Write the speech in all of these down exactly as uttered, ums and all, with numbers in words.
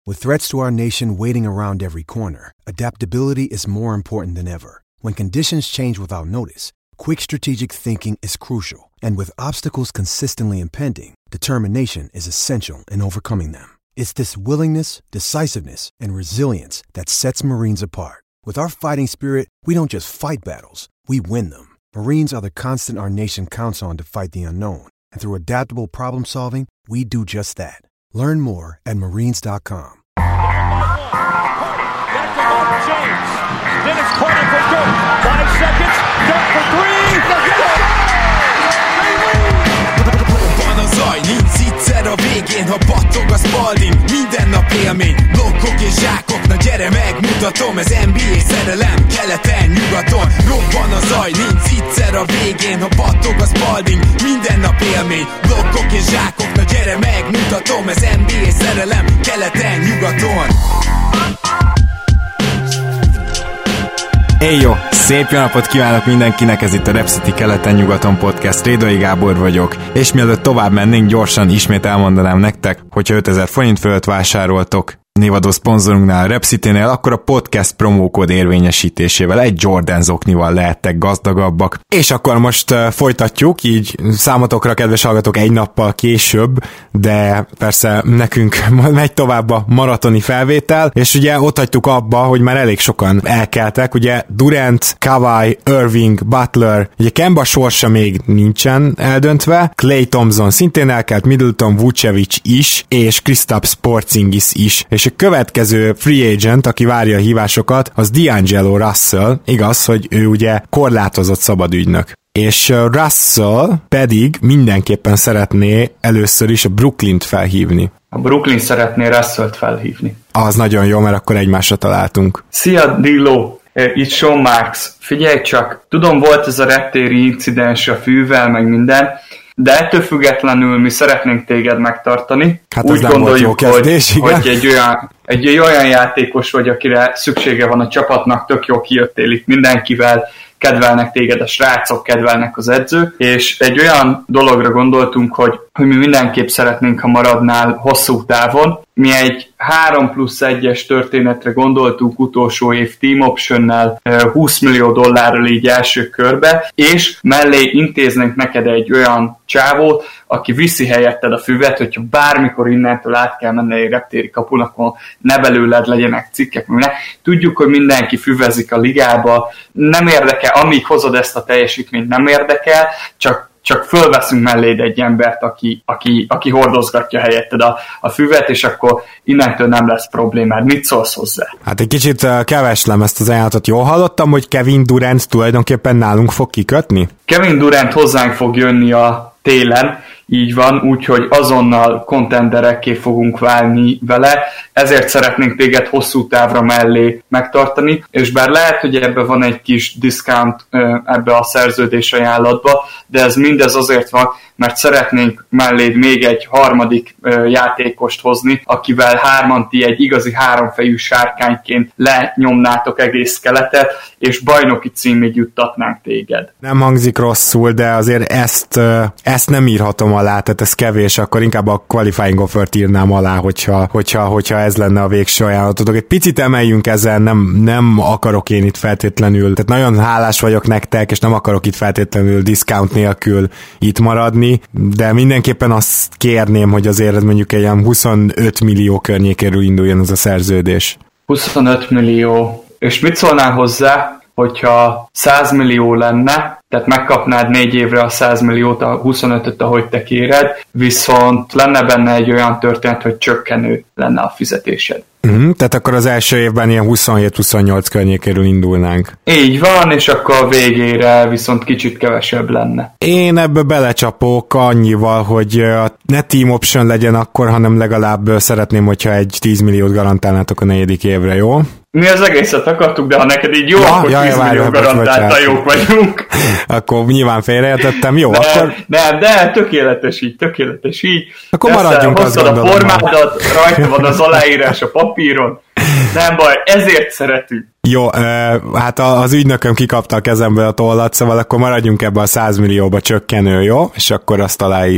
With threats to our nation waiting around every corner, adaptability is more important than ever. When conditions change without notice, quick strategic thinking is crucial. And with obstacles consistently impending, determination is essential in overcoming them. It's this willingness, decisiveness, and resilience that sets Marines apart. With our fighting spirit, we don't just fight battles, we win them. Marines are the constant our nation counts on to fight the unknown. And through adaptable problem solving, we do just that. Learn more at marines dot com. That's off James. Then it's corner for Dirk. Five seconds. Dirk for three. Van a zaj, nincs egyszer a végén, ha battog a Spalding. Minden nap élmény, blokkok és zsákok. Na gyere megmutatom, ez en bé á szerelem. Keleten, nyugaton, robban a zaj, nincs egyszer a végén, ha battog a Spalding. Minden nap élmény, blokkok és zsákok. Na gyere megmutatom, ez en bé á szerelem. Keleten, nyugaton. Éj jó! Szép jó napot kívánok mindenkinek, ez itt a Rep City keleten-nyugaton podcast, Rédai Gábor vagyok, és mielőtt tovább mennénk, gyorsan ismét elmondanám nektek, hogyha ötezer forint fölött vásároltok névadó szponzorunknál, a Rep Citynél, akkor a podcast promókód érvényesítésével egy Jordan zoknival lehettek gazdagabbak. És akkor most uh, folytatjuk, így számotokra, kedves hallgatók, egy nappal később, de persze nekünk megy tovább a maratoni felvétel, és ugye ott hagytuk abba, hogy már elég sokan elkeltek, ugye Durant, Kawhi, Irving, Butler, ugye Kemba sorsa még nincsen eldöntve, Klay Thompson szintén elkelt, Middleton, Vucevic is, és Kristaps Porzingis is, és a következő free agent, aki várja a hívásokat, az D'Angelo Russell, igaz, hogy ő ugye korlátozott szabadügynök. És Russell pedig mindenképpen szeretné először is a Brooklynt felhívni. A Brooklyn szeretné Russellt felhívni. Az nagyon jó, mert akkor egymásra találtunk. Szia, Dilló! Itt Sean Marks. Figyelj csak, tudom, volt ez a reptéri incidens a fűvel, meg minden, de ettől függetlenül mi szeretnénk téged megtartani. Hát úgy gondoljuk, kezdés, hogy, hogy egy, olyan, egy olyan játékos vagy, akire szüksége van a csapatnak, tök jó kijöttél itt mindenkivel, kedvelnek téged a srácok, kedvelnek az edzők, és egy olyan dologra gondoltunk, hogy, hogy mi mindenképp szeretnénk, ha maradnál hosszú távon. Mi egy három plusz egyes történetre gondoltunk utolsó év team optionnel, húsz millió dollárral így első körbe, és mellé intéznénk neked egy olyan csávót, aki viszi helyetted a füvet, hogyha bármikor innentől át kell menni egy reptéri kapun, akkor ne belőled legyenek cikkek. Minden. Tudjuk, hogy mindenki füvezik a ligába, nem érdekel, amíg hozod ezt a teljesítményt, nem érdekel, csak csak fölveszünk melléd egy embert, aki, aki, aki hordozgatja helyetted a, a füvet, és akkor innentől nem lesz problémád. Mit szólsz hozzá? Hát egy kicsit keveslem ezt az ajánlatot. Jól hallottam, hogy Kevin Durant tulajdonképpen nálunk fog kikötni? Kevin Durant hozzánk fog jönni a télen, így van, úgyhogy azonnal contenderekké fogunk válni vele, ezért szeretnénk téged hosszú távra mellé megtartani, és bár lehet, hogy ebbe van egy kis discount ebbe a szerződés ajánlatba, de ez mindez azért van, mert szeretnénk melléd még egy harmadik játékost hozni, akivel hárman ti egy igazi háromfejű sárkányként lenyomnátok egész keletet, és bajnoki címig juttatnánk téged. Nem hangzik rosszul, de azért ezt, ezt nem írhatom alá, tehát ez kevés, akkor inkább a qualifying offert írnám alá, hogyha, hogyha, hogyha ez lenne a végső ajánlatotok. Egy picit emeljünk ezen, nem, nem akarok én itt feltétlenül, tehát nagyon hálás vagyok nektek, és nem akarok itt feltétlenül discount nélkül itt maradni, de mindenképpen azt kérném, hogy azért mondjuk egy ilyen huszonöt millió környékéről induljon ez a szerződés. huszonöt millió. És mit szólnál hozzá, hogyha száz millió lenne, tehát megkapnád négy évre a száz milliót, a huszonötöt, ahogy te kéred, viszont lenne benne egy olyan történet, hogy csökkenő lenne a fizetésed. Uh-huh, tehát akkor az első évben ilyen huszonhét-huszonnyolc környékéről indulnánk. Így van, és akkor a végére viszont kicsit kevesebb lenne. Én ebbe belecsapok annyival, hogy ne team option legyen akkor, hanem legalább szeretném, hogyha egy tíz milliót garantálnátok a negyedik évre, jó? Mi az egészet akartuk, de ha neked így jó, ja, akkor ja, tíz millió garantálta, jók vagyunk. Akkor nyilván félreértettem, jó? De, akkor... de, de tökéletes így, tökéletes így. Akkor maradjunk, azt gondolom. Hoztad a formádat, rajta van az aláírás a papíron. Nem baj, ezért szeretünk. Jó, hát az ügynököm kikapta a kezemből a tollat, szóval akkor maradjunk ebbe a száz millióba csökkenő, jó? És akkor azt aláírom.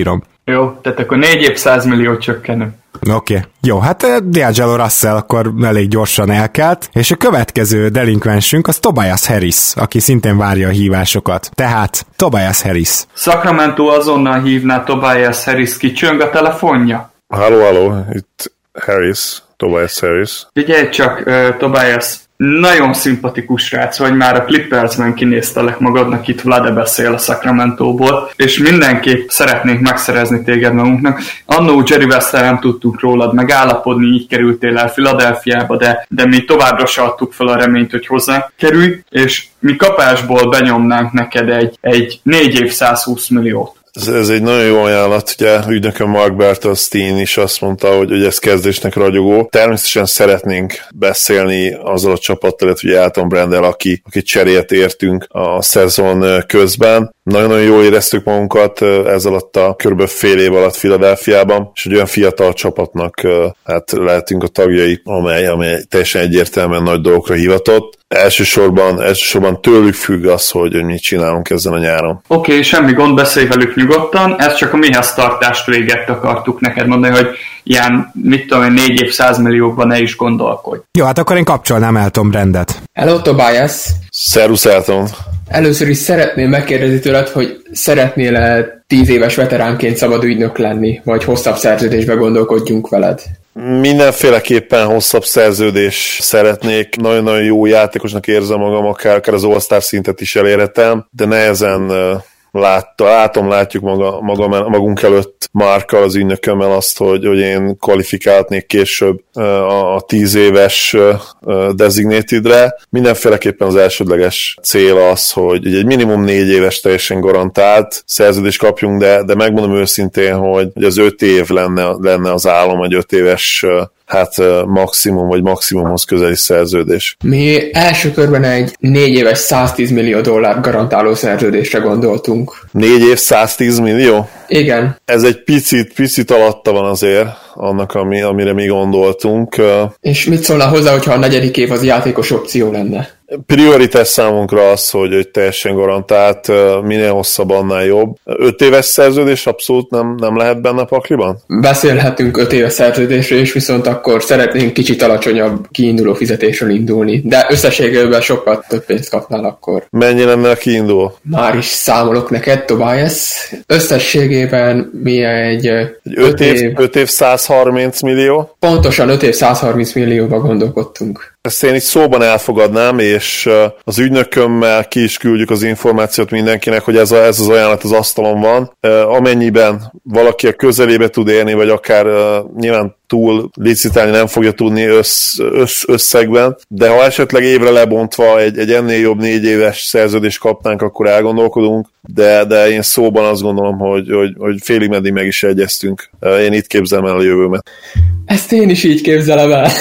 Jó, tehát akkor négy év száz millió csökkenő. Oké. Okay. Jó, hát D'Angelo Russell akkor elég gyorsan elkelt, és a következő delinkvensünk az Tobias Harris, aki szintén várja a hívásokat. Tehát Tobias Harris. Sacramento azonnal hívná Tobias Harris, kicsöng a telefonja? Halló, halló, itt Harris, Tobias Harris. Figyelj csak, uh, Tobias, nagyon szimpatikus srác, hogy már a Clippersben kinéztelek magadnak, itt Vlade beszél a Sacramento-ból, és mindenképp szeretnénk megszerezni téged magunknak. Annó Jerry West-tel nem tudtunk rólad megállapodni, így kerültél el Philadelphiába, de, de mi továbbra se adtuk fel a reményt, hogy hozzá kerülj, és mi kapásból benyomnánk neked egy, egy négy év százhúsz milliót. Ez, ez egy nagyon jó ajánlat, ugye ügynökön Mark Bertelstein is azt mondta, hogy, hogy ez kezdésnek ragyogó. Természetesen szeretnénk beszélni azzal a csapattal, illetve Elton Brandel, aki, aki cserét értünk a szezon közben. Nagyon-nagyon jól éreztük magunkat ez alatt a kb. Fél év alatt Philadelphiában, és egy olyan fiatal csapatnak hát lehetünk a tagjai, amely, amely teljesen egyértelműen nagy dolgokra hivatott. Elsősorban, elsősorban tőlük függ az, hogy mit csinálunk ezen a nyáron. Oké, okay, semmi gond, beszélj velük nyugodtan, ez csak a mihez tartást véget akartuk neked mondani, hogy ilyen, mit tudom én, négy év száz milliókban ne is gondolkodj. Jó, hát akkor én kapcsolnám Elton Brandet. Hello, Tobias! Szervusz, Elton! Először is szeretném megkérdezni tőled, hogy szeretnél-e tíz éves veteránként szabad ügynök lenni, vagy hosszabb szerződésbe gondolkodjunk veled? Mindenféleképpen hosszabb szerződés szeretnék. Nagyon-nagyon jó játékosnak érzem magam, akár, akár az All-Star szintet is elérhetem, de nehezen látta, látom, látjuk maga, maga, magunk előtt Markkal, az ügynökömmel azt, hogy, hogy én kvalifikálhatnék később a, a tíz éves designatedre. Mindenféleképpen az elsődleges cél az, hogy egy minimum négy éves teljesen garantált szerződést kapjunk, de, de megmondom őszintén, hogy, hogy az öt év lenne, lenne az álom, egy öt éves hát maximum vagy maximumhoz közeli szerződés. Mi első körben egy négy éves száztíz millió dollár garantáló szerződésre gondoltunk. Négy év száztíz millió? Igen. Ez egy picit, picit alatta van azért annak, ami, amire mi gondoltunk. És mit szólna hozzá, hogyha a negyedik év az játékos opció lenne? Prioritás számunkra az, hogy, hogy teljesen garantált, minél hosszabb, annál jobb. Öt éves szerződés abszolút nem, nem lehet benne a pakliban? Beszélhetünk öt éves szerződésre is, viszont akkor szeretnénk kicsit alacsonyabb kiinduló fizetésről indulni, de összességében sokkal több pénzt kapnál akkor. Mennyi lenne a kiinduló? Már is számolok neked, Tobias. Összességében mi egy... egy öt év, év, öt év százharminc millió? Pontosan öt év százharminc millióba gondolkodtunk. Ezt én így szóban elfogadnám, és az ügynökömmel ki is küldjük az információt mindenkinek, hogy ez, a, ez az ajánlat az asztalon van. Amennyiben valaki a közelébe tud érni, vagy akár nyilván túl licitálni nem fogja tudni össz, össz, összegben, de ha esetleg évre lebontva egy, egy ennél jobb négy éves szerződést kapnánk, akkor elgondolkodunk, de, de én szóban azt gondolom, hogy, hogy, hogy félig meddig meg is egyeztünk. Én itt képzelem el a jövőmet. Ezt én is így képzelem el.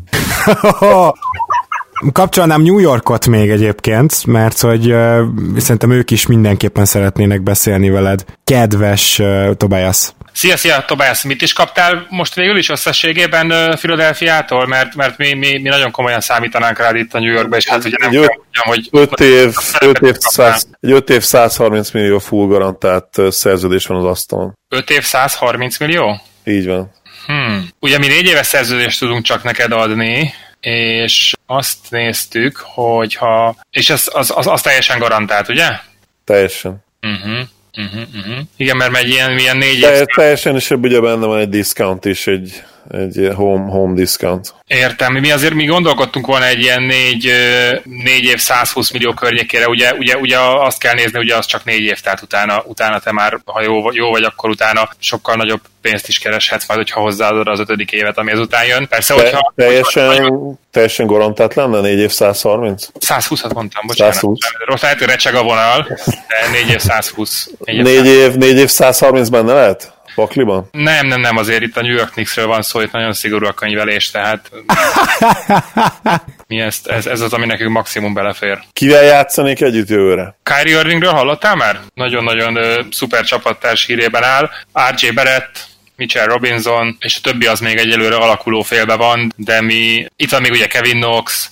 Kapcsolnám New Yorkot még egyébként, mert hogy uh, szerintem ők is mindenképpen szeretnének beszélni veled. Kedves uh, Tobias. Szia, szia, Tobias, mit is kaptál most végül is összességében uh, Philadelphiától? Mert, mert mi, mi, mi nagyon komolyan számítanánk rád itt a New Yorkba, és hát ugye nem kell mondjam, hogy... öt év, öt év, száz, egy öt év százharminc millió full garantált szerződés van az asztalon. öt év százharminc millió? Így van. Hmm. Ugye mi négy éves szerződést tudunk csak neked adni, és azt néztük, hogy ha... És az, az, az, az teljesen garantált, ugye? Teljesen. Uh-huh. Uh-huh, uh-huh. Igen, mert megy ilyen, ilyen négy Te, év... Teljesen, és ebben ugye benne van egy discount is, egy, egy home, home discount. Értem, mi azért mi gondolkodtunk volna egy ilyen négy, négy év százhúsz millió környékére, ugye, ugye, ugye azt kell nézni, ugye az csak négy év, tehát utána, utána te már, ha jó, jó vagy, akkor utána sokkal nagyobb pénzt is kereshetsz, majd hogyha hozzáadod az ötödik évet, ami ezután jön. Persze, Te, hogyha... Teljesen, hogyha, teljesen garantált lenne négy év százharminc? százhúszat mondtam, bocsánat. százhúsz. Rossz, lehet, hogy recseg a vonal, de négy év százhúsz. négy év, négy év százharminc benne lehet? Pakliban? Nem, nem, nem, azért itt a New York Knicksről van szó, itt nagyon szigorú a könyvelés, tehát mi ezt, ez, ez az, ami nekünk maximum belefér. Kivel játszanék együtt jövőre? Kyrie Irvingről hallottál már? Nagyon-nagyon ö, szuper csapattárs hírében áll. er jé Barrett, Mitchell Robinson, és a többi az még egyelőre alakuló félbe van, de mi, itt van még ugye Kevin Knox,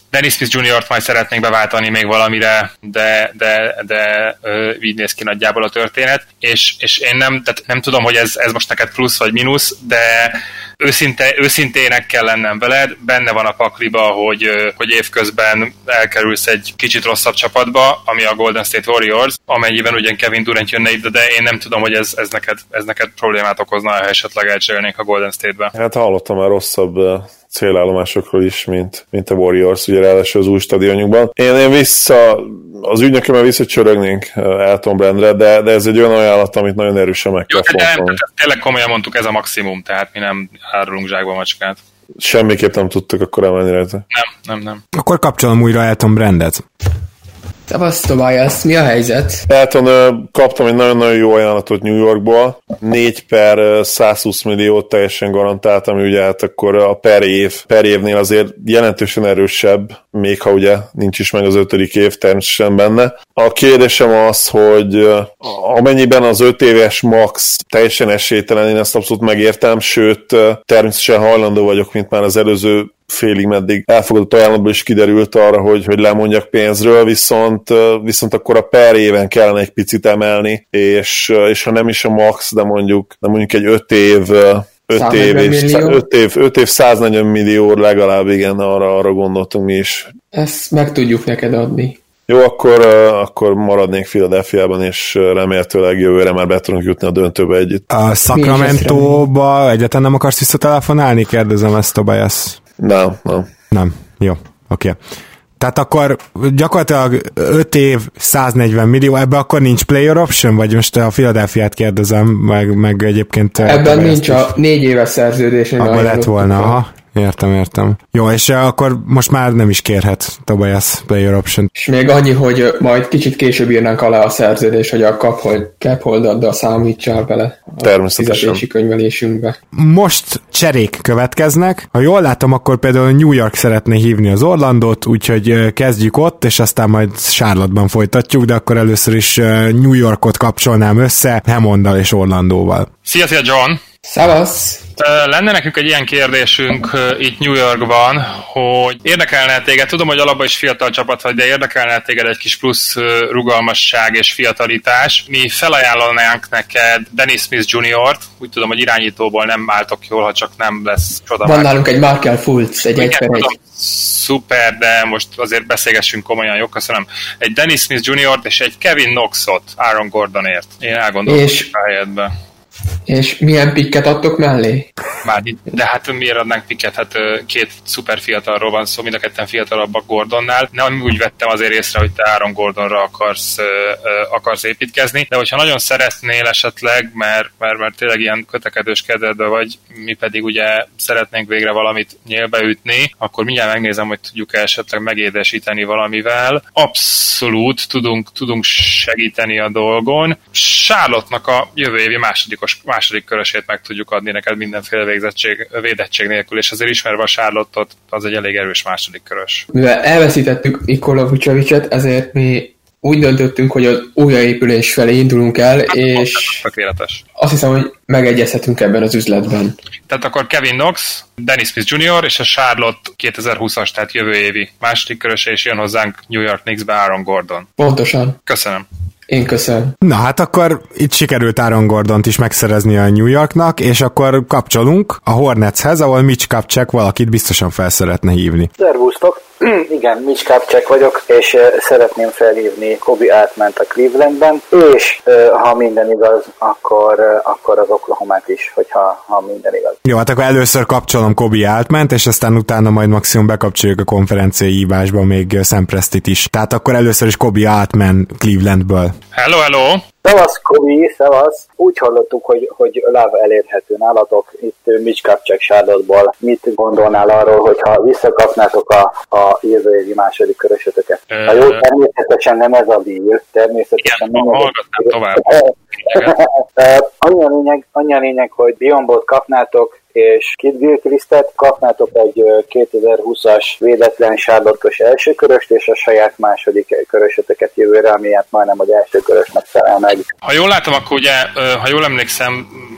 Dennis Smith juniort majd szeretnék beváltani még valamire, de, de, de ö, így néz ki nagyjából a történet, és, és én nem, tehát nem tudom, hogy ez, ez most neked plusz vagy mínusz, de őszinte, őszintének kell lennem veled, benne van a pakliba, hogy, hogy évközben elkerülsz egy kicsit rosszabb csapatba, ami a Golden State Warriors, amennyiben ugyan Kevin Durant jönne ide, de én nem tudom, hogy ez, ez, neked, ez neked problémát okozna, ha esetleg elcserélnénk a Golden State-be. Hát hallottam már rosszabb célállomásokról is, mint, mint a Warriors, ugye ráadásul az új stadionjukban. Én, én vissza, az ügynökömmel visszacsörögnénk Elton Brandre, de, de ez egy olyan ajánlat, amit nagyon erősen meg kell fontolni. Tényleg komolyan mondtuk, ez a maximum, tehát mi nem árulunk zsákba macskát. Semmiképp nem tudtuk akkor emelni rajta. Nem, nem, nem. Akkor kapcsolom újra Elton Brandet. Szevasz, Tobias, mi a helyzet? Elton, kaptam egy nagyon-nagyon jó ajánlatot New Yorkból, négy per százhúsz milliót teljesen garantált, ami ugye hát akkor a per év, per évnél azért jelentősen erősebb, még ha ugye nincs is meg az ötödik év természetesen benne. A kérdésem az, hogy amennyiben az öt éves max teljesen esélytelen, én ezt abszolút megértem, sőt természetesen hajlandó vagyok, mint már az előző félig meddig elfogadott ajánlatból is kiderült arra, hogy, hogy lemondjak pénzről, viszont, viszont akkor a per éven kellene egy picit emelni, és, és ha nem is a max, de mondjuk, de mondjuk egy öt év öt év, és öt év, öt év száznegyven millió legalább, igen, arra, arra gondoltunk mi is. Ezt meg tudjuk neked adni. Jó, akkor, akkor maradnék Philadelphiában, és remélhetőleg jövőre már be tudunk jutni a döntőbe együtt. A Sacramento-ba egyáltalán nem akarsz visszatelefonálni? Kérdezem ezt, Tobias. Nem, nem. Nem, jó, oké. Okay. Tehát akkor gyakorlatilag öt év, száznegyven millió, ebben akkor nincs player option, vagy most a Philadelphiát kérdezem, meg, meg egyébként... Ebben nincs a négy éves szerződés. Abban lett volna, aha. Értem, értem. Jó, és akkor most már nem is kérhet Tobias player option. És még annyi, hogy majd kicsit később írnánk alá a szerződés, hogy a cap holdaddal számítsál bele a fizetési könyvelésünkbe. Most cserék következnek. Ha jól látom, akkor például New York szeretné hívni az Orlandót, úgyhogy kezdjük ott, és aztán majd Charlotte-ban folytatjuk, de akkor először is New Yorkot kapcsolnám össze Hammonddal és Orlandóval. Szia, szia John! Szavasz! Lenne nekünk egy ilyen kérdésünk itt New Yorkban, hogy érdekelne téged, tudom, hogy alapban is fiatal csapat vagy, de érdekelne téged egy kis plusz rugalmasság és fiatalitás. Mi felajánlanánk neked Dennis Smith juniort, úgy tudom, hogy irányítóból nem álltok jól, ha csak nem lesz csoda. Van nálunk egy Markel Fultz, egy egy per egy. Szuper, de most azért beszélgessünk komolyan, jó, köszönöm. Egy Dennis Smith juniort és egy Kevin Knoxot Aaron Gordonért. Én elgondolom és... a helyedbe. És milyen pikket adtok mellé? Már, de hát miért adnánk pikket? Hát két szuper fiatalról van szó, mind a ketten fiatalabbak Gordonnál. Nem úgy vettem azért észre, hogy te Aaron Gordonra akarsz, akarsz építkezni, de hogyha nagyon szeretnél esetleg, mert, mert, mert tényleg ilyen kötekedős kedvedbe vagy, mi pedig ugye szeretnénk végre valamit nyélbeütni, akkor mindjárt megnézem, hogy tudjuk esetleg megédesíteni valamivel. Abszolút tudunk, tudunk segíteni a dolgon. Charlotte-nak a jövő évi másodikos második körösét meg tudjuk adni neked mindenféle végzettség, védettség nélkül, és azért ismerve a Charlotte-ot, az egy elég erős második körös. Mivel elveszítettük Nikola Vucevicet, ezért mi úgy döntöttünk, hogy az újjáépülés felé indulunk el, hát, és tökéletes. Azt hiszem, hogy megegyezhetünk ebben az üzletben. Tehát akkor Kevin Knox, Dennis Smith junior és a Charlotte kétezer-húszas, tehát jövő évi második köröse, és jön hozzánk New York Knicksbe Aaron Gordon. Pontosan. Köszönöm. Én köszönöm. Na hát akkor itt sikerült Aaron Gordont is megszerezni a New Yorknak, és akkor kapcsolunk a Hornetshez, ahol Mitch Kupchak valakit biztosan fel szeretne hívni. Szervusztok! Igen, Mitch Kupchak vagyok, és uh, szeretném felhívni Kobe Altmant a Clevelandben, és uh, ha minden igaz, akkor, uh, akkor az Oklahomát is, hogyha ha minden igaz. Jó, hát akkor először kapcsolom Kobe Altmant, és aztán utána majd maximum bekapcsoljuk a konferenciai hívásba még Sam Prestit is. Tehát akkor először is Kobe Altman Clevelandből. Hello, hello! Szevasz, Kobi, szevasz! Úgy hallottuk, hogy, hogy Love elérhető nálatok, itt Mitch Kupchak Charlotte-ból. Mit gondolnál arról, hogyha visszakapnátok a, a jövő évi második körösötöket? Ö... Ha jó, természetesen nem ez a díj, természetesen igen, nem hallgatnám tovább. Annyi a lényeg, annyi a lényeg, hogy Bionbot kapnátok, és Kid Gilchrist-et, kapnátok egy kétezer-húszas védetlen Charlotte-os első köröst, és a saját második körösötöket jövőre, amiért majdnem az első körösnek felel meg. Ha jól látom, akkor ugye, ha jól emlékszem,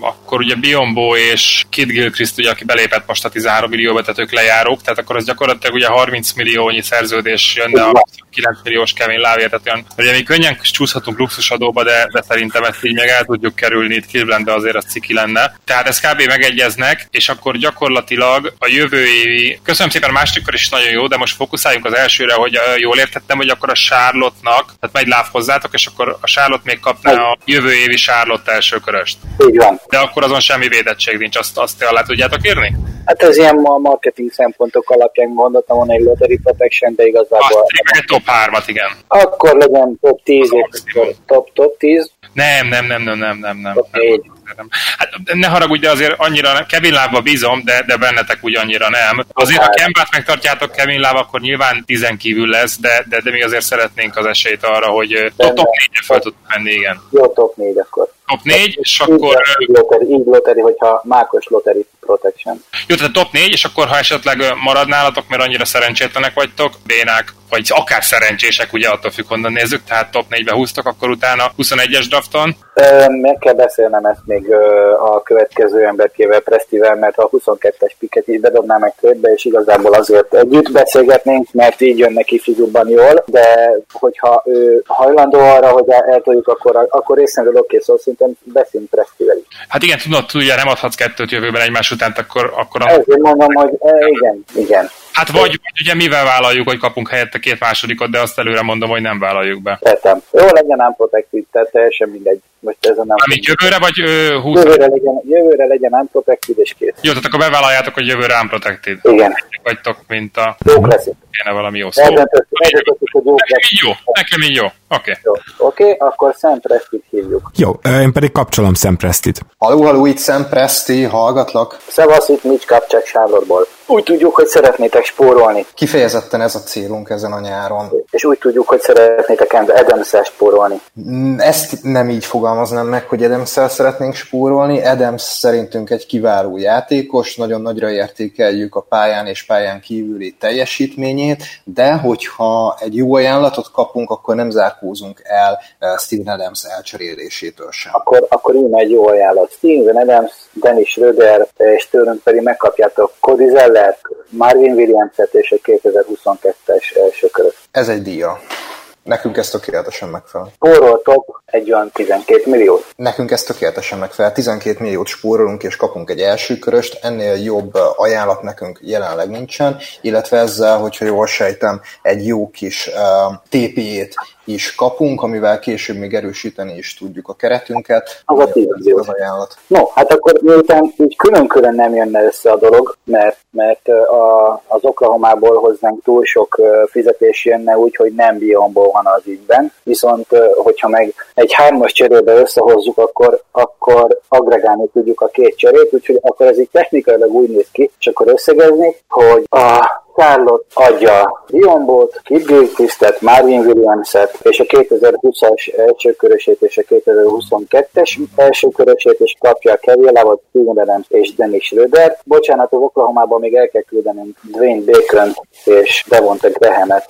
akkor ugye Biyombo és Kid Gilchrist, ugye, aki belépett most a tizenhárom millióba, tehát ők lejárók, tehát akkor az gyakorlatilag ugye harminc milliónyi szerződés jönne a kilenc milliós Kevin Love-ért, tehát olyan, ugye mi könnyen csúszhatunk luxusadóba, de, de szerintem ezt így meg el tudjuk kerülni itt Clevelandbe, azért az ciki lenne. Tehát ez kb. Megegyeznek, és akkor gyakorlatilag a jövő évi, köszönöm szépen, a másikkor is nagyon jó, de most fókuszáljunk az elsőre, hogy jól értettem, hogy akkor a Charlotte-nak, tehát megy Love hozzátok, és akkor a Charlotte még kapná a jövő évi Charlotte első köröst. Így van. De akkor azon semmi védettség nincs, azt, azt alá tudjátok írni? Hát ez ilyen a marketing szempontok alapján gondoltam volna egy lottery protection, de igazából... Azt meg egy top hármat, igen. Akkor legyen top tíz, és top, top tíz. Nem, nem, nem, nem, nem, nem, nem. Top négy. Hát ne haragudj, de azért annyira nem. Kevin Love-ba bízom, de, de bennetek úgy annyira nem. Azért, ha Kembát megtartjátok Kevin Love, akkor nyilván tizen kívül lesz, de, de, de mi azért szeretnénk az esélyt arra, hogy top négyre fel tudunk menni, igen. Jó, top négy akkor. Top négy, és akkor... Így lottery, így lottery, hogyha Mákos lottery protection. Jó, tehát top négy, és akkor ha esetleg marad nálatok, mert annyira szerencsétlenek vagytok, bénák, vagy akár szerencsések, ugye attól függ, honnan nézzük, tehát top négybe húztok, akkor utána huszonegyes drafton. Meg kell beszélnem ezt még a következő emberkével, Prestivel, mert a huszonkettes piket is bedobnám egy trade-be, és igazából azért együtt beszélgetnénk, mert így jön neki fizikban jól, de hogyha ő hajlandó arra, hogy eltoljuk, akkor, akkor részemről oké, szóval szintén beszélünk Prestivel is. Hát igen, tudod, ugye nem adhatsz kettőt jövőben egymás után, akkor... akkor ezért mondom, hogy e, igen, igen. Hát vagy, vagy ugye mivel vállaljuk, hogy kapunk helyette két másodikot, de azt előre mondom, hogy nem vállaljuk be. Értem. Jó, legyen unprotected, tehát teljesen mindegy. Most ez a nem... Amíg jövőre, vagy ö, húsz? Jövőre legyen, jövőre legyen unprotected, és kész. Jó, tehát akkor bevállaljátok, hogy jövőre unprotected. Igen. Vagytok, mint a... Jók leszünk. Kéne valami jó szó. Eldöntöttük, hogy jók leszünk. Nekem így jó, nekem így jó. Oké. Okay. Oké, okay, akkor Sam Prestit hívjuk. Jó, én pedig kapcsolom Sam Prestit. Haló, haló, itt Sam Presti, hallgatlak. Szevasz, itt Mitch Kapcsák Charlotte-ból. Úgy tudjuk, hogy szeretnétek spórolni. Kifejezetten ez a célunk ezen a nyáron. És úgy tudjuk, hogy szeretnétek Adams-szel spórolni. Ezt nem így fogalmaznám meg, hogy Adams-szel szeretnénk spórolni. Adams szerintünk egy kiváló játékos, nagyon nagyra értékeljük a pályán és pályán kívüli teljesítményét, de hogyha egy jó ajánlatot kapunk, akkor nem zárkózunk el Steven Adams elcserélésétől sem. Akkor, akkor így egy jó ajánlat. Steven Adams, Dennis Schröder, és tőlünk pedig megkapjátok Cody Zeller, Marvin Williams-et és egy kétezer-huszonkettes első körös. Ez egy díja. Nekünk ez tökéletesen megfelel. Spóroltok egy olyan tizenkét milliót. Nekünk ez tökéletesen megfelel. tizenkét milliót spórolunk és kapunk egy első köröst. Ennél jobb ajánlat nekünk jelenleg nincsen, illetve ezzel, hogyha jól sejtem, egy jó kis uh, té pé-t is kapunk, amivel később még erősíteni is tudjuk a keretünket. Az a tíz millió. Az ajánlat. No, hát akkor miután így külön-külön nem jönne össze a dolog, mert, mert a, az Oklahomából hozzánk túl sok fizetés jönne úgy, hogy nem Bionból van az ügyben, viszont hogyha meg egy hármas cserébe összehozzuk, akkor, akkor agregálni tudjuk a két cserét, úgyhogy akkor ez így technikailag úgy néz ki, és akkor összegeznék, hogy a Charlotte adja Bionbot, Kid Gilchrist-et, Marvin Williams-et, és a kétezer-húszas elsőkörösét és a kétezer-huszonkettes elsőkörösét, és kapja a Kevin Love-ot, Steven Adams és Dennis Schröder. Bocsánat, az Oklahomában még el kell küldenünk Dwayne Bacon és Devonta Graham-et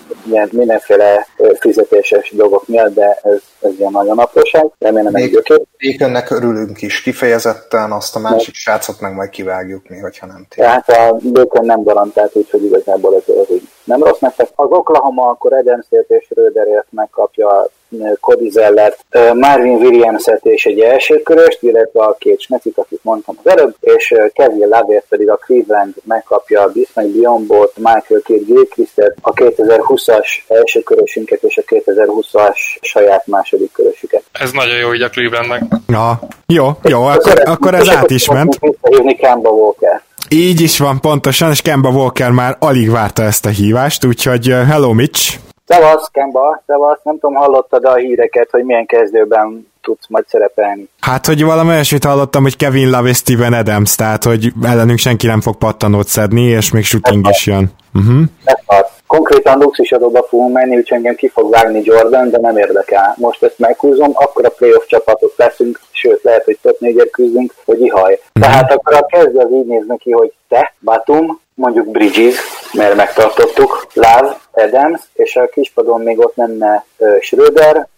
mindenféle fizetéses dolgok miatt, de ez, ez ilyen nagyon apróság. Remélem egy gyökér. Baconnek örülünk is kifejezetten, azt a másik de. srácot meg majd kivágjuk mi, hogyha nem tér. Tehát a Bacon nem garantált, úgyhogy igazából ez, ez így nem rossz nektek. Az Oklahoma akkor Adamsért és Schröderért megkapja Cody Zellert, Marvin Williams-et és egy elsőköröst, illetve a két snekit, akit mondtam az előbb, és Kevin Love-ért pedig a Cleveland megkapja Bismack Biyombo-t, Michael Kidd Gilchrist-et, a kétezer-húszas elsőkörösünket és a kétezer-húszas saját második körösüket. Ez nagyon jó így a Clevelandnek. Ja, jó, jó, akkor, akkor ez át is ment. Kemba Walker. Így is van pontosan, és Kemba Walker már alig várta ezt a hívást, úgyhogy uh, hello Mitch! Szevasz, Kemba, szevasz, nem tudom, hallottad a híreket, hogy milyen kezdőben tudsz majd szerepelni? Hát, hogy valami olyasmit hallottam, hogy Kevin Love és Steven Adams, tehát, hogy ellenünk senki nem fog pattanót szedni, és még shooting is jön. Uh-huh. Ez konkrétan luxusadóba fogunk menni, úgyhogy engem ki fog vágni Jordan, de nem érdekel. Most ezt meghúzom, akkor a playoff csapatok leszünk, sőt, lehet, hogy top négyért küzdünk, hogy ihaj. Uh-huh. Tehát akkor a kezdő az így néz neki, hogy te, Batum, mondjuk Bridges, mert megtartottuk, Love, Adams, és a kispadon még ott lenne uh, Schröder,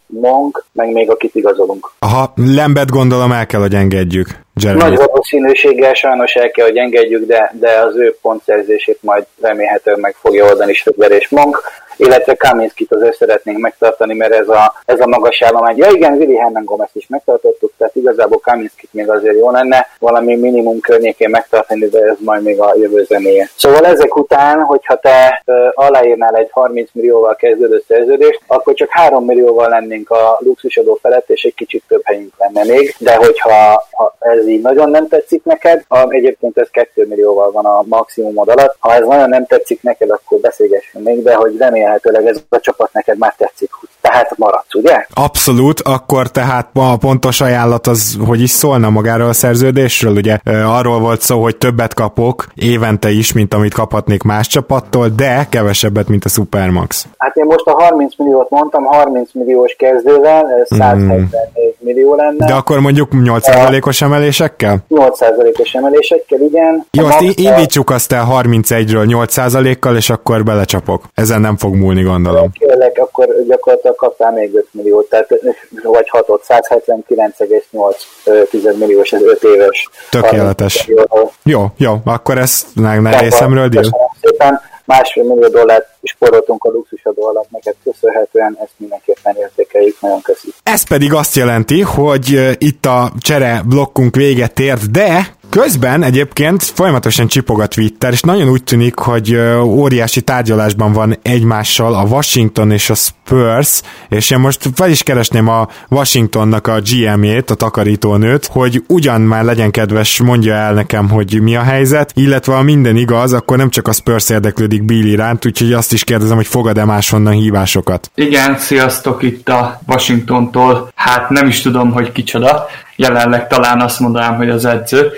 Monk, meg még akit igazolunk. Aha, Lambert gondolom el kell, hogy engedjük. Jeremy. Nagy valószínűséggel sajnos el kell, hogy engedjük, de, de az ő pontszerzését majd remélhetően meg fogja oldani Schröder és Monk, illetve Kaminskit azért szeretnénk megtartani, mert ez a, ez a magas állomány. Ja igen, Willy Hernan Gomez is megtartottuk, tehát igazából Kaminskit még azért jó lenne valami minimum környékén megtartani, de ez majd még a jövő zenéje. Szóval ezek után, hogyha te uh, aláírnál egy harminc millióval kezdődő szerződést, akkor csak három millióval lennénk a luxusadó felett, és egy kicsit több helyünk lenne még, de hogyha ha ez így nagyon nem tetszik neked, a, egyébként ez két millióval van a maximumod alatt, ha ez nagyon nem tetszik neked, akkor beszélgessünk még, de hogy remélhetőleg ez a csapat neked már tetszik, tehát maradsz, ugye? Abszolút, akkor tehát a pontos ajánlat az, hogy is szólna magáról a szerződésről, ugye arról volt szó, hogy többet kapok évente is, mint amit kaphatnék más csapattól, de kevesebbet, mint a Supermax. Hát én most a harminc milliót mondtam, harminc milliós kezdővel, ez száz hetvennégy millió lenne. De akkor mondjuk nyolc százalékos emelésekkel? nyolc százalékos emelésekkel, igen. Jó, azt indítsuk azt el harmincegyről nyolc százalékkal, és akkor belecsapok. Ezen nem fog múlni, gondolom. Kérlek, akkor gyakorlatilag kaptál még öt milliót, tehát, vagy hatot, száz hetvenkilenc egész nyolc milliós, ez öt éves. Tökéletes. Jó, jó, akkor ezt ne részemről deal. Köszönöm szépen. Másfél millió dollárt spóroltunk a luxusadó alatt, neked köszönhetően, ezt mindenképpen értékeljük, nagyon köszi. Ez pedig azt jelenti, hogy itt a csere blokkunk véget ért, de közben egyébként folyamatosan csipog a Twitter, és nagyon úgy tűnik, hogy óriási tárgyalásban van egymással a Washington és a Spurs, és én most fel is keresném a Washingtonnak a gé em-jét, a takarítónőt, hogy ugyan már legyen kedves, mondja el nekem, hogy mi a helyzet, illetve ha minden igaz, akkor nem csak a Spurs érdeklődik Bill iránt, úgyhogy azt is kérdezem, hogy fogad-e máshonnan hívásokat. Igen, sziasztok itt a Washingtontól, hát nem is tudom, hogy kicsoda, jelenleg talán azt mondanám, hogy az edző,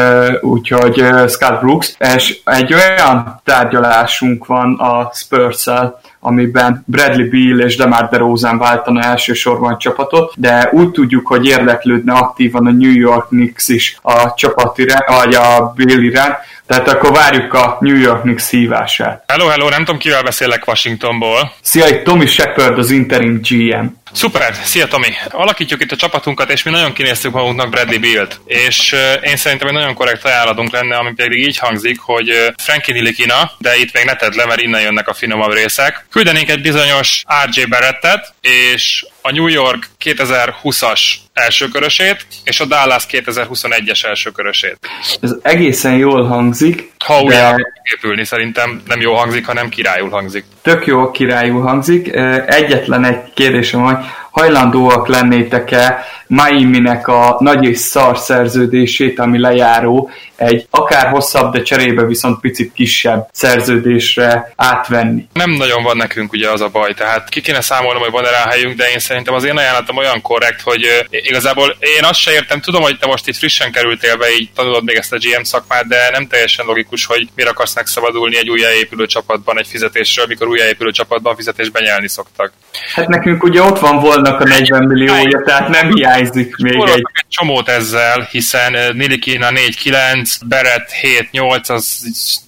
úgyhogy Scott Brooks, és egy olyan tárgyalásunk van a Spurs-szel, amiben Bradley Beal és DeMar DeRozan váltana elsősorban csapatot, de úgy tudjuk, hogy érdeklődne aktívan a New York Knicks is a csapat irány, vagy a Beal irány, tehát akkor várjuk a New York Knicks hívását. Hello, hello, nem tudom, kivel beszélek Washingtonból. Szia, itt Tommy Shepard, az interim gé em. Szuper, szia Tomi! Alakítjuk itt a csapatunkat, és mi nagyon kinéztük magunknak Bradley Bealt. És uh, én szerintem egy nagyon korrekt ajánlatunk lenne, ami pedig így hangzik, hogy uh, Frankie Ntilikina, de itt még ne tedd le, mert innen jönnek a finomabb részek. Küldenénk egy bizonyos er jé Barrettet, és a New York kétezer-húszas elsőkörösét, és a Dallas kétezer-huszonegyes elsőkörösét. Ez egészen jól hangzik. Ha úgy de... épülni, szerintem nem jól hangzik, hanem királyul hangzik. Tök jó, királyul hangzik. Egyetlen egy kérdésem, hogy hajlandóak lennétek-e Miaminek a nagy és szar szerződését, ami lejáró, egy akár hosszabb, de cserébe viszont picit kisebb szerződésre átvenni? Nem nagyon van nekünk ugye az a baj, tehát ki kéne számolnom, hogy van-e rá helyünk, de én szerintem az én ajánlatom olyan korrekt, hogy igazából én azt se értem, tudom, hogy te most itt frissen kerültél be, így tanulod még ezt a gé em szakmát, de nem teljesen logikus, hogy miért akarsz megszabadulni egy újjáépülő csapatban egy fizetésről, mikor újjáépülő csapatban fizetésbe nyelni szoktak. Hát nekünk ugye ott van volna a negyven milliója, tehát nem hiányzik még egy... egy csomót ezzel, hiszen Ntilikina négy kilenc, Barrett hét nyolc, az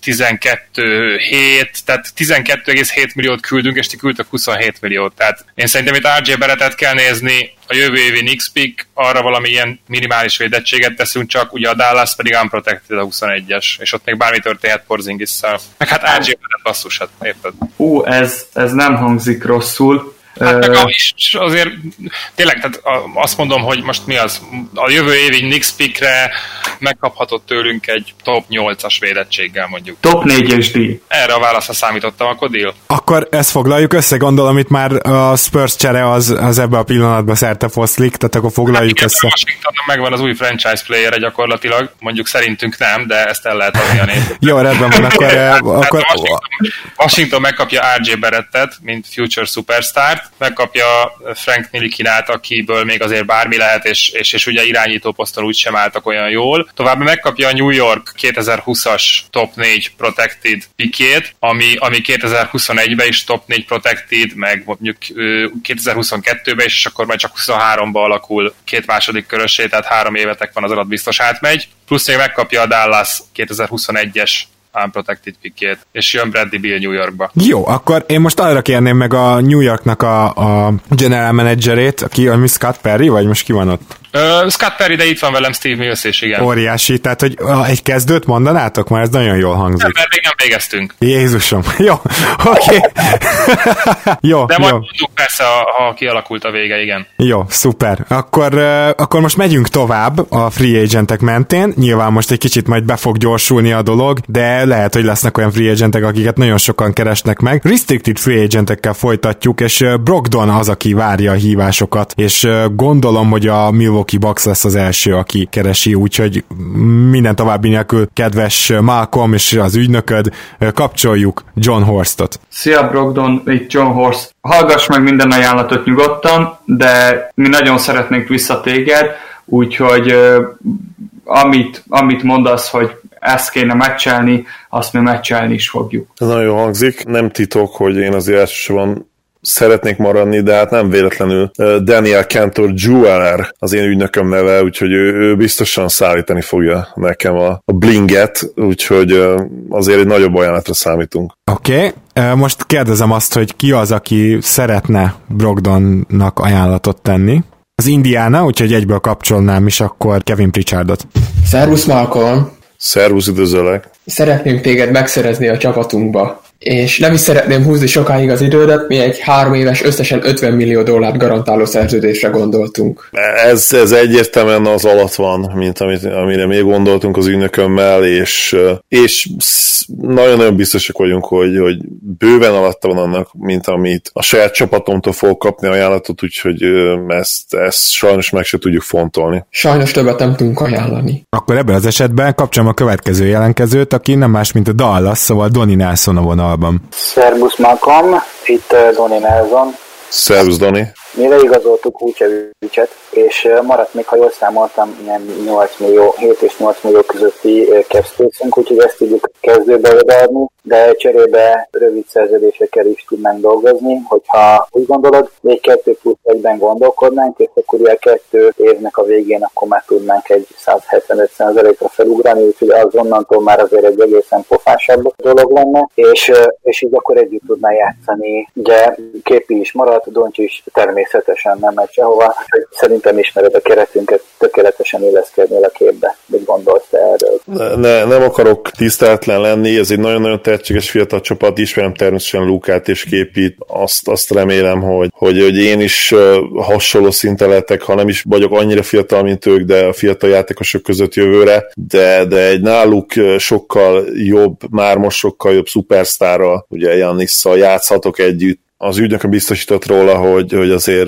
tizenkettő hét, tehát tizenkettő egész hét milliót küldünk, és ti küldtök huszonhét milliót. Tehát én szerintem itt er jé Barrettet kell nézni, a jövő évi Knicks pick, arra valami ilyen minimális védettséget teszünk csak, ugye a Dallas pedig unprotected a huszonegyes, és ott még bármi történhet Porzingisszel. Meg hát er jé Barrett basszus, hát érted? Ú, ez, ez nem hangzik rosszul. Hát meg a, és azért tényleg, tehát azt mondom, hogy most mi az, a jövő évi Knicks pickre megkaphatott tőlünk egy top nyolcas védettséggel mondjuk. Top négyes díj. Erre a válaszra számítottam, akkor deal. Akkor ezt foglaljuk össze, gondolom itt már a Spurs csere az, az ebbe a pillanatban szerte foszlik, tehát akkor foglaljuk hát össze. Washingtonnak megvan az új franchise playere gyakorlatilag, mondjuk szerintünk nem, de ezt el lehet adni a nézőt. Jó, rendben van, akkor... akkor... Washington, Washington megkapja er jé Barrettet, mint future superstar, megkapja Frank Ntilikinát, akiből még azért bármi lehet, és, és, és ugye irányító poszton úgy sem álltak olyan jól. Továbbá megkapja a New York kétezer-húszas top négy protected pickét, ami, ami kétezer-huszonegyben is top négy protected, meg mondjuk kétezer-huszonkettőben is, és akkor majd csak huszonháromba alakul két második körössé, tehát három évetek van az alatt biztos átmegy. Plusz még megkapja a Dallas kétezer-huszonegyes unprotected pickjét, és jön Bradley Beal New Yorkba. Jó, akkor én most arra kérném meg a New Yorknak a, a general managerét, aki a Scott Perry, vagy most ki van ott? Uh, Scott Perry, de itt van velem Steve Mills, és igen. Óriási, tehát hogy egy kezdőt mondanátok? Már ez nagyon jól hangzik. Nem, mert még nem végeztünk. Jézusom, jó, oké. Okay. jó, de majd jó. mondjuk persze, ha kialakult a vége, igen. Jó, szuper. Akkor, uh, akkor most megyünk tovább a free agentek mentén. Nyilván most egy kicsit majd be fog gyorsulni a dolog, de lehet, hogy lesznek olyan free agentek, akiket nagyon sokan keresnek meg. Restricted free agentekkel folytatjuk, és Brogdon az, aki várja a hívásokat, és gondolom, hogy a Milwaukee Bucks lesz az első, aki keresi, úgyhogy minden további nélkül, kedves Malcolm és az ügynököd, kapcsoljuk John Horstot. Szia Brogdon, itt John Horst. Hallgass meg minden ajánlatot nyugodtan, de mi nagyon szeretnénk vissza téged, úgyhogy amit, amit mondasz, hogy ezt kéne meccselni, azt mi meccselni is fogjuk. Ez nagyon jó hangzik. Nem titok, hogy én azért elsősorban szeretnék maradni, de hát nem véletlenül Daniel Cantor Jeweler az én ügynököm neve, úgyhogy ő, ő biztosan szállítani fogja nekem a, a blinget, úgyhogy azért egy nagyobb ajánlatra számítunk. Oké, okay. Most kérdezem azt, hogy ki az, aki szeretne Brogdonnak ajánlatot tenni. Az Indiana, úgyhogy egyből kapcsolnám is akkor Kevin Pritchardot. Szervusz Malcolm! Szervusz, üdvözöllek! Szeretném téged megszerezni a csapatunkba, és nem is szeretném húzni sokáig az idődet, mi egy három éves összesen ötven millió dollárt garantáló szerződésre gondoltunk. Ez, ez egyértelműen az alatt van, mint amit, amire még gondoltunk az ügynökömmel, és, és nagyon-nagyon biztosak vagyunk, hogy, hogy bőven alatta van annak, mint amit a saját csapatomtól fog kapni ajánlatot, úgyhogy ezt, ezt sajnos meg se tudjuk fontolni. Sajnos többet nem tudunk ajánlani. Akkor ebben az esetben kapcsolom a következő jelentkezőt, aki nem más, mint a Dallas, szóval Donnie Nelson a vonalban. Szervusz Malcolm, itt Donnie Nelson. Szervusz Dani. Mi leigazoltuk Vucevicet, és maradt még, ha jól számoltam, ilyen nyolc millió, hét és nyolc millió közötti cap space-ünk, úgyhogy ezt tudjuk kezdőbe odaadni, de cserébe rövid szerződésekkel is tudnánk dolgozni, hogyha úgy gondolod, még kettő plusz egyben gondolkodnánk, és akkor ilyen kettő évnek a végén akkor már tudnánk egy száz hetvenöt százalékra felugrani, úgyhogy az onnantól már azért egy egészen pofásabb dolog lenne, és, és így akkor együtt tudná játszani. Ugye Képi is maradt, Doncsi is természetesen nem megy sehova, hogy szerintem ismered a keretünket, tökéletesen illeszkednél a képbe. Mit gondolsz te erről? Ne, ne, nem akarok tiszteletlen lenni, ez egy nagyon-nagyon tehetséges fiatal csapat, ismerem természetesen Lukát és Képit, azt, azt remélem, hogy, hogy, hogy én is uh, hasonló szinten lehetek, ha nem is vagyok annyira fiatal, mint ők, de a fiatal játékosok között jövőre, de, de egy náluk sokkal jobb, már most sokkal jobb szupersztárral, ugye Jannisszal játszhatok együtt. Az ügynökön biztosított róla, hogy, hogy azért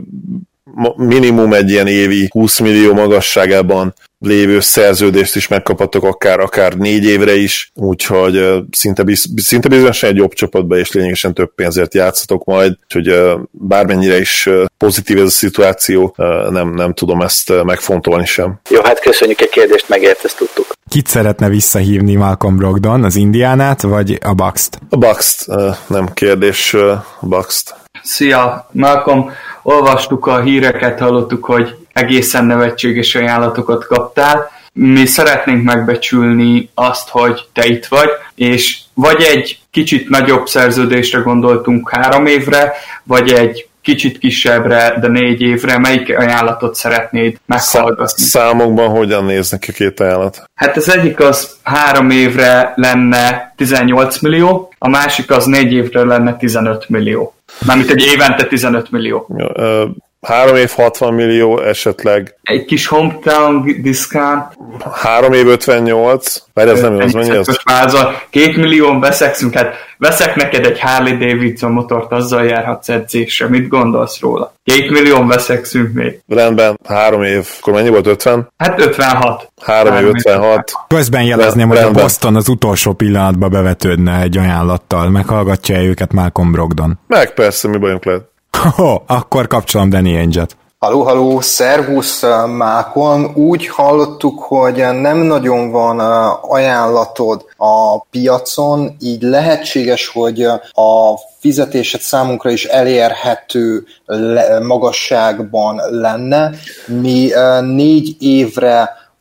minimum egy ilyen évi húsz millió magasságában lévő szerződést is megkaphatok, akár, akár négy évre is, úgyhogy szinte, biz, szinte bizonyosan egy jobb csapatba és lényegesen több pénzért játszatok majd, úgyhogy bármennyire is pozitív ez a szituáció, nem, nem tudom ezt megfontolni sem. Jó, hát köszönjük a kérdést, megért, ezt tudtuk. Kit szeretne visszahívni Malcolm Brogdon, az Indiánát, vagy a Bucks-t? A Bucks-t, nem kérdés, a Bucks-t. Szia, Malcolm! Olvastuk a híreket, hallottuk, hogy egészen nevetséges ajánlatokat kaptál. Mi szeretnénk megbecsülni azt, hogy te itt vagy, és vagy egy kicsit nagyobb szerződésre gondoltunk három évre, vagy egy kicsit kisebbre, de négy évre. Melyik ajánlatot szeretnéd meghallgatni? Számokban hogyan néznek ki két ajánlat? Hát az egyik az három évre lenne tizennyolc millió, a másik az négy évre lenne tizenöt millió. Mármint egy évente tizenöt millió. Ja, uh, három év hatvan millió esetleg. Egy kis hometown discount. Három év ötvennyolc. Várj, ez nem jó, az mennyi az? Két millión veszek, hát veszek neked egy Harley Davidson motort, azzal járhatsz edzésre. Mit gondolsz róla? Két millión veszekszünk még. Rendben, három év. Akkor mennyi volt? ötven? Hát ötvenhat. Három, három év ötvenhat. Közben jelezném, hogy a Boston az utolsó pillanatban bevetődne egy ajánlattal. Meghallgatja őket Malcolm Brogdon? Meg persze, mi bajunk lehet. Oh, akkor kapcsolom Danny Ainge-et. Halló, halló, szervusz, Malcolm. Úgy hallottuk, hogy nem nagyon van ajánlatod a piacon, így lehetséges, hogy a fizetésed számunkra is elérhető magasságban lenne. Mi négy évre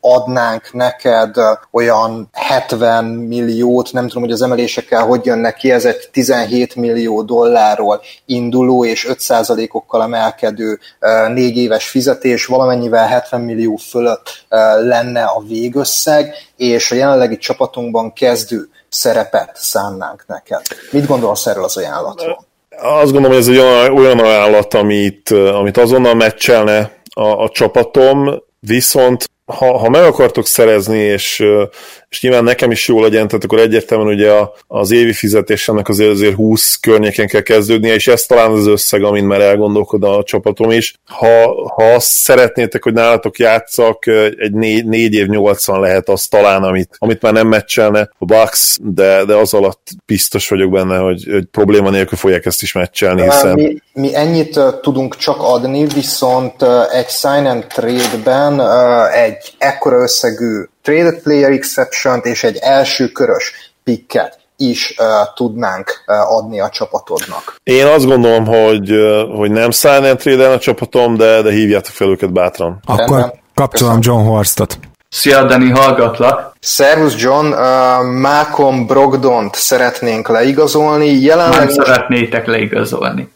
adnánk neked olyan hetven milliót, nem tudom, hogy az emelésekkel hogy jönnek ki, ez egy tizenhét millió dollárról induló és öt százalékokkal emelkedő négy éves fizetés, valamennyivel hetven millió fölött lenne a végösszeg, és a jelenlegi csapatunkban kezdő szerepet szánnánk neked. Mit gondolsz erről az ajánlatról? Azt gondolom, hogy ez egy olyan, olyan ajánlat, amit, amit azonnal meccselne a, a csapatom, viszont ha, ha meg akartok szerezni, és, és nyilván nekem is jó legyen, tehát akkor egyértelműen ugye az évi fizetésemnek azért, azért húsz környéken kell kezdődnie, és ez talán az összeg, amin már elgondolkod a csapatom is. Ha, ha azt szeretnétek, hogy nálatok játszak, egy négy, négy év nyolcvan lehet az talán, amit, amit már nem meccselne a Bucks, de, de az alatt biztos vagyok benne, hogy, hogy probléma nélkül fogják ezt is meccselni, hiszen... Mi, mi ennyit tudunk csak adni, viszont egy sign and trade-ben egy ekkora összegű traded player exception-t és egy első körös picket is uh, tudnánk uh, adni a csapatodnak. Én azt gondolom, hogy, uh, hogy nem sign and trade a csapatom, de, de hívjátok fel őket bátran. Akkor rendben. Kapcsolom John Horstot. Szia, Dani, hallgatlak. Szervusz, John. Uh, Malcolm Brogdont szeretnénk leigazolni. Jelenleg nem most... szeretnétek leigazolni.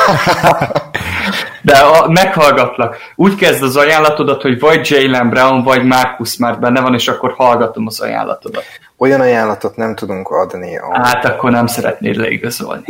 De a, meghallgatlak. Úgy kezd az ajánlatodat, hogy vagy Jaylen Brown, vagy Marcus Smart benne van, és akkor hallgatom az ajánlatodat. Olyan ajánlatot nem tudunk adni. A... Hát akkor nem szeretnéd leigazolni.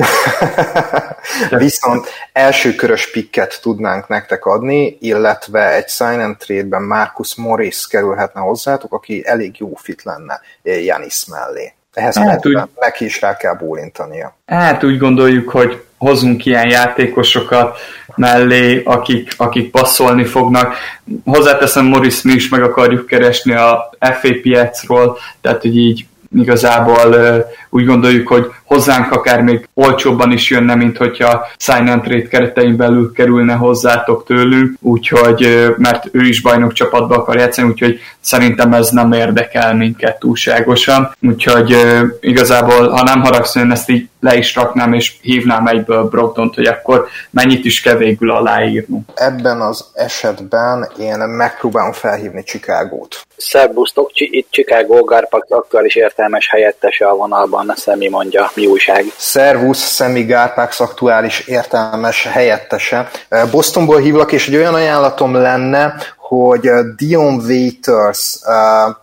Viszont első körös picket tudnánk nektek adni, illetve egy sign and trade-ben Marcus Morris kerülhetne hozzátok, aki elég jó fit lenne Giannis mellé. Ehhez hát úgy... neki is rá kell bólintania. Hát úgy gondoljuk, hogy hozunk ilyen játékosokat mellé, akik, akik passzolni fognak. Hozzáteszem, Morris mi is meg akarjuk keresni a ef á piacról, tehát hogy így igazából uh, úgy gondoljuk, hogy hozzánk akár még olcsóbban is jönne, mint hogyha sign and trade keretein belül kerülne hozzátok tőlünk, úgyhogy, uh, mert ő is bajnok csapatba akar játszani, úgyhogy szerintem ez nem érdekel minket túlságosan, úgyhogy uh, igazából, ha nem haragsz, én ezt így le is raknám, és hívnám egyből Brogdont, hogy akkor mennyit is kell végül aláírnunk. Ebben az esetben én megpróbálom felhívni Chicagót. Szerbusztok, itt Chicago Garpax aktuális értelmes helyettese a vonalban, a Szemi mondja, mi újság. Szervusz, Szemi Garpax aktuális értelmes helyettese. Bostonból hívlak, és egy olyan ajánlatom lenne, hogy Dion Waiters uh,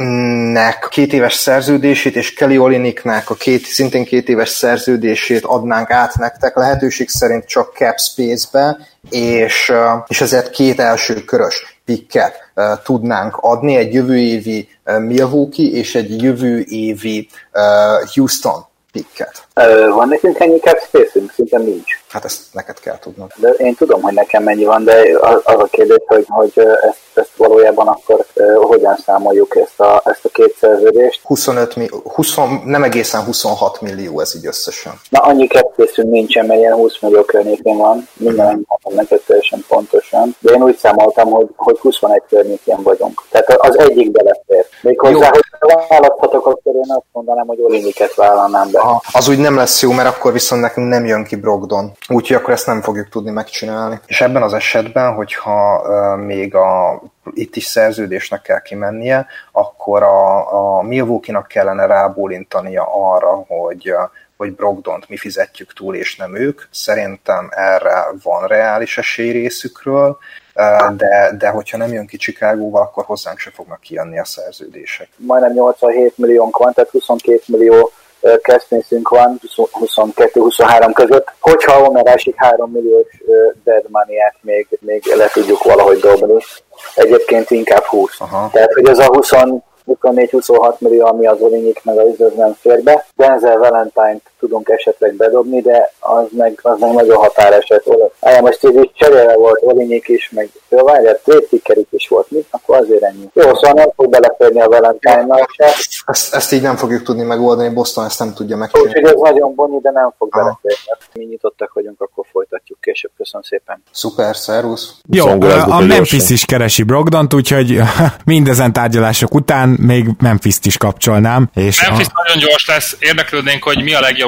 nek két éves szerződését, és Kelly Olynyknek a két, szintén két éves szerződését adnánk át nektek, lehetőség szerint csak cap space-be, és, és ezért két első körös picket uh, tudnánk adni, egy jövő évi uh, Milwaukee és egy jövő évi uh, Houston picket. Uh, van nekünk ennyi cap space-ünk? Szinte nincs. Hát ezt neked kell tudnod. De én tudom, hogy nekem mennyi van, de az, az a kérdés, hogy, hogy ezt, ezt valójában akkor uh, hogyan számoljuk ezt a, ezt a két szerződést. huszonöt, húsz, nem egészen huszonhat millió ez így összesen. Na, annyi cap space-ünk nincsen, mert ilyen húsz millió környékén van. Minden nem mondom neked teljesen pontosan. De én úgy számoltam, hogy, hogy huszonegy környékén vagyunk. Tehát az egyik belefér. Még hozzá, hogy választhatok, akkor én azt mondanám, hogy Olynyket vállalnám be. Aha, az úgy nem lesz jó, mert akkor viszont nekünk nem jön ki Brogdon. Úgyhogy akkor ezt nem fogjuk tudni megcsinálni. És ebben az esetben, hogyha uh, még a, itt is szerződésnek kell kimennie, akkor a, a Milwaukee-nak kellene rábólintania arra, hogy, uh, hogy Brogdont mi fizetjük túl, és nem ők. Szerintem erre van reális esély részükről, uh, de, de hogyha nem jön ki Chicagóval, akkor hozzánk se fognak kijönni a szerződések. Majdnem nyolcvanhét milliónk van, tehát huszonkét millió kezdpénzünk van huszonkettő-huszonhárom között, hogyha Omer esik három milliós dead money-át még, még le tudjuk valahogy dobni. Egyébként inkább húsz. Aha. Tehát, hogy ez a huszonnégy-huszonhat millió, ami az Olynyik meg az az nem fér be. Denzel Valentine-t tudunk esetleg bedobni, de az meg, az meg nagyon határeset. Állja, most így cserélve volt Olynyik is, meg várjál, trade pickerik is volt, mi? Akkor azért ennyi. Jó, szóval nem fog beleférni a Valentine-nal se. Ezt, ezt így nem fogjuk tudni megoldani, Boston ezt nem tudja megcsinálni. Úgyhogy ez nagyon boni, de nem fog beleférni. Mi nyitottak vagyunk, akkor folytatjuk később. Köszönöm szépen. Szuper, szervusz. Jó, a Memphis is keresi Brogdont, úgyhogy mindezen tárgyalások után még Memphis-t is kapcsolnám. És Memphis a... nagyon gyors lesz. Érdeklődnénk, hogy mi a legjobb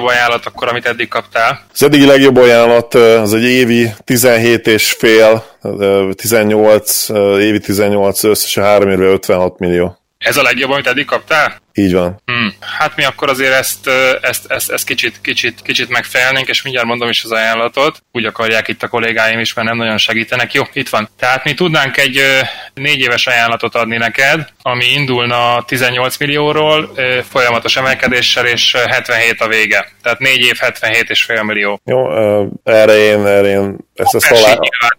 legjobb ajánlat akkor, amit eddig kaptál? Az eddigi legjobb ajánlat az egy évi tizenhét és fél, tizennyolc, évi tizennyolc, összesen három évre ötvenhat millió. Ez a legjobb, amit eddig kaptál? Így van. Hmm. Hát mi akkor azért ezt, ezt, ezt, ezt kicsit, kicsit, kicsit megfejelnénk, és mindjárt mondom is az ajánlatot. Úgy akarják itt a kollégáim is, mert nem nagyon segítenek. Jó, itt van. Tehát mi tudnánk egy négy éves ajánlatot adni neked, ami indulna tizennyolc millióról, folyamatos emelkedéssel, és hetvenhét a vége. Tehát négy év, hetvenhét és fél millió. Jó, erre én, erre én ezt, ezt alá,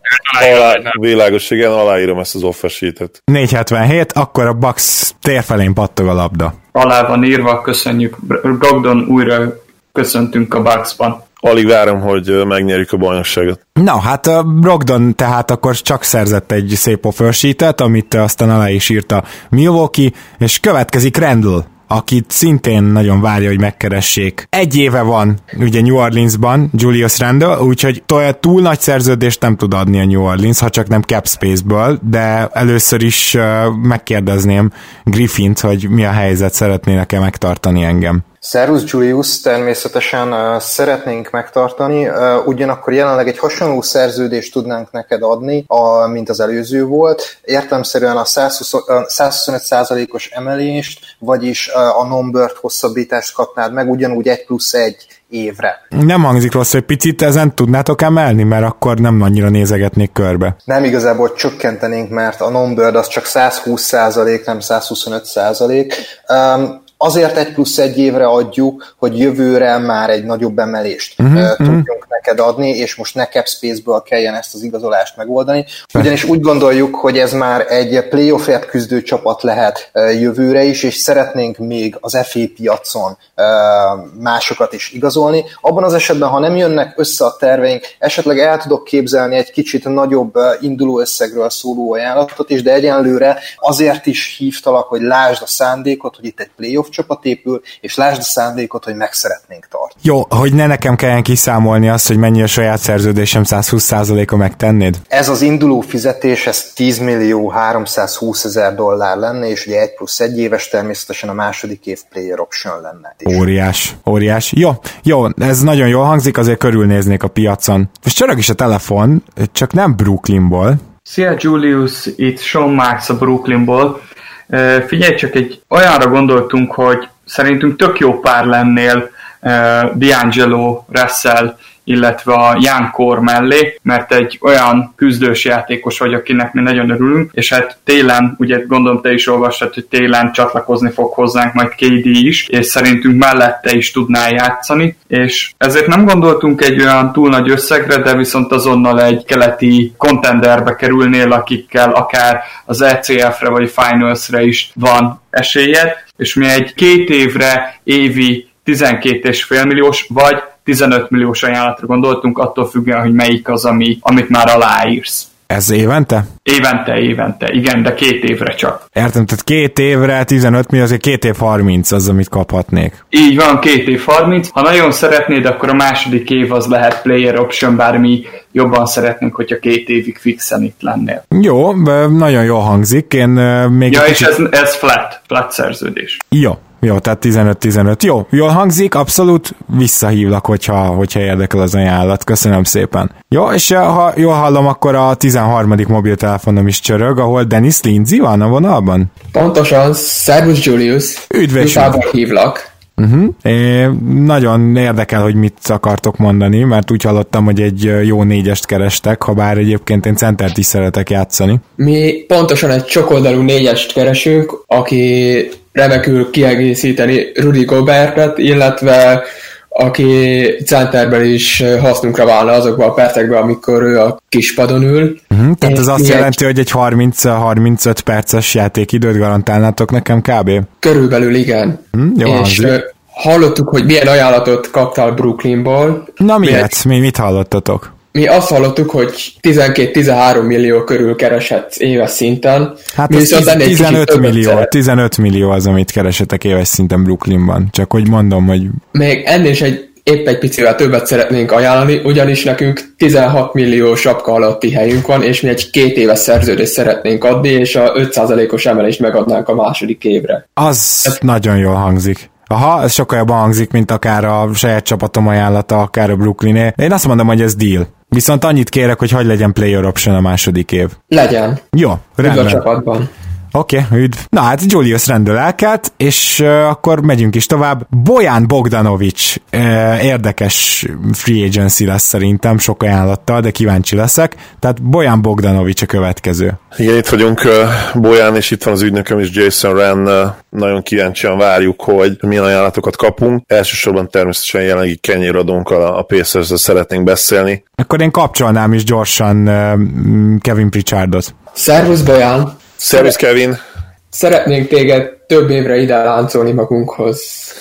alá, világos, igen, aláírom ezt az offer sheetet. négy hetvenhét, akkor a Bucks térfelén pattog a labda. Alá van írva, köszönjük. Brogdon, újra köszöntünk a Bucksban. Alig várom, hogy megnyerjük a bajnokságot. Na, hát a Brogdon tehát akkor csak szerzett egy szép offer sheetet, amit aztán alá is írta Milwaukee, és következik Randall, akit szintén nagyon várja, hogy megkeressék. Egy éve van ugye New Orleansban Julius Randle, úgyhogy túl nagy szerződést nem tud adni a New Orleans, ha csak nem cap space-ből, de először is uh, megkérdezném Griffint, hogy mi a helyzet, szeretnének-e megtartani engem. Szervusz Julius, természetesen uh, szeretnénk megtartani, uh, ugyanakkor jelenleg egy hasonló szerződést tudnánk neked adni, a, mint az előző volt, értelemszerűen a százhuszonöt százalékos emelést, vagyis uh, a non-bird hosszabbítást kapnád meg, ugyanúgy egy plusz egy évre. Nem hangzik rossz, hogy picit ezen tudnátok emelni, mert akkor nem annyira nézegetnék körbe. Nem igazából csökkentenénk, mert a non-bird az csak százhúsz százalék, nem százhuszonöt százalék. Um, Azért egy plusz egy évre adjuk, hogy jövőre már egy nagyobb emelést uh-huh, uh, tudjunk uh-huh. neked adni, és most ne cap space-ből kelljen ezt az igazolást megoldani. Ugyanis úgy gondoljuk, hogy ez már egy playoffért küzdő csapat lehet uh, jövőre is, és szeretnénk még az ef á piacon uh, másokat is igazolni. Abban az esetben, ha nem jönnek össze a terveink, esetleg el tudok képzelni egy kicsit nagyobb uh, induló összegről szóló ajánlatot is, de egyenlőre azért is hívtalak, hogy lásd a szándékot, hogy itt egy playoff csapat épül, és lásd a szándékot, hogy meg szeretnénk tartani. Jó, hogy ne nekem kelljen kiszámolni azt, hogy mennyi a saját szerződésem százhúsz százaléka megtennéd? Ez az induló fizetés, ez tíz millió háromszázhúszezer dollár lenne, és ugye egy plusz egy éves, természetesen a második év player option lenne. Óriás, óriás. Jó, jó, ez nagyon jól hangzik, azért körülnéznék a piacon. És csörög is a telefon, csak nem Brooklynból. Szia Julius, itt Sean Marks a Brooklynból. Figyelj csak, egy olyanra gondoltunk, hogy szerintünk tök jó pár lennél D'Angelo Russell, illetve a Jánkor mellé, mert egy olyan küzdős játékos vagy, akinek mi nagyon örülünk, és hát télen, ugye gondolom te is olvastad, hogy télen csatlakozni fog hozzánk majd ká dé is, és szerintünk mellette is tudná játszani, és ezért nem gondoltunk egy olyan túl nagy összegre, de viszont azonnal egy keleti contenderbe kerülnél, akikkel akár az é cé ef-re vagy Finals-re is van esélyed, és mi egy két évre évi tizenkét egész öt milliós vagy tizenöt milliós ajánlatra gondoltunk, attól függően, hogy melyik az, ami, amit már aláírsz. Ez évente? Évente, évente, igen, de két évre csak. Értem, tehát két évre tizenöt millió, azért két év harminc az, amit kaphatnék. Így van, két év harminc. Ha nagyon szeretnéd, akkor a második év az lehet player option, bár mi jobban szeretnénk, hogyha két évig fixen itt lennél. Jó, nagyon jól hangzik. Én még ja, és kicsit... ez, ez flat, flat szerződés. Jó. Jó, tehát tizenöt tizenöt. Jó, jól hangzik, abszolút visszahívlak, hogyha, hogyha érdekel az ajánlat. Köszönöm szépen. Jó, és ha jól hallom, akkor a tizenharmadik mobiltelefonom is csörög, ahol Dennis Lindsay van a vonalban? Pontosan, szervusz Julius. Üdvözlök. Hívlak. Uh-huh. É, nagyon érdekel, hogy mit akartok mondani, mert úgy hallottam, hogy egy jó négyest kerestek, ha bár egyébként én centert is szeretek játszani. Mi pontosan egy csokoldalú négyest keresünk, aki remekül kiegészíteni Rudy Gobertet, illetve aki centerben is hasznunkra válna azokban a percekben, amikor ő a kispadon ül. Uh-huh, tehát ez azt jelenti, egy... hogy egy harminc-harmincöt perces játékidőt garantálnátok nekem kb? Körülbelül igen. Uh-huh, jó, és uh, hallottuk, hogy milyen ajánlatot kaptál Brooklynból. Na miért? Mi, mit hallottatok? Mi azt hallottuk, hogy tizenkét-tizenhárom millió körül kereshetsz éves szinten. Hát ez tizenöt millió, tizenöt millió az, amit keresetek éves szinten Brooklynban. Csak hogy mondom, hogy... Még ennél is egy, épp egy picivel többet szeretnénk ajánlani, ugyanis nekünk tizenhat millió sapka alatti helyünk van, és mi egy két éves szerződést szeretnénk adni, és a öt százalékos emelést megadnánk a második évre. Az Ez... nagyon jól hangzik. Aha, ez sokkal jobban hangzik, mint akár a saját csapatom ajánlata, akár a Brooklyné. Én azt mondom, hogy ez deal. Viszont annyit kérek, hogy hagyj legyen player option a második év. Legyen. Jó, rendben. Üdv a csapatban. Oké, okay, üdv. Na hát Julius Randle elkelt, és uh, akkor megyünk is tovább. Bojan Bogdanović uh, érdekes free agency lesz szerintem, sok ajánlattal, de kíváncsi leszek. Tehát Bojan Bogdanović a következő. Igen, itt vagyunk uh, Bojan, és itt van az ügynököm is, Jason Wren. Uh, nagyon kíváncsian várjuk, hogy milyen ajánlatokat kapunk. Elsősorban természetesen jelenlegi kenyéradónkkal a Pacers-ről szeretnénk beszélni. Akkor én kapcsolnám is gyorsan uh, Kevin Pritchardot. Szervusz Bojan! Szervusz Kevin! Szeretnénk téged több évre ide láncolni magunkhoz.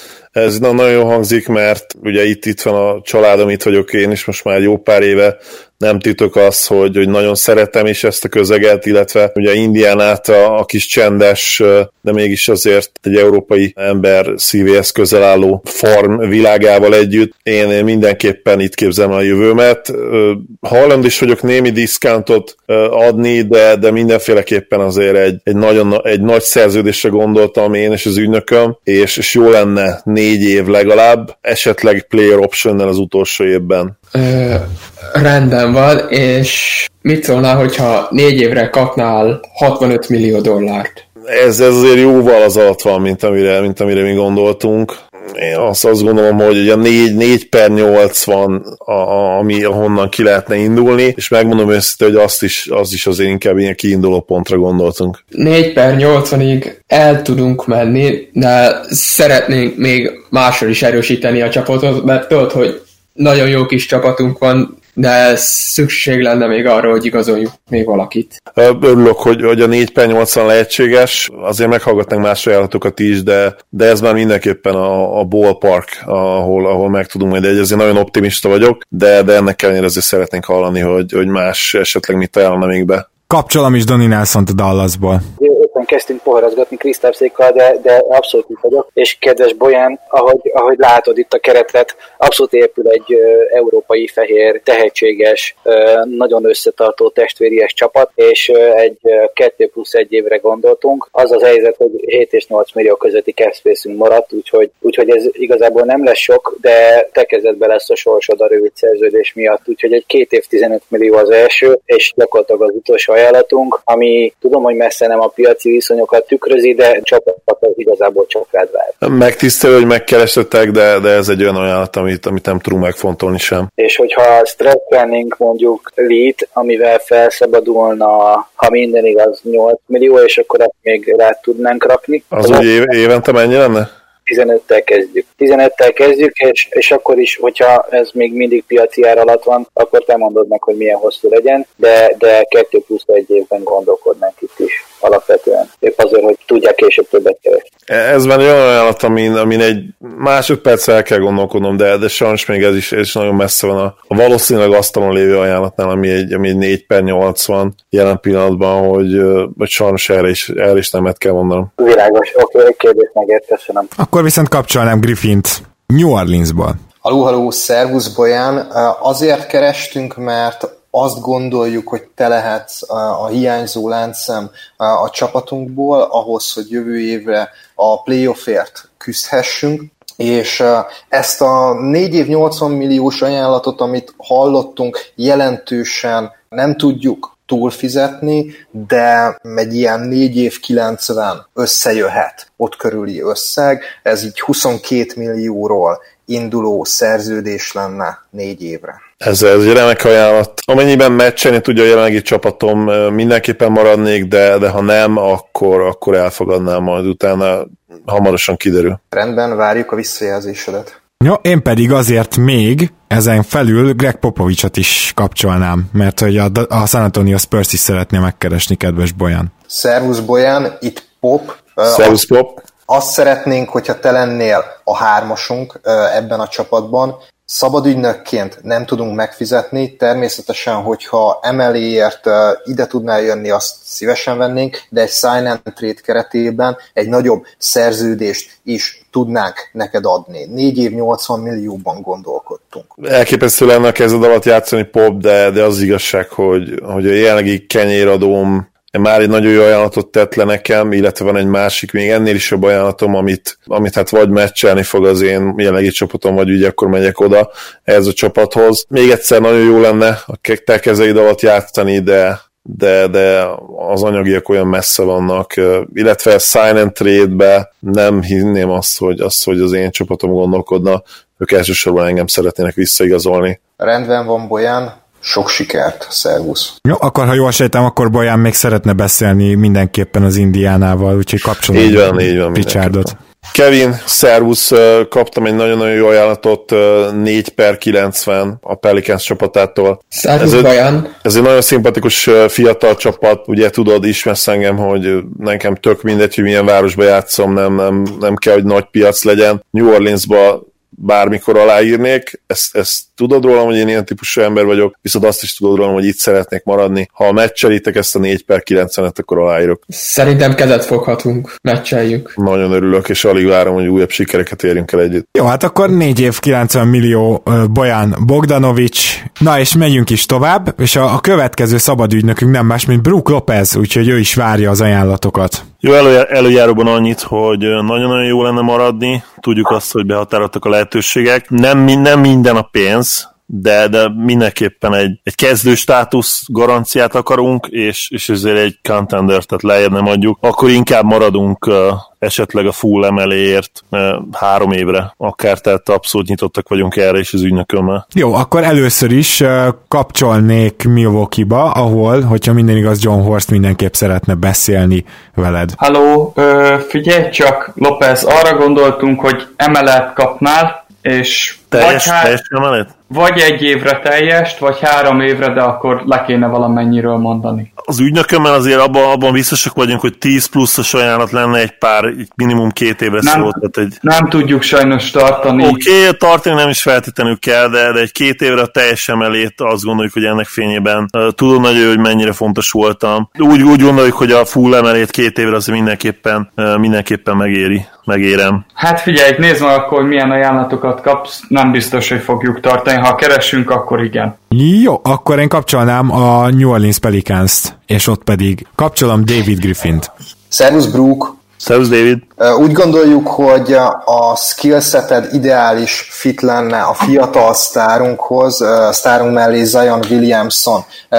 Ez nagyon jó hangzik, mert ugye itt, itt van a családom, itt vagyok én is most már jó pár éve. Nem titok az, hogy, hogy nagyon szeretem is ezt a közeget, illetve ugye Indiánát a, a kis csendes, de mégis azért egy európai ember szívéhez közel álló farm világával együtt. Én, én mindenképpen itt képzelem a jövőmet. Hajlandó is vagyok némi diszkántot adni, de, de mindenféleképpen azért egy, egy, nagyon, egy nagy szerződésre gondoltam én és az ügynököm, és, és jó lenne négy év legalább, esetleg player optionnel az utolsó évben. Ö, rendben van, és mit szólnál, hogyha négy évre kapnál hatvanöt millió dollárt? Ez, ez azért jóval az alatt van, mint amire, mint amire mi gondoltunk. Én azt, azt gondolom, hogy ugye négy per nyolc van, a, a, ami ahonnan ki lehetne indulni, és megmondom őszintén, hogy azt is, az is azért inkább ilyen kiinduló pontra gondoltunk. négy per nyolcvanig el tudunk menni, de szeretnénk még máshol is erősíteni a csapatot, mert tudod, hogy nagyon jó kis csapatunk van, de szükség lenne még arra, hogy igazoljuk még valakit. Örülök, hogy, hogy a négy per nyolcvan lehetséges, azért meghallgatnánk más ajánlatokat is, de, de ez már mindenképpen a, a ballpark, ahol, ahol meg tudunk majd egyezni. Nagyon optimista vagyok, de, de ennek ellenére azért szeretnénk hallani, hogy, hogy más esetleg mit ajánlana még be. Kapcsolom is Donnie Nelson-t a Dallasból. Éppen kezdtünk poharazgatni Krisztápszékkal, de, de abszolút itt vagyok. És kedves Bojan, ahogy, ahogy látod itt a keretet, abszolút épül egy uh, európai fehér, tehetséges, uh, nagyon összetartó testvéries csapat, és uh, egy uh, kettő plusz egy évre gondoltunk. Az az helyzet, hogy hét és nyolc millió közötti cap space-ünk maradt, úgyhogy, úgyhogy ez igazából nem lesz sok, de te kezedbe lesz a sorsod a rövid szerződés miatt. Úgyhogy egy két év tizenöt millió az első, és gyakorlatilag az utolsó ajánlatunk, ami tudom, hogy messze nem a piaci viszonyokat tükrözi, de csapat igazából csak rád vár. Megtisztelő, hogy megkerestettek, de, de ez egy olyan ajánlat, amit, amit nem tudunk megfontolni sem. És hogyha stresszelnénk mondjuk lead, amivel felszabadulna, ha minden igaz, nyolc millió, és akkor ezt még rá tudnánk rakni. Az, az úgy év, évente mennyi lenne? tizenöttel kezdjük. tizenöttel kezdjük, és, és akkor is, hogyha ez még mindig piaci ár alatt van, akkor te mondod meg, hogy milyen hosszú legyen, de, de kettő plusz egy évben gondolkodnánk itt is alapvetően. Épp azért, hogy tudják később többet keresni. Ez már olyan ajánlat, amin, amin egy másodperccel el kell gondolkodnom, de, de sajnos még ez is, ez is nagyon messze van a, a valószínűleg asztalon lévő ajánlatnál, ami egy, ami egy négy per nyolc van jelen pillanatban, hogy, hogy sajnos erre is, erre is nemet kell mondanom. Világos, oké, okay, kérdés megért, köszönöm. Akkor viszont kapcsolnám Griffint New Orleansból. Haló, haló, szervusz Bojan. Azért kerestünk, mert azt gondoljuk, hogy te lehetsz a hiányzó láncszem a csapatunkból, ahhoz, hogy jövő évre a playoffért küzdhessünk, és ezt a négy év nyolcvan milliós ajánlatot, amit hallottunk, jelentősen nem tudjuk túlfizetni, de egy ilyen négy év kilencven összejöhet ott körüli összeg, ez így huszonkét millióról induló szerződés lenne négy évre. Ez, ez egy remek ajánlat. Amennyiben meccselni tudja a jelenlegi csapatom, mindenképpen maradnék, de, de ha nem, akkor, akkor elfogadnám majd utána, hamarosan kiderül. Rendben, várjuk a visszajelzésedet. Jó, én pedig azért még ezen felül Greg Popovicsot is kapcsolnám, mert hogy a, a San Antonio Spurs is szeretné megkeresni, kedves Bojan. Szervusz Bojan, itt Pop. Szervusz Pop. Azt szeretnénk, hogyha te lennél a hármasunk ebben a csapatban. Szabadügynökként nem tudunk megfizetni, természetesen, hogyha emeléért ide tudnál jönni, azt szívesen vennénk, de egy sign and trade keretében egy nagyobb szerződést is tudnánk neked adni. négy év nyolcvan millióban gondolkodtunk. Elképesztő lenne a kezed alatt játszani Pop, de, de az igazság, hogy, hogy a jelenlegi kenyéradóm már egy nagyon jó ajánlatot tett le nekem, illetve van egy másik, még ennél is jobb ajánlatom, amit, amit hát vagy meccselni fog az én jelenlegi csapatom, vagy ugye akkor megyek oda ehhez a csapathoz. Még egyszer nagyon jó lenne a te kezeid alatt játszani, de de, de az anyagiak olyan messze vannak, illetve sign and trade-be nem hinném azt, hogy, azt, hogy az én csapatom gondolkodna, ők elsősorban engem szeretnének visszaigazolni. Rendben van, Bolyán, sok sikert, szervusz! Jó, akkor ha jól sejtem, akkor Bolyán még szeretne beszélni mindenképpen az Indiánával, úgyhogy kapcsolom így van, így van, Richardot. Kevin, szervusz, kaptam egy nagyon-nagyon jó ajánlatot, négy per kilencven a Pelicans csapatától. Szervusz, ez Bolyán! Ez egy nagyon szimpatikus fiatal csapat, ugye tudod, ismersz engem, hogy nekem tök mindegy, hogy milyen városba játszom, nem, nem, nem kell, hogy nagy piac legyen. New Orleansba bármikor aláírnék, ezt, ezt tudod rólam, hogy én ilyen típusú ember vagyok, viszont azt is tudod rólam, hogy itt szeretnék maradni. Ha meccselítek ezt a négy per kilencvenet, akkor aláírok. Szerintem kezet foghatunk, meccseljük. Nagyon örülök, és alig várom, hogy újabb sikereket érjünk el együtt. Jó, hát akkor négy év kilencven millió Bojan Bogdanovics. Na és megyünk is tovább, és a, a következő szabadügynökünk nem más, mint Brook Lopez, úgyhogy ő is várja az ajánlatokat. Jó, elő, előjáróban annyit, hogy nagyon-nagyon jó lenne maradni, tudjuk azt, hogy behatároltak a lehetőségek. Nem, nem minden a pénz, de, de mindenképpen egy, egy kezdő státusz garanciát akarunk, és, és ezért egy contender, tehát lejjebb nem adjuk, akkor inkább maradunk uh, esetleg a full emeléért uh, három évre, akár, tehát abszolút nyitottak vagyunk erre is az ügynökömmel. Jó, akkor először is uh, kapcsolnék Milwaukee-ba, ahol, hogyha minden igaz, John Horst mindenképp szeretne beszélni veled. Halló, figyelj csak, Lopez, arra gondoltunk, hogy emelet kapnál, és teljes, vagy, há- teljes emelet? vagy egy évre teljest, vagy három évre, de akkor le kéne valamennyiről mondani. Az ügynökömmel azért abban, abban biztosak vagyunk, hogy tíz pluszos ajánlat lenne egy pár, minimum két évre nem, szólt. Egy... Nem tudjuk sajnos tartani. Oké, okay, tartani nem is feltétlenül kell, de, de egy két évre a teljes emelét azt gondoljuk, hogy ennek fényében uh, tudom nagyon, hogy mennyire fontos voltam. Úgy, úgy gondoljuk, hogy a full emelét két évre az mindenképpen, uh, mindenképpen megéri, megérem. Hát figyelj, nézd meg akkor, hogy milyen ajánlatokat kapsz, nem biztos, hogy fogjuk tartani. Ha keresünk, akkor igen. Jó, akkor én kapcsolnám a New Orleans Pelicans-t, és ott pedig kapcsolom David Griffint. Szervusz, Brook! Szervusz, David! Úgy gondoljuk, hogy a skillseted ideális fit lenne a fiatal sztárunkhoz, sztárunk mellé Zion Williamson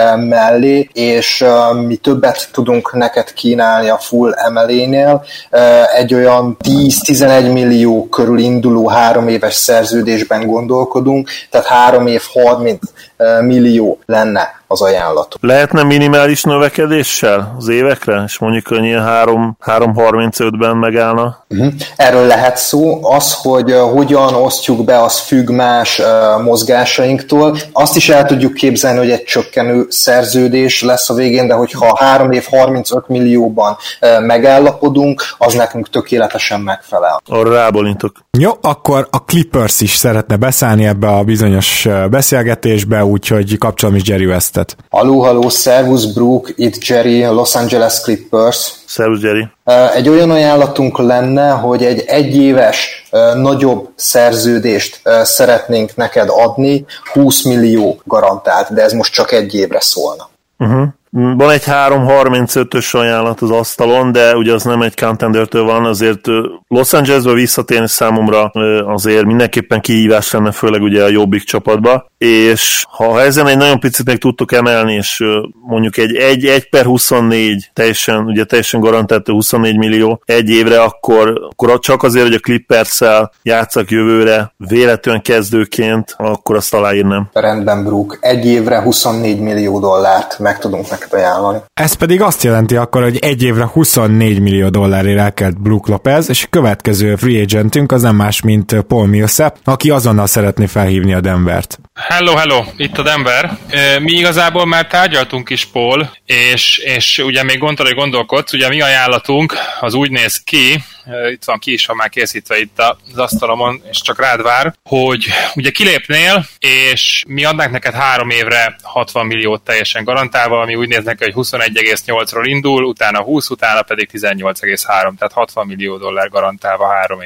mellé, és mi többet tudunk neked kínálni a full emelénél. Egy olyan tíz-tizenegy millió körül induló három éves szerződésben gondolkodunk, tehát három év harminc millió lenne az ajánlat. Lehetne minimális növekedéssel az évekre, és mondjuk, hogy ilyen három harmincötben megállna? Uh-huh. Erről lehet szó. Az, hogy uh, hogyan osztjuk be, az függ más uh, mozgásainktól. Azt is el tudjuk képzelni, hogy egy csökkenő szerződés lesz a végén, de hogyha három év harmincöt millióban uh, megállapodunk, az nekünk tökéletesen megfelel. Arra rábólintok. Jó, akkor a Clippers is szeretne beszállni ebbe a bizonyos beszélgetésbe, úgyhogy kapcsolom is Jerry Westet. Halló, halló, szervusz, Brook, itt Jerry, Los Angeles Clippers. Szervusz, Jerry. Egy olyan ajánlatunk lenne, hogy egy egyéves nagyobb szerződést szeretnénk neked adni, húsz millió garantált, de ez most csak egy évre szólna. Uh-huh. Van egy három harmincötös ajánlat az asztalon, de ugye az nem egy contendertől van, azért Los Angelesbe visszatérni számomra azért mindenképpen kihívás lenne, főleg ugye a jobbik csapatba, és ha ezen egy nagyon picit még tudtok emelni, és mondjuk egy egy per huszonnégy, teljesen, ugye teljesen garantált huszonnégy millió egy évre, akkor, akkor csak azért, hogy a Clippers-szel játszak jövőre véletlenül kezdőként, akkor azt aláírnám. Rendben, Brook. Egy évre huszonnégy millió dollárt meg tudunk neked ajánlani. Ez pedig azt jelenti akkor, hogy egy évre huszonnégy millió dollárért elkelt Brook Lopez, és a következő free agentünk az nem más, mint Paul Millsap, aki azonnal szeretné felhívni a Denvert. Hello, hello, itt a Denver. Mi igazából már tárgyaltunk is, Paul, és, és ugye még gondolod, hogy gondolkodsz, ugye mi ajánlatunk, az úgy néz ki, itt van ki is, ha már készítve itt az asztalomon, és csak rád vár, hogy ugye kilépnél, és mi adnánk neked három évre hatvan milliót teljesen garantálva, ami úgy néz neki, hogy huszonegy egész nyolcról indul, utána húsz, utána pedig tizennyolc egész három, tehát hatvan millió dollár garantálva három évre.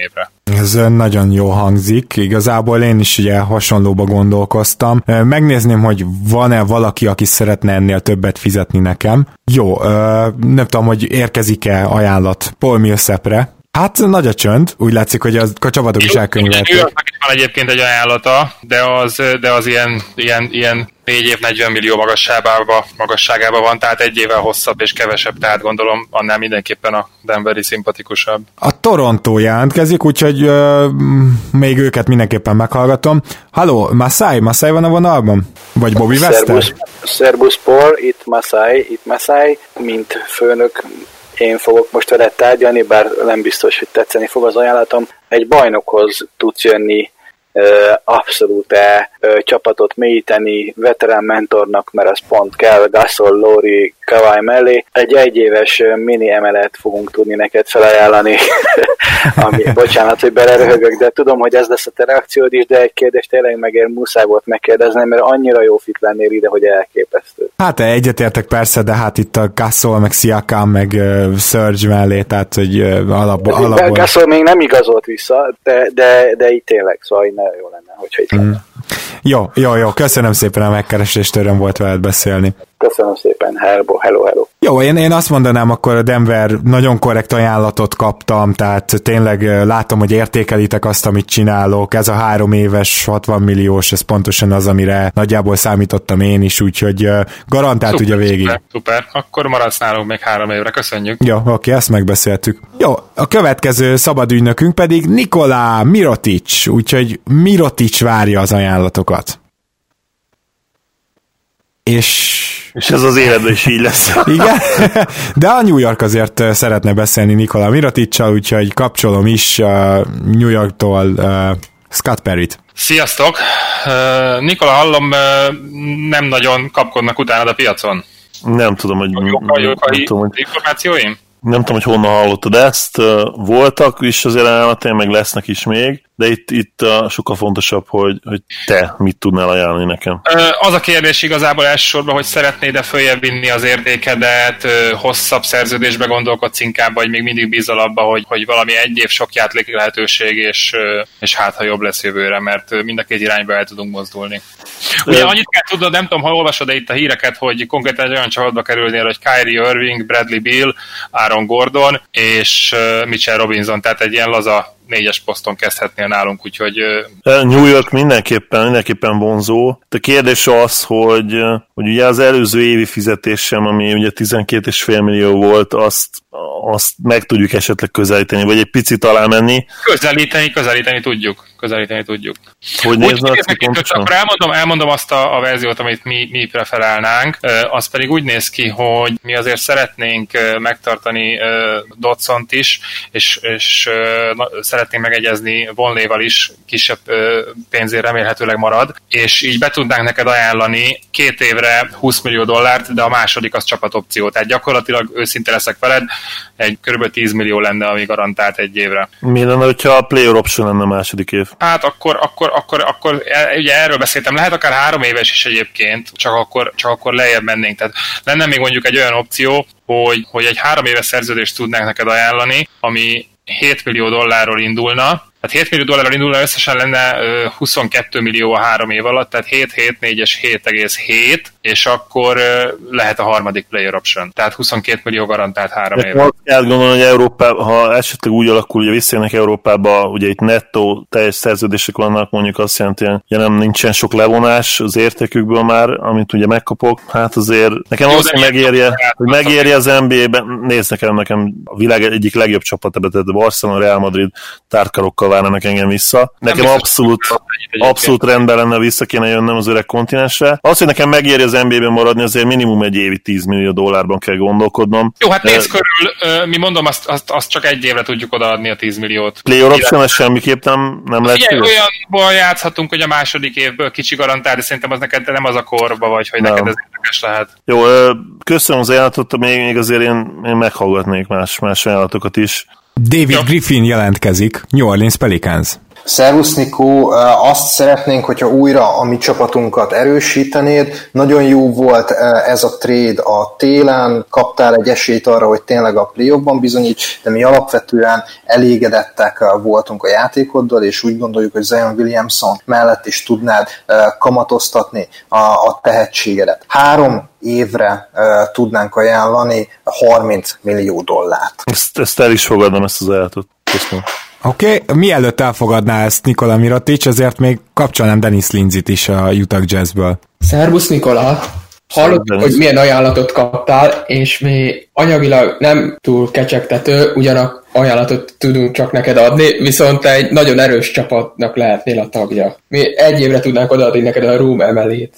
Ez nagyon jó hangzik, igazából én is ugye hasonlóba gondolkoztam. Megnézném, hogy van-e valaki, aki szeretne ennél többet fizetni nekem. Jó, nem tudom, hogy érkezik-e ajánlat Paul Millsapre. Hát nagy a csönd, úgy látszik, hogy a csapatok is elkönyvelték. Van egyébként egy ajánlata, de az, de az ilyen, ilyen, ilyen négy év negyven millió magasságába, magasságába van, tehát egy évvel hosszabb és kevesebb, tehát gondolom annál mindenképpen a Denveri szimpatikusabb. A Toronto jelentkezik, úgyhogy uh, még őket mindenképpen meghallgatom. Halló, Masai? Masai van a vonalban? Vagy Bobby Wester? Szerbusz Paul, itt Masai, itt Masai, mint főnök. Én fogok most veled tárgyalni, bár nem biztos, hogy tetszeni fog az ajánlatom. Egy bajnokhoz tudsz jönni, abszolút csapatot mélyíteni, veterán mentornak, mert az pont kell, Gasol, Lowry, Kawhi mellé. Egy egyéves mini emelet fogunk tudni neked felajánlani, ami, bocsánat, hogy beleröhögök, de tudom, hogy ez lesz a te reakciód is, de egy kérdés tényleg megér, muszáj volt megkérdezni, mert annyira jó fit lennél ide, hogy elképesztő. Hát egyetértek persze, de hát itt a Gasol, meg Siakam, meg uh, Surge mellé, tehát hogy uh, alapból... alapból... Gasol még nem igazolt vissza, de, de, de így tényleg, szóval így nagyon jó lenne, hogyha itt mm. Jó, jó, jó, köszönöm szépen a megkeresést, öröm volt veled beszélni. Köszönöm szépen, hello, hello, hello. Jó, én, én azt mondanám, akkor a Denver nagyon korrekt ajánlatot kaptam, tehát tényleg látom, hogy értékelitek azt, amit csinálok. Ez a három éves, hatvan milliós, ez pontosan az, amire nagyjából számítottam én is, úgyhogy garantált szuper, ugye végig. Szuper, szuper, akkor maradsz nálunk még három évre, köszönjük. Jó, oké, ezt megbeszéltük. Jó, a következő szabad ügynökünk pedig Nikola Mirotic, úgyhogy Mirotic várja az ajánlatokat. És... És ez az életben is így lesz. Igen, de a New York azért szeretne beszélni Nikola Miroticsal, úgyhogy kapcsolom is uh, New Yorktól uh, Scott Perryt. Sziasztok! Uh, Nikola, hallom, uh, nem nagyon kapkodnak utánad a piacon. Nem tudom, hogy... Jók a információim? Nem tudom, hogy honnan hallottad ezt. Voltak is azért ajánlatai, meg lesznek is még, de itt, itt sokkal fontosabb, hogy, hogy te mit tudnál ajánlani nekem. Az a kérdés igazából elsősorban, hogy szeretnéd-e följebb vinni az értékedet, hosszabb szerződésbe gondolkodsz inkább, vagy még mindig bízol abba, hogy, hogy valami egy év sok játék lehetőség, és, és hát ha jobb lesz jövőre, mert mind a két irányba el tudunk mozdulni. Ugye annyit kell tudnod, nem tudom, ha olvasod-e itt a híreket, hogy konkrétan egy olyan csapatba kerülnél, hogy Kyrie Irving, Bradley Beal, Aaron Gordon és Mitchell Robinson, tehát egy ilyen laza négyes poszton kezdhetnél nálunk, úgyhogy... New York mindenképpen, mindenképpen vonzó. A kérdés az, hogy, hogy ugye az előző évi fizetésem, ami ugye tizenkét egész öt millió volt, azt, azt meg tudjuk esetleg közelíteni, vagy egy picit alá menni. Közelíteni, közelíteni tudjuk. Közelíteni tudjuk. Hogy néznek ki pontosan? Akkor elmondom, elmondom azt a, a verziót, amit mi, mi preferálnánk. Az pedig úgy néz ki, hogy mi azért szeretnénk megtartani Dodsont is, és, és szeretnénk megegyezni Vonléval is, kisebb pénzért remélhetőleg marad, és így be tudnánk neked ajánlani két évre húsz millió dollárt, de a második az csapatopció. Tehát gyakorlatilag őszinte leszek veled, egy kb. tíz millió lenne, ami garantált egy évre. Mi lenne, hogyha a player option lenne a második év? Hát akkor, akkor, akkor, akkor ugye erről beszéltem, lehet akár három éves is egyébként, csak akkor, csak akkor lejjebb mennénk. Tehát lenne még mondjuk egy olyan opció, hogy, hogy egy három éves szerződést tudnánk neked ajánlani, ami hét millió dollárról indulna, tehát hét millió dollárról indulna, összesen lenne huszonkettő millió a három év alatt, tehát hét hét négyes hét egész hét, és akkor lehet a harmadik player option. Tehát huszonkét millió garantált három év. Azt kell gondolni, hogy Európában, ha esetleg úgy alakul, hogy visszajönnek Európába, ugye itt nettó teljes szerződések vannak, mondjuk azt jelenti, hogy nem nincsen sok levonás az értékükből már, amit ugye megkapok, hát azért nekem azt, hogy megérje, hogy megérje az en bé á-ben, nézd nekem, nekem a világ egyik legjobb csapat, tehát Barcelona, Real Madrid tárkarokkal várnának engem vissza. Nekem abszolút, abszolút rendben lenne, vissza kéne jönnöm az öreg kontinensre. Az, hogy nekem megéri az en bé á-ben maradni, azért minimum egy évi tíz millió dollárban kell gondolkodnom. Jó, hát nézd uh, körül, mi mondom, azt, azt, azt csak egy évre tudjuk odaadni a tíz milliót. Player option, ez semmiképp nem, nem lehet. Igen, olyanból játszhatunk, hogy a második évből kicsi garantál, de szerintem az neked nem az a korba vagy, hogy nem. Neked ez érdekes lehet. Jó, köszönöm az ajánlatot, még, még azért én, én meghallgatnék más, más ajánlatokat is. David ja. Griffin jelentkezik, New Orleans Pelicans. Szervusz Nikó, azt szeretnénk, hogyha újra a mi csapatunkat erősítenéd. Nagyon jó volt ez a trade a télen, kaptál egy esélyt arra, hogy tényleg a play-offban bizonyíts, de mi alapvetően elégedettek voltunk a játékoddal, és úgy gondoljuk, hogy Zion Williamson mellett is tudnád kamatoztatni a, a tehetségedet. Három évre uh, tudnánk ajánlani harminc millió dollárt. Ezt, ezt el is fogadom, ezt az ajánlatot. Köszönöm. Oké, okay. Mielőtt elfogadná ezt Nikola Mirotic, azért még kapcsolnám Dennis Lindsay-t is a Utah Jazzből. Szervusz Nikola! Hallottuk, hogy milyen ajánlatot kaptál, és mi anyagilag nem túl kecsegtető, ugyanak ajánlatot tudunk csak neked adni, viszont te egy nagyon erős csapatnak lehetnél a tagja. Mi egy évre tudnánk odaadni neked a room emelét.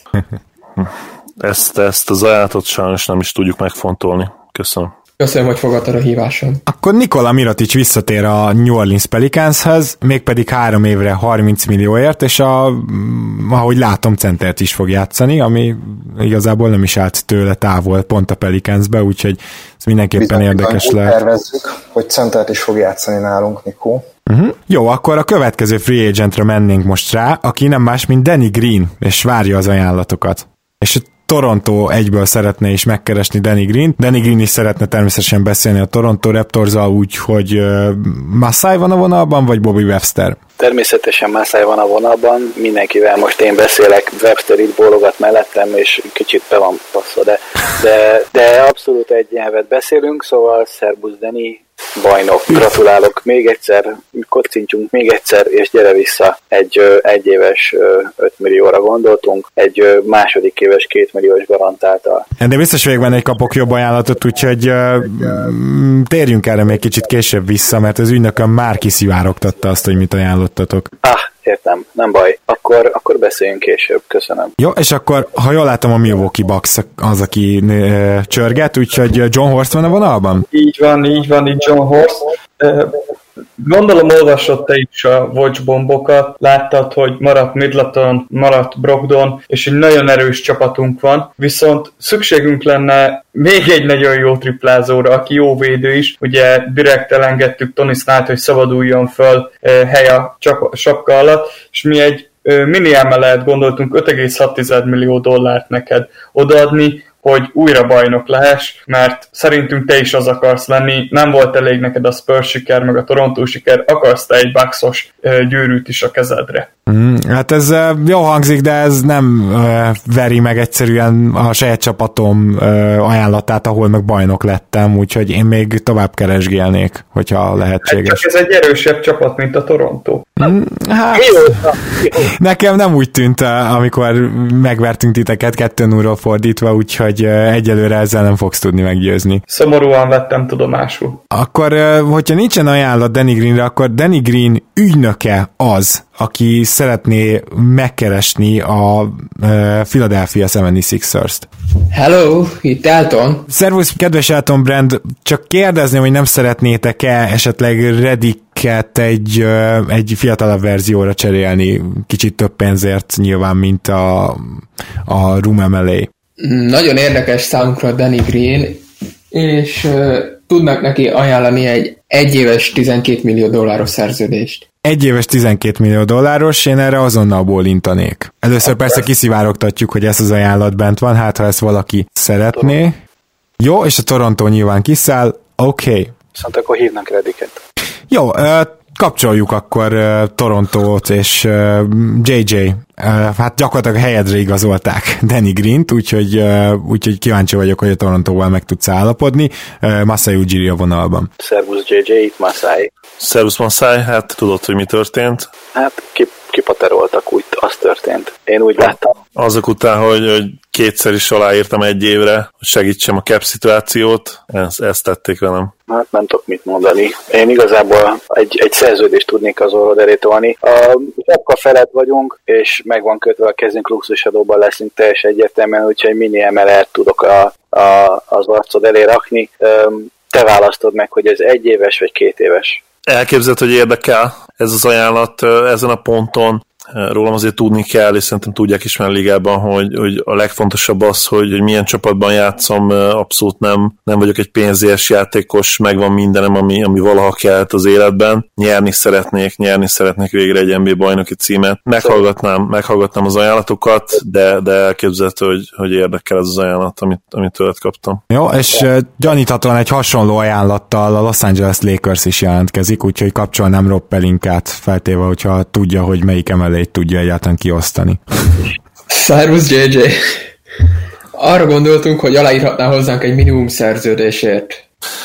Ezt, ezt az ajánlatot sajnos nem is tudjuk megfontolni. Köszönöm. Köszönöm, hogy fogadtad a hívásom. Akkor Nikola Mirotic visszatér a New Orleans Pelicanshez, mégpedig három évre harminc millióért, és a, ahogy látom, centert is fog játszani, ami igazából nem is állt tőle távol pont a Pelicansbe, úgyhogy ez mindenképpen bizony, érdekes lehet. Tervezzük, hogy centert is fog játszani nálunk, Nikó. Uh-huh. Jó, akkor a következő free agentre mennénk most rá, aki nem más, mint Danny Green, és várja az ajánlatokat. És Toronto egyből szeretne is megkeresni Danny Green. Danny Green is szeretne természetesen beszélni a Toronto Raptorzzal úgy, hogy uh, Masai van a vonalban, vagy Bobby Webster? Természetesen Masai van a vonalban, mindenkivel most én beszélek, Webster itt bólogat mellettem, és kicsit be van passzva, de, de, de abszolút egy nyelvet beszélünk, szóval szervusz Danny, bajnok, gratulálok még egyszer, kocincsunk még egyszer, és gyere vissza, egy egyéves öt millióra gondoltunk, egy második éves két milliós garantáltal. De biztos vagyok benne, hogy kapok jobb ajánlatot, úgyhogy uh, térjünk erre még kicsit később vissza, mert az ügynökön már kiszivárogtatta azt, hogy mit ajánlottatok. Ah, értem, nem baj. Akkor, akkor beszéljünk később, köszönöm. Jó, és akkor, ha jól látom, a Milwaukee Bucks az, aki uh, csörget, úgyhogy John Horst van a vonalban? Így van, így van, így John Horst. Uh, Gondolom olvasott te is a watchbombokat, láttad, hogy maradt Middleton, maradt Brogdon, és egy nagyon erős csapatunk van, viszont szükségünk lenne még egy nagyon jó triplázóra, aki jó védő is, ugye direkt elengedtük Tony Snellt, hogy szabaduljon föl eh, hely a csap- sapka alatt, és mi egy eh, mini emelet gondoltunk öt egész hat millió dollárt neked odaadni, hogy újra bajnok lehess, mert szerintünk te is az akarsz lenni, nem volt elég neked a Spurs siker, meg a Toronto siker, akarsz te egy Bucks-os gyűrűt is a kezedre. Mm, hát ez uh, jó hangzik, de ez nem uh, veri meg egyszerűen a saját csapatom uh, ajánlatát, ahol meg bajnok lettem, úgyhogy én még tovább keresgélnék, hogyha lehetséges. Hát csak ez egy erősebb csapat, mint a Toronto. Mm, hát, nekem nem úgy tűnt, amikor megvertünk titeket kettő nullról fordítva, úgyhogy uh, egyelőre ezzel nem fogsz tudni meggyőzni. Szomorúan vettem tudomásul. Akkor, uh, hogyha nincsen ajánlat Danny Greenre, akkor Danny Green ügynöke az, aki szeretné megkeresni a uh, Philadelphia hetvenhatos-ert. Hello, itt Elton. Szervusz, kedves Elton Brand, csak kérdezném, hogy nem szeretnétek-e esetleg Redicket egy, uh, egy fiatalabb verzióra cserélni, kicsit több pénzért nyilván, mint a, a room emelé. Nagyon érdekes számunkra Danny Green, és uh, tudnak neki ajánlani egy egyéves tizenkét millió dolláros szerződést. Egy éves tizenkét millió dolláros, én erre azonnal bólintanék. Először persze kiszivárogtatjuk, hogy ez az ajánlat bent van, hát ha ezt valaki szeretné. Jó, és a Toronto nyilván kiszáll, oké. Okay. Viszont akkor hívnak Redicket. Jó, kapcsoljuk akkor Torontót és jé jé. Hát gyakorlatilag a helyedre igazolták Danny Greent, úgyhogy, úgyhogy kíváncsi vagyok, hogy a Torontóval meg tudsz állapodni. Masai Ujiri a vonalban. Szervusz jé jé, itt Masai. Szervusz Masai, hát tudod, hogy mi történt? Hát kip, kipateroltak, úgy az történt. Én úgy láttam. Azok után, hogy, hogy kétszer is aláírtam egy évre, hogy segítsem a cap szituációt, ezt, ezt tették velem. Hát nem tudok mit mondani. Én igazából egy, egy szerződést tudnék az orrod elé tolni. A sapka felett vagyunk, és meg van kötve a kezünk, luxusadóban leszünk teljesen egyértelműen, úgyhogy mini emelet tudok a, a, az arcod elé rakni. Te választod meg, hogy ez egy éves vagy két éves. Elképzeld, hogy érdekel ez az ajánlat ezen a ponton. rólam azért tudni kell, és szerintem tudják is már a ligában, hogy, hogy a legfontosabb az, hogy, hogy milyen csapatban játszom, abszolút nem, nem vagyok egy pénzéhes játékos, megvan mindenem, ami, ami valaha kellett az életben. Nyerni szeretnék, nyerni szeretnék végre egy en bé bajnoki címet. Meghallgatnám, meghallgatnám az ajánlatokat, de, de elképzelhető, hogy, hogy érdekel ez az ajánlat, amit, amit tőled kaptam. Jó, és uh, gyaníthatóan egy hasonló ajánlattal a Los Angeles Lakers is jelentkezik, úgyhogy kapcsolnám Rob Pelinkát, feltéve, hogyha tudja, hogy melyik emelét tudja egyáltalán kiosztani. Szervusz jé jé! Arra gondoltunk, hogy aláírhatná hozzánk egy minimum szerződésért.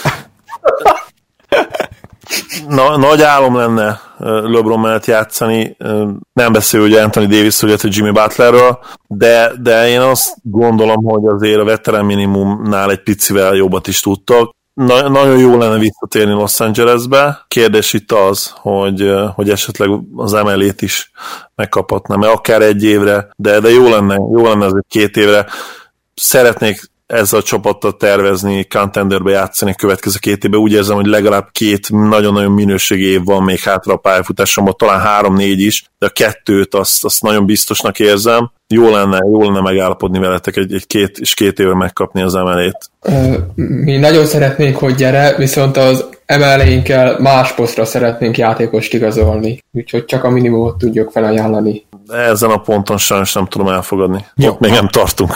Na, nagy álom lenne LeBron mellett játszani, nem beszél ugye Anthony Davis-ről, illetve Jimmy Butlerről, de, de én azt gondolom, hogy azért a veterán minimumnál egy picivel jobbat is tudtok. Na, nagyon jó lenne visszatérni Los Angelesbe. Kérdés itt az, hogy, hogy esetleg az emelét is megkaphatnám, mert akár egy évre, de, de jó lenne, jó lenne azért két évre. Szeretnék ezzel a csapattal tervezni, contenderbe játszani a következő két évben. Úgy érzem, hogy legalább két nagyon-nagyon minőségi év van még hátra a pályafutásomban, talán három-négy is, de a kettőt azt, azt nagyon biztosnak érzem. Jó lenne, jó lenne megállapodni veletek egy, egy két és két éve megkapni az emelét. Mi nagyon szeretnénk, hogy gyere, viszont az emeléinkkel más posztra szeretnénk játékost igazolni, úgyhogy csak a minimumot tudjuk felajánlani. De ezen a ponton sajnos nem tudom elfogadni. Jó. Ott még nem tartunk.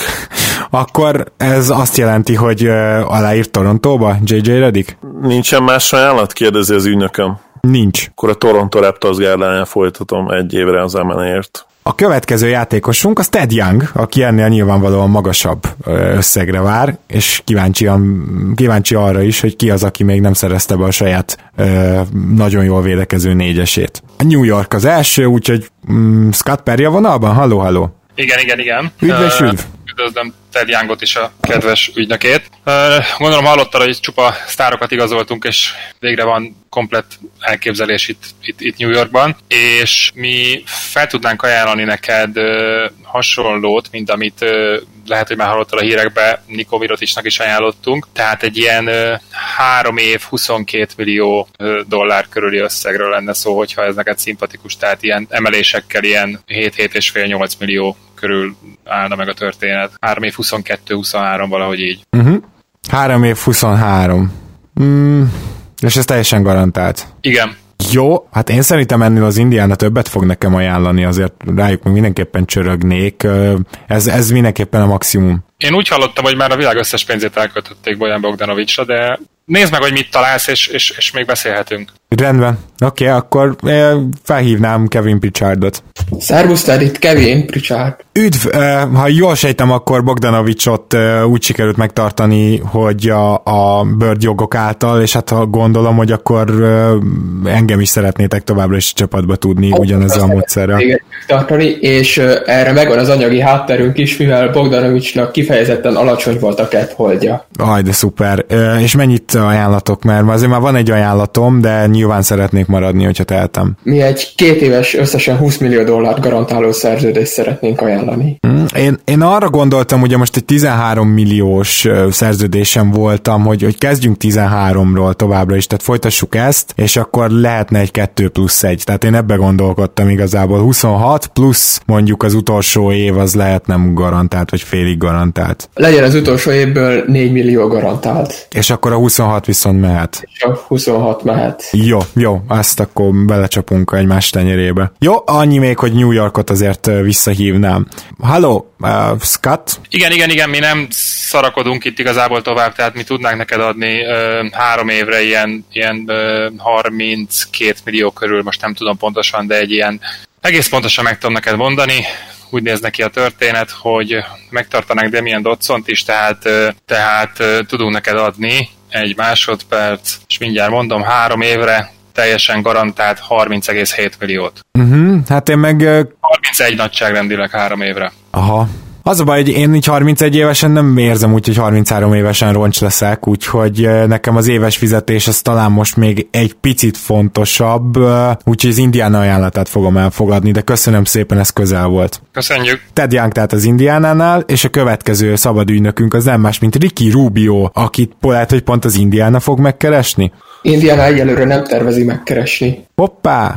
Akkor ez azt jelenti, hogy uh, aláírt Torontóba jé jé Redick? Nincsen más ajánlat? Kérdezi az ügynököm. Nincs. Akkor a Toronto Raptors gárdányán folytatom egy évre az emeléért. A következő játékosunk az Ted Young, aki ennél nyilvánvalóan magasabb összegre vár, és kíváncsian, kíváncsi arra is, hogy ki az, aki még nem szerezte be a saját ö, nagyon jól védekező négyesét. A New York az első, úgyhogy mm, Scott Perry a vonalban? Halló, halló! Igen, igen, igen. Üdvös, üdv! Üdvözlöm Ted Youngot is, a kedves ügynökét. Gondolom hallottad, hogy csupa sztárokat igazoltunk, és végre van komplett elképzelés itt, itt, itt New Yorkban, és mi fel tudnánk ajánlani neked hasonlót, mint amit lehet, hogy már hallottad a hírekben, Niko Miroticsnak is ajánlottunk, tehát egy ilyen három év, huszonkét millió dollár körüli összegről lenne szó, hogyha ez neked szimpatikus, tehát ilyen emelésekkel ilyen hét-hét és fél nyolc millió körül állna meg a történet. három év huszonkettő huszonhárom, valahogy így. Uh-huh. három év huszonhárom. Mm, és ez teljesen garantált. Igen. Jó, hát én szerintem ennél az Indiana többet fog nekem ajánlani, azért rájuk még mindenképpen csörögnék. Ez, ez mindenképpen a maximum. Én úgy hallottam, hogy már a világ összes pénzét elköltötték Bojan Bogdanovicsra, de nézd meg, hogy mit találsz, és, és, és még beszélhetünk. Rendben. Oké, okay, akkor felhívnám Kevin Pritchardot. Szervusz, Ted, itt Kevin Pritchard. Üdv! Ha jól sejtem, akkor Bogdanovicsot úgy sikerült megtartani, hogy a, a Bird jogok által, és hát ha gondolom, hogy akkor engem is szeretnétek továbbra is csapatba tudni ugyanezzel a módszerrel. Tartani, és erre megvan az anyagi hátterünk is, mivel Bogdanovicsnak kifejezetten alacsony volt a cap holdja. Aj, de szuper. És mennyit ajánlatok? Mert azért már van egy ajánlatom, de nyilván szeretnék maradni, hogyha tehetem. Mi egy két éves összesen húsz millió dollárt garantáló szerződést szeretnénk ajánlani. Én, én arra gondoltam, ugye most egy tizenhárom milliós szerződésem voltam, hogy, hogy kezdjünk tizenháromról továbbra is, tehát folytassuk ezt, és akkor lehetne egy kettő plusz egy. Tehát én ebbe gondolkodtam igazából. huszonhat plusz mondjuk az utolsó év az lehet nem garantált, vagy félig garantált. Legyen az utolsó évből négy millió garantált. És akkor a huszonhat viszont mehet. És a huszonhat mehet. Jó, jó, ezt akkor belecsapunk egymás tenyerébe. Jó, annyi még, hogy New Yorkot azért visszahívnám. Halló, uh, Scott? Igen, igen, igen, mi nem szarakodunk itt igazából tovább, tehát mi tudnánk neked adni uh, három évre ilyen, ilyen uh, harminckét millió körül, most nem tudom pontosan, de egy ilyen egész pontosan meg tudom neked mondani. Úgy néz neki a történet, hogy megtartanánk Damian Dodsont is, tehát, tehát tudunk neked adni egy másodperc, és mindjárt mondom, három évre teljesen garantált harminc egész hét milliót. Uh-huh, hát én meg... harmincegy nagyságrendileg három évre. Aha. Az a baj, hogy én így harmincegy évesen nem érzem úgy, hogy harminchárom évesen roncs leszek, úgyhogy nekem az éves fizetés az talán most még egy picit fontosabb, úgyhogy az Indiana ajánlatát fogom elfogadni, de köszönöm szépen, ez közel volt. Köszönjük. Ted Young tehát az Indiánánál, és a következő szabad ügynökünk az nem más, mint Ricky Rubio, akit lehet, hogy pont az Indiana fog megkeresni? Indiana egyelőre nem tervezi megkeresni. Hoppá!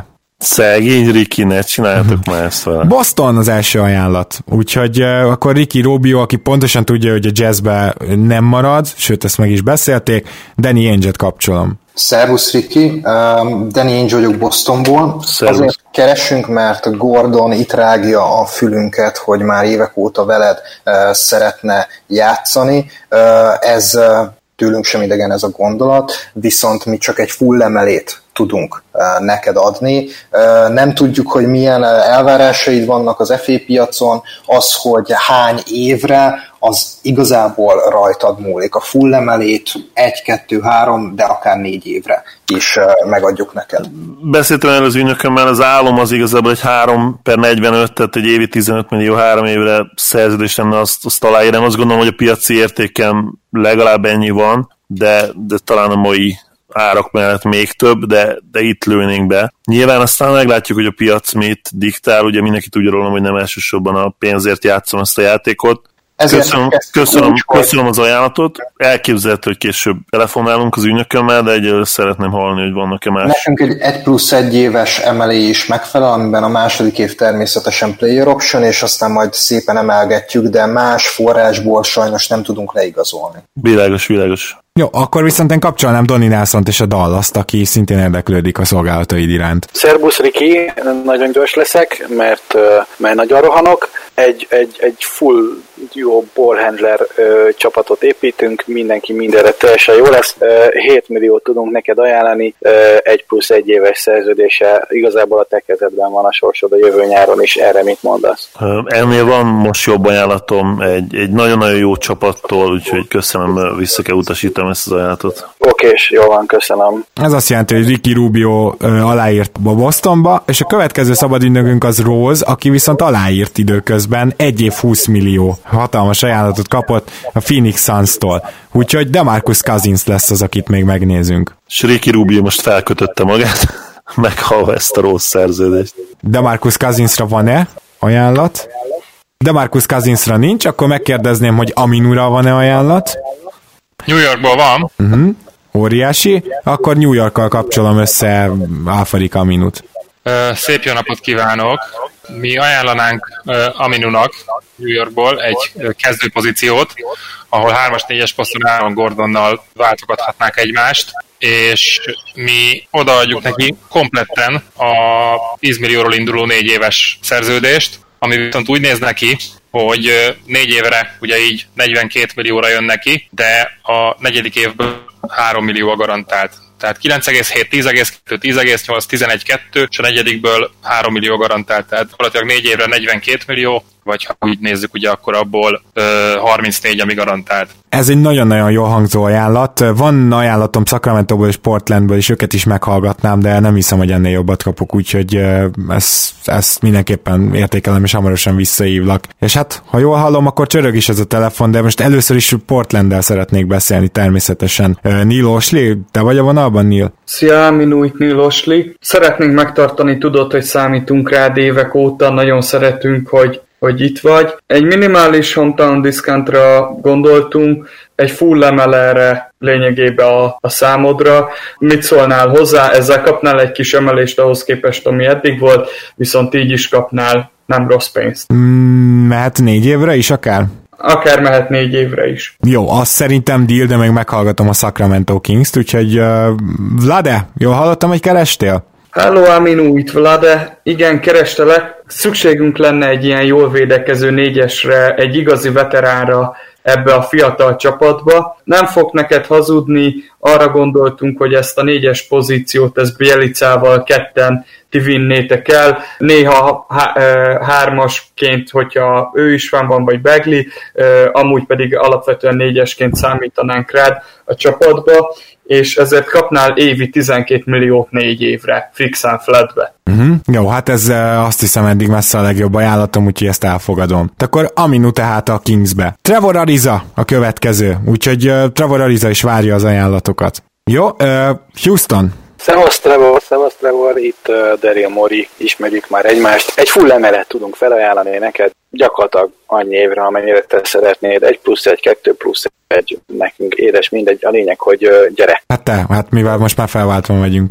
Szegény Ricky, ne csináljátok már ezt vele. Boston az első ajánlat, úgyhogy uh, akkor Ricky Rubio, aki pontosan tudja, hogy a Jazzbe nem marad, sőt, ezt meg is beszélték, Danny Ainge-et kapcsolom. Szervusz, Ricky. Um, Danny Ainge vagyok Bostonból. Szervusz. Azért keresünk, mert Gordon itt rágja a fülünket, hogy már évek óta veled uh, szeretne játszani. Uh, ez uh, tőlünk sem idegen ez a gondolat, viszont mi csak egy full emelét tudunk uh, neked adni. Uh, nem tudjuk, hogy milyen elvárásaid vannak az ef á piacon, az, hogy hány évre, az igazából rajtad múlik. A full emelét egy, kettő, három, de akár négy évre is uh, megadjuk neked. Beszéltem el az ügynökömmel, az álom az igazából egy három per negyvenöt, tehát egy évi tizenöt millió három évre szerződés lenne, azt, azt aláírem. Azt gondolom, hogy a piaci értékem legalább ennyi van, de, de talán a mai árak mellett még több, de, de itt lőnénk be. Nyilván aztán meglátjuk, hogy a piac mit diktál, ugye mindenki tudja rólam, hogy nem elsősorban a pénzért játszom ezt a játékot. Köszönöm, köszönöm, köszönöm az ajánlatot. Elképzelhető, hogy később telefonálunk az ügynökömmel, de egyelőre szeretném hallani, hogy vannak-e más. Nekünk egy egy plusz egy éves emelé is megfelel, amiben a második év természetesen player option, és aztán majd szépen emelgetjük, de más forrásból sajnos nem tudunk leigazolni. Világos, világos. Jó, akkor viszont én kapcsolnám Donnie Nelsont és a Dallast, aki szintén érdeklődik a szolgálataid iránt. Szerbusz, Riki, nagyon gyors leszek, mert, mert nagyon rohanok. Egy, egy, egy full jó ballhandler ö, csapatot építünk, mindenki mindenre teljesen jó lesz. Ö, hét milliót tudunk neked ajánlani, ö, egy plusz egy éves szerződése. Igazából a te kezedben van a sorsod a jövő nyáron is, erre mit mondasz? Ennél van most jobb ajánlatom egy, egy nagyon-nagyon jó csapattól, úgyhogy köszönöm, vissza kell utasítom ezt az ajánlatot. Oké, és jó van, köszönöm. Ez azt jelenti, hogy Ricky Rubio ö, aláírt a Bostonba, és a következő szabadügynökünk az Rose, aki viszont aláírt időközben egy év húsz millió hatalmas ajánlatot kapott a Phoenix Suns-tól. Úgyhogy DeMarcus Cousins lesz az, akit még megnézünk. És Ricky Rubio most felkötötte magát, meghalva ezt a rossz szerződést. DeMarcus Cousinsra van-e ajánlat? DeMarcus Cousinsra nincs, akkor megkérdezném, hogy Aminura van-e ajánlat? New Yorkból van. Uh-huh. Óriási. Akkor New Yorkkal kapcsolom össze Alfarik Aminut. Szép jó napot kívánok! Mi ajánlanánk Aminunak New Yorkból egy kezdőpozíciót, ahol hármas-négyes poszton Aaron Gordonnal váltogathatnák egymást, és mi odaadjuk neki kompletten a tíz millióról induló négy éves szerződést, ami viszont úgy néz neki, hogy négy évre ugye így negyvenkét millióra jön neki, de a negyedik évből három millió a garantált. Tehát kilenc egész hét, tíz egész kettő, tíz egész nyolc, tizenegy egész kettő, és a negyedikből három millió garantált. Tehát valószínűleg négy évre negyvenkét millió, vagy ha úgy nézzük, ugye akkor abból ö, harmincnégy, ami garantált. Ez egy nagyon-nagyon jól hangzó ajánlat. Van ajánlatom Sacramento-ból és Portlandból, és őket is meghallgatnám, de nem hiszem, hogy ennél jobbat kapok, úgyhogy ezt, ezt mindenképpen értékelem, és hamarosan visszahívlak. És hát, ha jól hallom, akkor csörög is ez a telefon, de most először is Portlanddel szeretnék beszélni természetesen. Neil Oshley, te vagy a vonalban, Neil? Szia, Minu, itt Neil Oshley. Szeretnénk megtartani, tudod, hogy számítunk rád évek óta, nagyon szeretünk, hogy hogy itt vagy. Egy minimális hometown discountra gondoltunk, egy full emelerre lényegében a, a számodra. Mit szólnál hozzá? Ezzel kapnál egy kis emelést ahhoz képest, ami eddig volt, viszont így is kapnál nem rossz pénzt. Mm, mehet négy évre is akár? Akár mehet négy évre is. Jó, azt szerintem deal, de még meghallgatom a Sacramento Kings-t, úgyhogy uh, Vlade, jól hallottam, hogy kerestél? Hello, Aminu, itt Vlade. Igen, kerestelek. Szükségünk lenne egy ilyen jól védekező négyesre, egy igazi veteránra ebbe a fiatal csapatba. Nem fog neked hazudni, arra gondoltunk, hogy ezt a négyes pozíciót, ezt Bielicával ketten ti vinnétek el. Néha há- hármasként, hogyha ő is van, van vagy Bagley, amúgy pedig alapvetően négyesként számítanánk rád a csapatba, és ezért kapnál évi tizenkét milliót négy évre, fixen flatbe. Uh-huh. Jó, hát ez azt hiszem eddig messze a legjobb ajánlatom, úgyhogy ezt elfogadom. De akkor Aminu tehát a Kingsbe. Trevor Ariza a következő, úgyhogy uh, Trevor Ariza is várja az ajánlatokat. Jó, uh, Houston. Szevasz Trevor, szevasz Trevor, itt uh, Daryl Morey, ismerjük már egymást. Egy full emelet tudunk felajánlani neked, gyakorlatilag annyi évre, amennyire te szeretnéd, egy plusz egy, kettő plusz egy, nekünk édes mindegy, a lényeg, hogy uh, gyere. Hát te, hát mivel most már felváltva megyünk, ugye?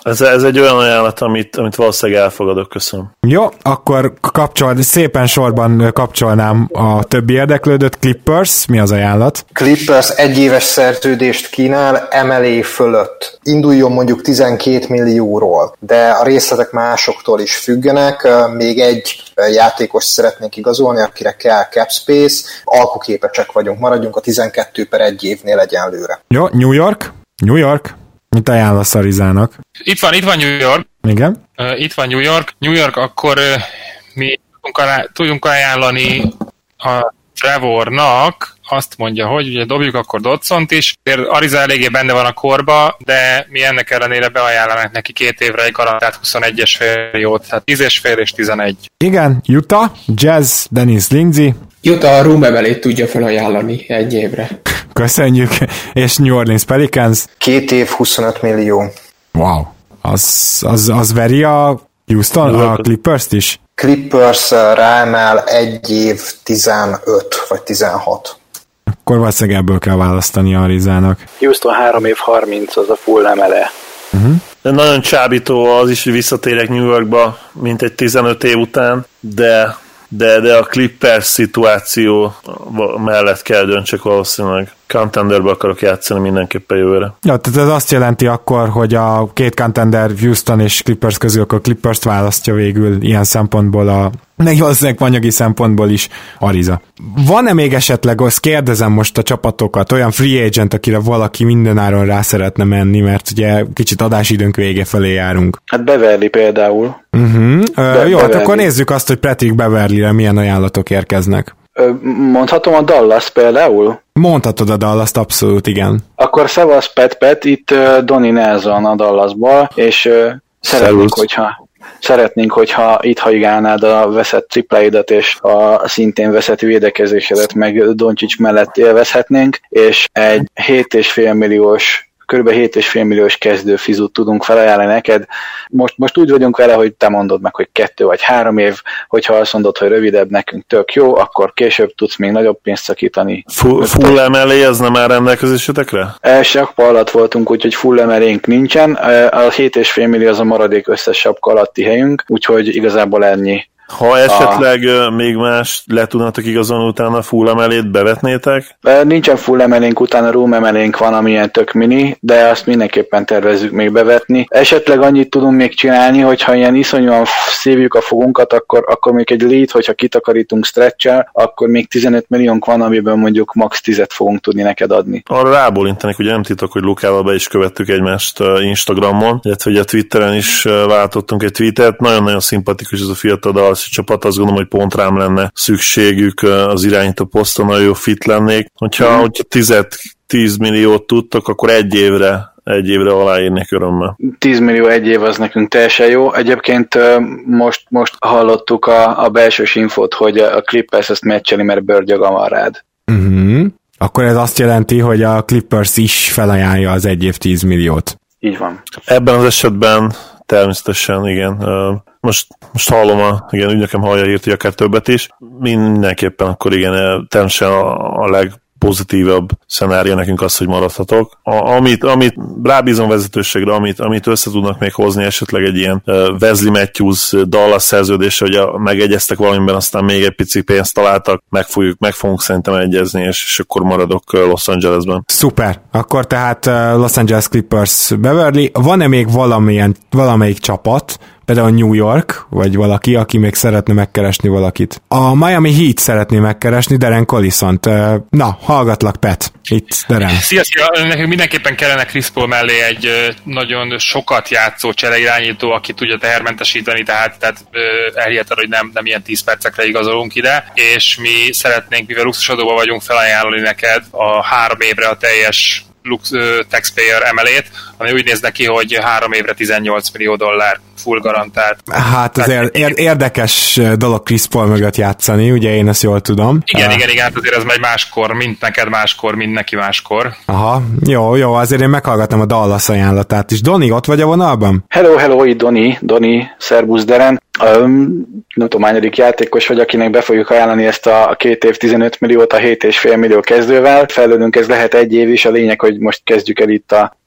Ez, ez egy olyan ajánlat, amit, amit valószínűleg elfogadok, köszönöm. Jó, akkor kapcsol, szépen sorban kapcsolnám a többi érdeklődött. Clippers, mi az ajánlat? Clippers egyéves szerződést kínál em el á fölött. Induljon mondjuk tizenkét millióról, de a részletek másoktól is függenek. Még egy játékos szeretnénk igazolni, akire kell cap space. Alkuképesek vagyunk, maradjunk a tizenkettő per egy évnél egyenlőre. Jó, New York? New York? Mit ajánlasz Arizának? Itt van, itt van New York. Igen? Uh, itt van New York. New York, akkor uh, mi tudjunk ajánlani a Trevornak, azt mondja, hogy ugye dobjuk akkor Dodsont is. Ariza eléggé benne van a korba, de mi ennek ellenére beajánlanak neki két évre egy garantált huszonegy egész öt milliót, tehát tíz egész öt és tizenegy. Igen, Utah, Jazz, Dennis Lindsay. Utah a room emelét tudja felajánlani egy évre. Köszönjük, és New Orleans Pelicans. Két év, huszonöt millió. Wow, az, az, az veri a Houston, a Clippers-t is? Clippers ráemel egy év tizenöt vagy tizenhat. Akkor valószínűleg ebből kell választani Arizának. Houston három év harminc, az a full emele. Uh-huh. De nagyon csábító az is, hogy visszatérek New Yorkba, mint egy tizenöt év után, de, de, de a Clippers szituáció mellett kell döntsek valószínűleg. Contenderbe akarok játszani mindenképpen jövőre. Ja, tehát ez azt jelenti akkor, hogy a két contender Houston és Clippers közül akkor Clippers-t választja végül ilyen szempontból a meg valószínűleg anyagi szempontból is Ariza. Van-e még esetleg, azt kérdezem most a csapatokat, olyan free agent, akire valaki mindenáron rá szeretne menni, mert ugye kicsit adásidőnk vége felé járunk. Hát Beverly például. Uh-huh. Be- Jó, hát Beverly. akkor nézzük azt, hogy Patrick Beverlyre milyen ajánlatok érkeznek. Mondhatom a Dallas például? Mondhatod a Dallas-t, abszolút, igen. Akkor szevasz Pet Pet, itt uh, Donnie Nelson a Dallasból, és uh, szeretnénk, hogyha Szeretnénk, hogyha itt haigálnád a veszett tripláidat és a szintén veszett védekezésedet, meg Doncic mellett élvezhetnénk, és egy hét egész öt milliós kb. hét egész öt milliós kezdő fizut tudunk felajánlani neked. Most, most úgy vagyunk vele, hogy te mondod meg, hogy kettő vagy három év, hogyha azt mondod, hogy rövidebb, nekünk tök jó, akkor később tudsz még nagyobb pénzt szakítani. Full, full em el á az nem áll rendelkezésetekre? Sapka alatt voltunk, úgyhogy full em el á-nk nincsen. A hét egész öt millió az a maradék összes sapka alatti helyünk, úgyhogy igazából ennyi. Ha esetleg a... még más le tudnátok igazolni utána full em el á-t bevetnétek? Nincsen full em el á-nk, utána room em el á-nk van, amilyen tök mini, de azt mindenképpen tervezzük még bevetni. Esetleg annyit tudunk még csinálni, hogyha ilyen iszonyúan szívjuk a fogunkat, akkor, akkor még egy lead, hogyha kitakarítunk stretch-el, akkor még tizenöt milliónk van, amiből mondjuk max tízet fogunk tudni neked adni. Arra rábólintenek, ugye nem titok, hogy Lukával be is követtük egymást Instagramon, illetve ugye a Twitteren is váltottunk egy tweetet. Nagyon-nagyon szimpatikus ez a fiatal Dallas csapat, azt gondolom, hogy pont rám lenne szükségük az irányító poszton, nagyon jó fit lennék. Hogyha, mm. hogyha tíz milliót tudtok, akkor egy évre egy évre aláírnék örömmel. tíz millió egy év az nekünk teljesen jó. Egyébként most, most hallottuk a, a belsős infót, hogy a Clippers ezt meccseli, mert bőrgyaga van rád. Uh-huh. Akkor ez azt jelenti, hogy a Clippers is felajánlja az egy év tíz milliót. Így van. Ebben az esetben természetesen, igen. Most, most hallom, a, igen, ügynökem hallja írt, hogy akár többet is. Mindenképpen akkor igen, természetesen a, a legpozitívabb szenária nekünk az, hogy maradhatok. A, amit, amit rábízom vezetőségre, amit, amit össze tudnak még hozni, esetleg egy ilyen uh, Wesley Matthews Dallas szerződése, hogy a, megegyeztek valamiben, aztán még egy pici pénzt találtak, meg, fogjuk, meg fogunk szerintem egyezni, és, és akkor maradok Los Angelesben. Szuper. Akkor tehát Los Angeles Clippers Beverly. Van-e még valamilyen, valamelyik csapat, például New York, vagy valaki, aki még szeretne megkeresni valakit? A Miami Heat szeretné megkeresni Darren Collison-t. Na, hallgatlak, Pet. Itt, Darren. Szia, szia! Nekünk mindenképpen kellene Chris Paul mellé egy nagyon sokat játszó csereirányító, aki tudja tehermentesíteni, tehát, tehát elhiheted, hogy nem, nem ilyen tíz percekre igazolunk ide, és mi szeretnénk, mivel luxusadóban vagyunk, felajánlani neked a három évre a teljes Lux, uh, taxpayer emelét, ami úgy néz neki, hogy három évre tizennyolc millió dollár full garantált. Hát az ér- ér- érdekes dolog Chris Paul mögött játszani, ugye én ezt jól tudom. Igen, uh, igen, igen, hát azért ez megy máskor, mint neked máskor, mint neki máskor. Aha, jó, jó, azért én meghallgattam a Dallas ajánlatát is. Doni, ott vagy a vonalban? Hello, hello, itt Doni, Doni, szervusz Deren. Um, nem tudom, hányadik játékos vagy, akinek be fogjuk ajánlani ezt a két év tizenöt milliót a hét egész öt millió kezdővel. Fejlődünk, ez lehet egy év is, a lényeg, hogy most kezdjük el itt a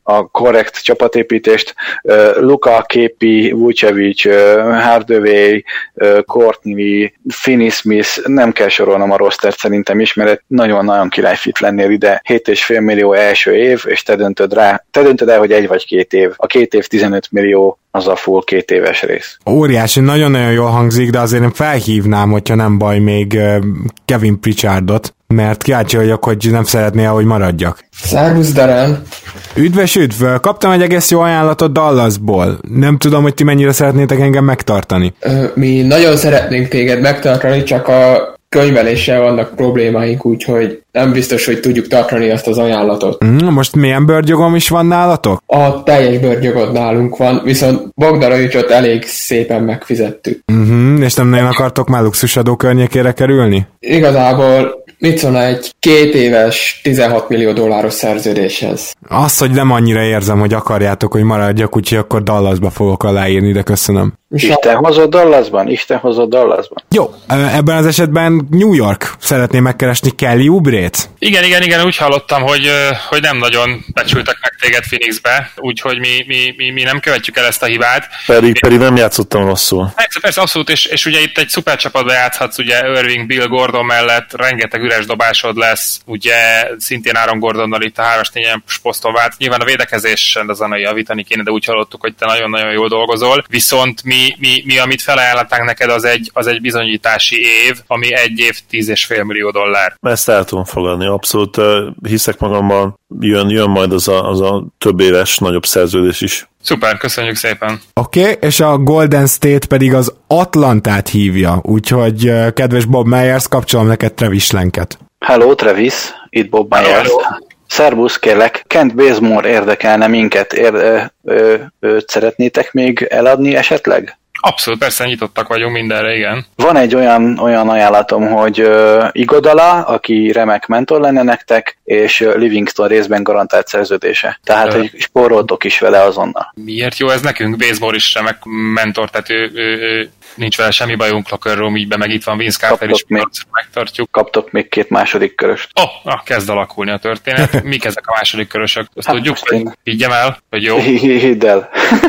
a korrekt csapatépítést. Luka, Képi, Vucevic, Hardaway, Courtney, Finney-Smith, nem kell sorolnom a rostert szerintem is, mert nagyon-nagyon király fit lennél ide. hét egész öt millió első év, és te döntöd rá, te döntöd el, hogy egy vagy két év. A két év tizenöt millió, az a full két éves rész. Óriási, nagyon-nagyon jól hangzik, de azért én felhívnám, hogyha nem baj, még Kevin Pritchardot, mert kíváncsi vagyok, hogy nem szeretnél, hogy maradjak. Szervusz, Darren! Üdves, üdv! Kaptam egy egész jó ajánlatot Dallasból. Nem tudom, hogy ti mennyire szeretnétek engem megtartani. Mi nagyon szeretnénk téged megtartani, csak a könyveléssel vannak problémáink, úgyhogy nem biztos, hogy tudjuk tartani azt az ajánlatot. Mm, most milyen bőrgyogom is van nálatok? A teljes bőrgyogod nálunk van, viszont Bogdanovicsot elég szépen megfizettük. Mm-hmm, és nem nagyon akartok már luxusadó környékére kerülni? Igazából mit szólna egy két éves tizenhat millió dolláros szerződéshez? Azt, hogy nem annyira érzem, hogy akarjátok, hogy maradjak, úgyhogy akkor Dallasba fogok aláírni, de köszönöm. Isten hozott Dallasban? Isten hozott Dallasban? Jó, ebben az esetben New York szeretné megkeresni Kelly Oubre-t? Igen, igen, igen, úgy hallottam, hogy, hogy nem nagyon becsültek meg téged Phoenixbe, úgyhogy mi, mi, mi, mi nem követjük el ezt a hibát. Pedig, pedig nem játszottam rosszul. Persze, persze, abszolút, és, és ugye itt egy szuper csapatba játszhatsz, ugye Irving, Bill Gordon mellett rengeteg üres dobásod lesz, ugye szintén Aaron Gordonnal itt a hármas négyes poszton vált. Nyilván a védekezésen azon a javítani kéne, de úgy hallottuk, hogy te nagyon-nagyon jól dolgozol, viszont mi Mi, mi, amit felajánlották neked, az egy, az egy bizonyítási év, ami egy év tíz és fél millió dollár. Ezt el tudom fogadni, abszolút hiszek magamban, jön, jön majd az a, az a több éves nagyobb szerződés is. Szuper, köszönjük szépen. Oké, okay, és a Golden State pedig az Atlantát hívja, úgyhogy kedves Bob Myers, kapcsolom neked Travis Lenket. Hello, Travis, itt Bob Myers. Szervusz, kérlek, Kent Bazemore érdekelne minket, Ér, ö, ö, ö, szeretnétek még eladni esetleg? Abszolút, persze nyitottak vagyunk mindenre, igen. Van egy olyan, olyan ajánlatom, hogy uh, Iguodala, aki remek mentor lenne nektek, és uh, Livingston részben garantált szerződése. Tehát, Ö... hogy spóroltok is vele azonnal. Miért jó ez nekünk? Bazemore is remek mentor, tehát ő, ő, ő nincs vele semmi bajunk, Locker Room ígyben, meg itt van Vince Carter is, még, megtartjuk. Kaptok még két második köröst. Oh, ah, kezd alakulni a történet. Mik ezek a második körösök? Azt hát tudjuk, hogy higgyem el, hogy jó. Hidd el.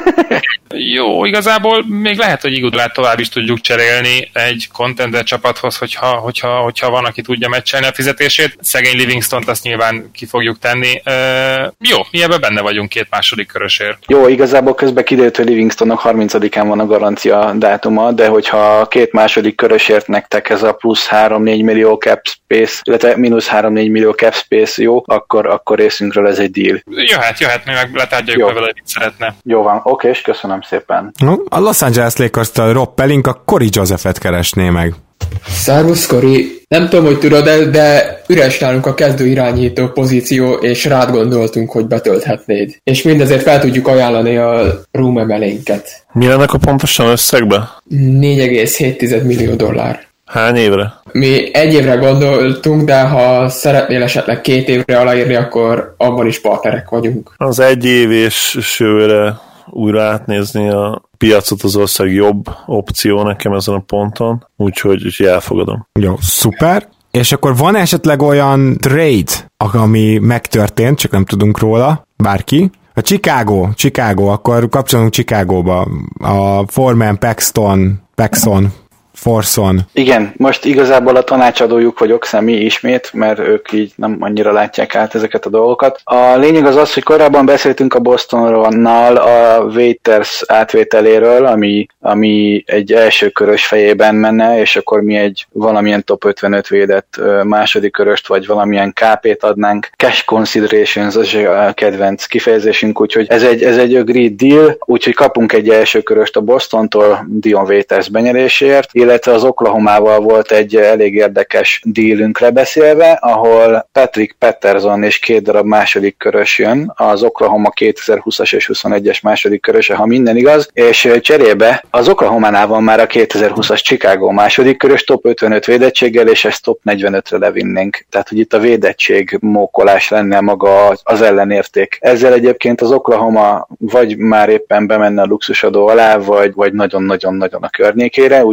Jó, igazából még lehet, hogy Iguodalát tovább is tudjuk cserélni egy contender csapathoz, hogyha, hogyha, hogyha van, aki tudja meccselni a fizetését. Szegény Livingstont azt nyilván ki fogjuk tenni. Uh, jó, mi ebben benne vagyunk két második körösért. Jó, igazából közben kiderült, hogy Livingstonnak harmincadikán van a garancia dátuma, de hogyha két második körösért nektek ez a plusz három-négy millió cap space, illetve mínusz három-négy millió cap space jó, akkor, akkor részünkről ez egy deal. Jöhet, jöhet, mi meg letárgyaljuk vele, mit szeretne. Jó van, oké, és köszönöm szépen. A Los Angeles Lakers-től Rob Pelinka Corey Josephet keresné meg. Szervusz, Kori! Nem tudom, hogy tudod el, de üres nálunk a kezdő irányító pozíció, és rád gondoltunk, hogy betölthetnéd. És mindezért fel tudjuk ajánlani a room emelénket. Mi ennek a pontosan összegbe? négy egész hét millió dollár. Hány évre? Mi egy évre gondoltunk, de ha szeretnél esetleg két évre aláírni, akkor abban is partnerek vagyunk. Az egy év és sőre újra átnézni a piacot az ország jobb opció nekem ezen a ponton, úgyhogy, úgyhogy elfogadom. Jó, szuper. És akkor van esetleg olyan trade, ami megtörtént, csak nem tudunk róla, bárki? A Chicago, Chicago, akkor kapcsolunk Chicagóba. A Foreman, Paxton, Paxson, Forson. Igen, most igazából a tanácsadójuk vagyok, Szemi ismét, mert ők így nem annyira látják át ezeket a dolgokat. A lényeg az az, hogy korábban beszéltünk a Bostonnal a Waiters átvételéről, ami, ami egy első körös fejében menne, és akkor mi egy valamilyen top ötvenöt védett második köröst, vagy valamilyen ká pét adnánk. Cash considerations, az a kedvenc kifejezésünk, úgyhogy ez egy, ez egy agreed deal, úgyhogy kapunk egy első köröst a Bostontól Dion Waiters benyeréséért, illetve az Oklahomával volt egy elég érdekes dealünk lebeszélve, ahol Patrick Patterson és két darab második körös jön, az Oklahoma kétezer-húszas és huszonegyes második köröse, ha minden igaz, és cserébe az Oklahománál van már a kétezer-húszas Chicago második körös top ötvenöt védettséggel, és ezt top negyvenötre levinnénk. Tehát, hogy itt a védettség mókolás lenne maga az ellenérték. Ezzel egyébként az Oklahoma vagy már éppen bemenne a luxusadó alá, vagy, vagy nagyon-nagyon-nagyon a környékére, úgyhogy neki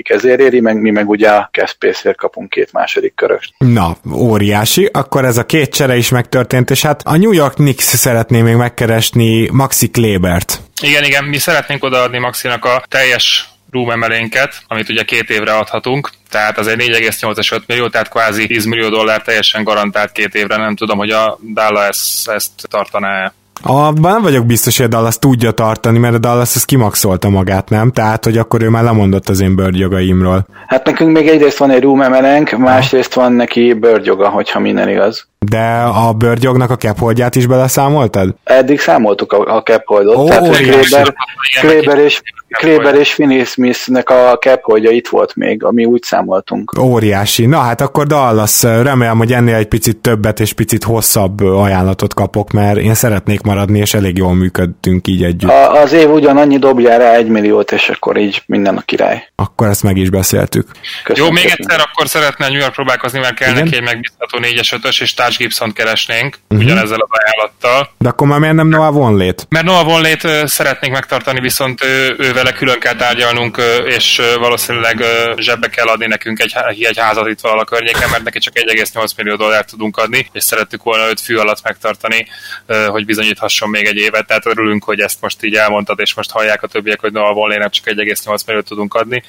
nekik ezért éri, meg mi meg ugye a cap space-ért kapunk két második köröst. Na, óriási, akkor ez a két csere is megtörtént, és hát a New York Knicks szeretné még megkeresni Maxi Klebert. Igen, igen, mi szeretnénk odaadni Maxinak a teljes room emelénket, amit ugye két évre adhatunk, tehát az egy négy egész nyolc öt millió, tehát kvázi tíz millió dollár teljesen garantált két évre, nem tudom, hogy a Dallas ezt, ezt tartaná. Abban nem vagyok biztos, hogy a Dallas tudja tartani, mert a Dallas ezt kimaxolta magát, nem? Tehát, hogy akkor ő már lemondott az én bird jogaimról. Hát nekünk még egyrészt van egy room emelenk, másrészt van neki bird joga, hogyha minden igaz. De a bird jognak a cap holdját is beleszámoltad? Eddig számoltuk a, a cap holdot, oh, tehát Kleber, Kleber és Kleber és Finney Smithnek a cap holdja itt volt még, ami úgy számoltunk. Óriási. Na hát akkor Dallas, remélem, hogy ennél egy picit többet és picit hosszabb ajánlatot kapok, mert én szeretnék maradni, és elég jól működtünk így együtt. A, az év ugyanannyi dobjál rá egy milliót, és akkor így minden a király. Akkor ezt meg is beszéltük. Köszönöm. Jó, még egyszer akkor szeretne New York próbálkozni, mert kell neki egy megbízható négyes ötös, és Taj Gibson-t keresnénk, uh-huh. ugyanezzel az ajánlattal. De akkor már miért nem Noah Vonlét? Mert Noah Vonlét uh, szeretnénk megtartani, viszont ő, ő vele külön kell tárgyalnunk, uh, és uh, valószínűleg uh, zsebbe kell adni nekünk egy, egy házat itt valahol a környéken, mert neki csak egy egész nyolc millió dollárt tudunk adni, és szerettük volna őt fű alatt megtartani, uh, hogy bizonyíthasson még egy évet. Tehát örülünk, hogy ezt most így elmondtad, és most hallják a többiek, hogy Noah Vonlének csak egy egész nyolc milliót tudunk adni.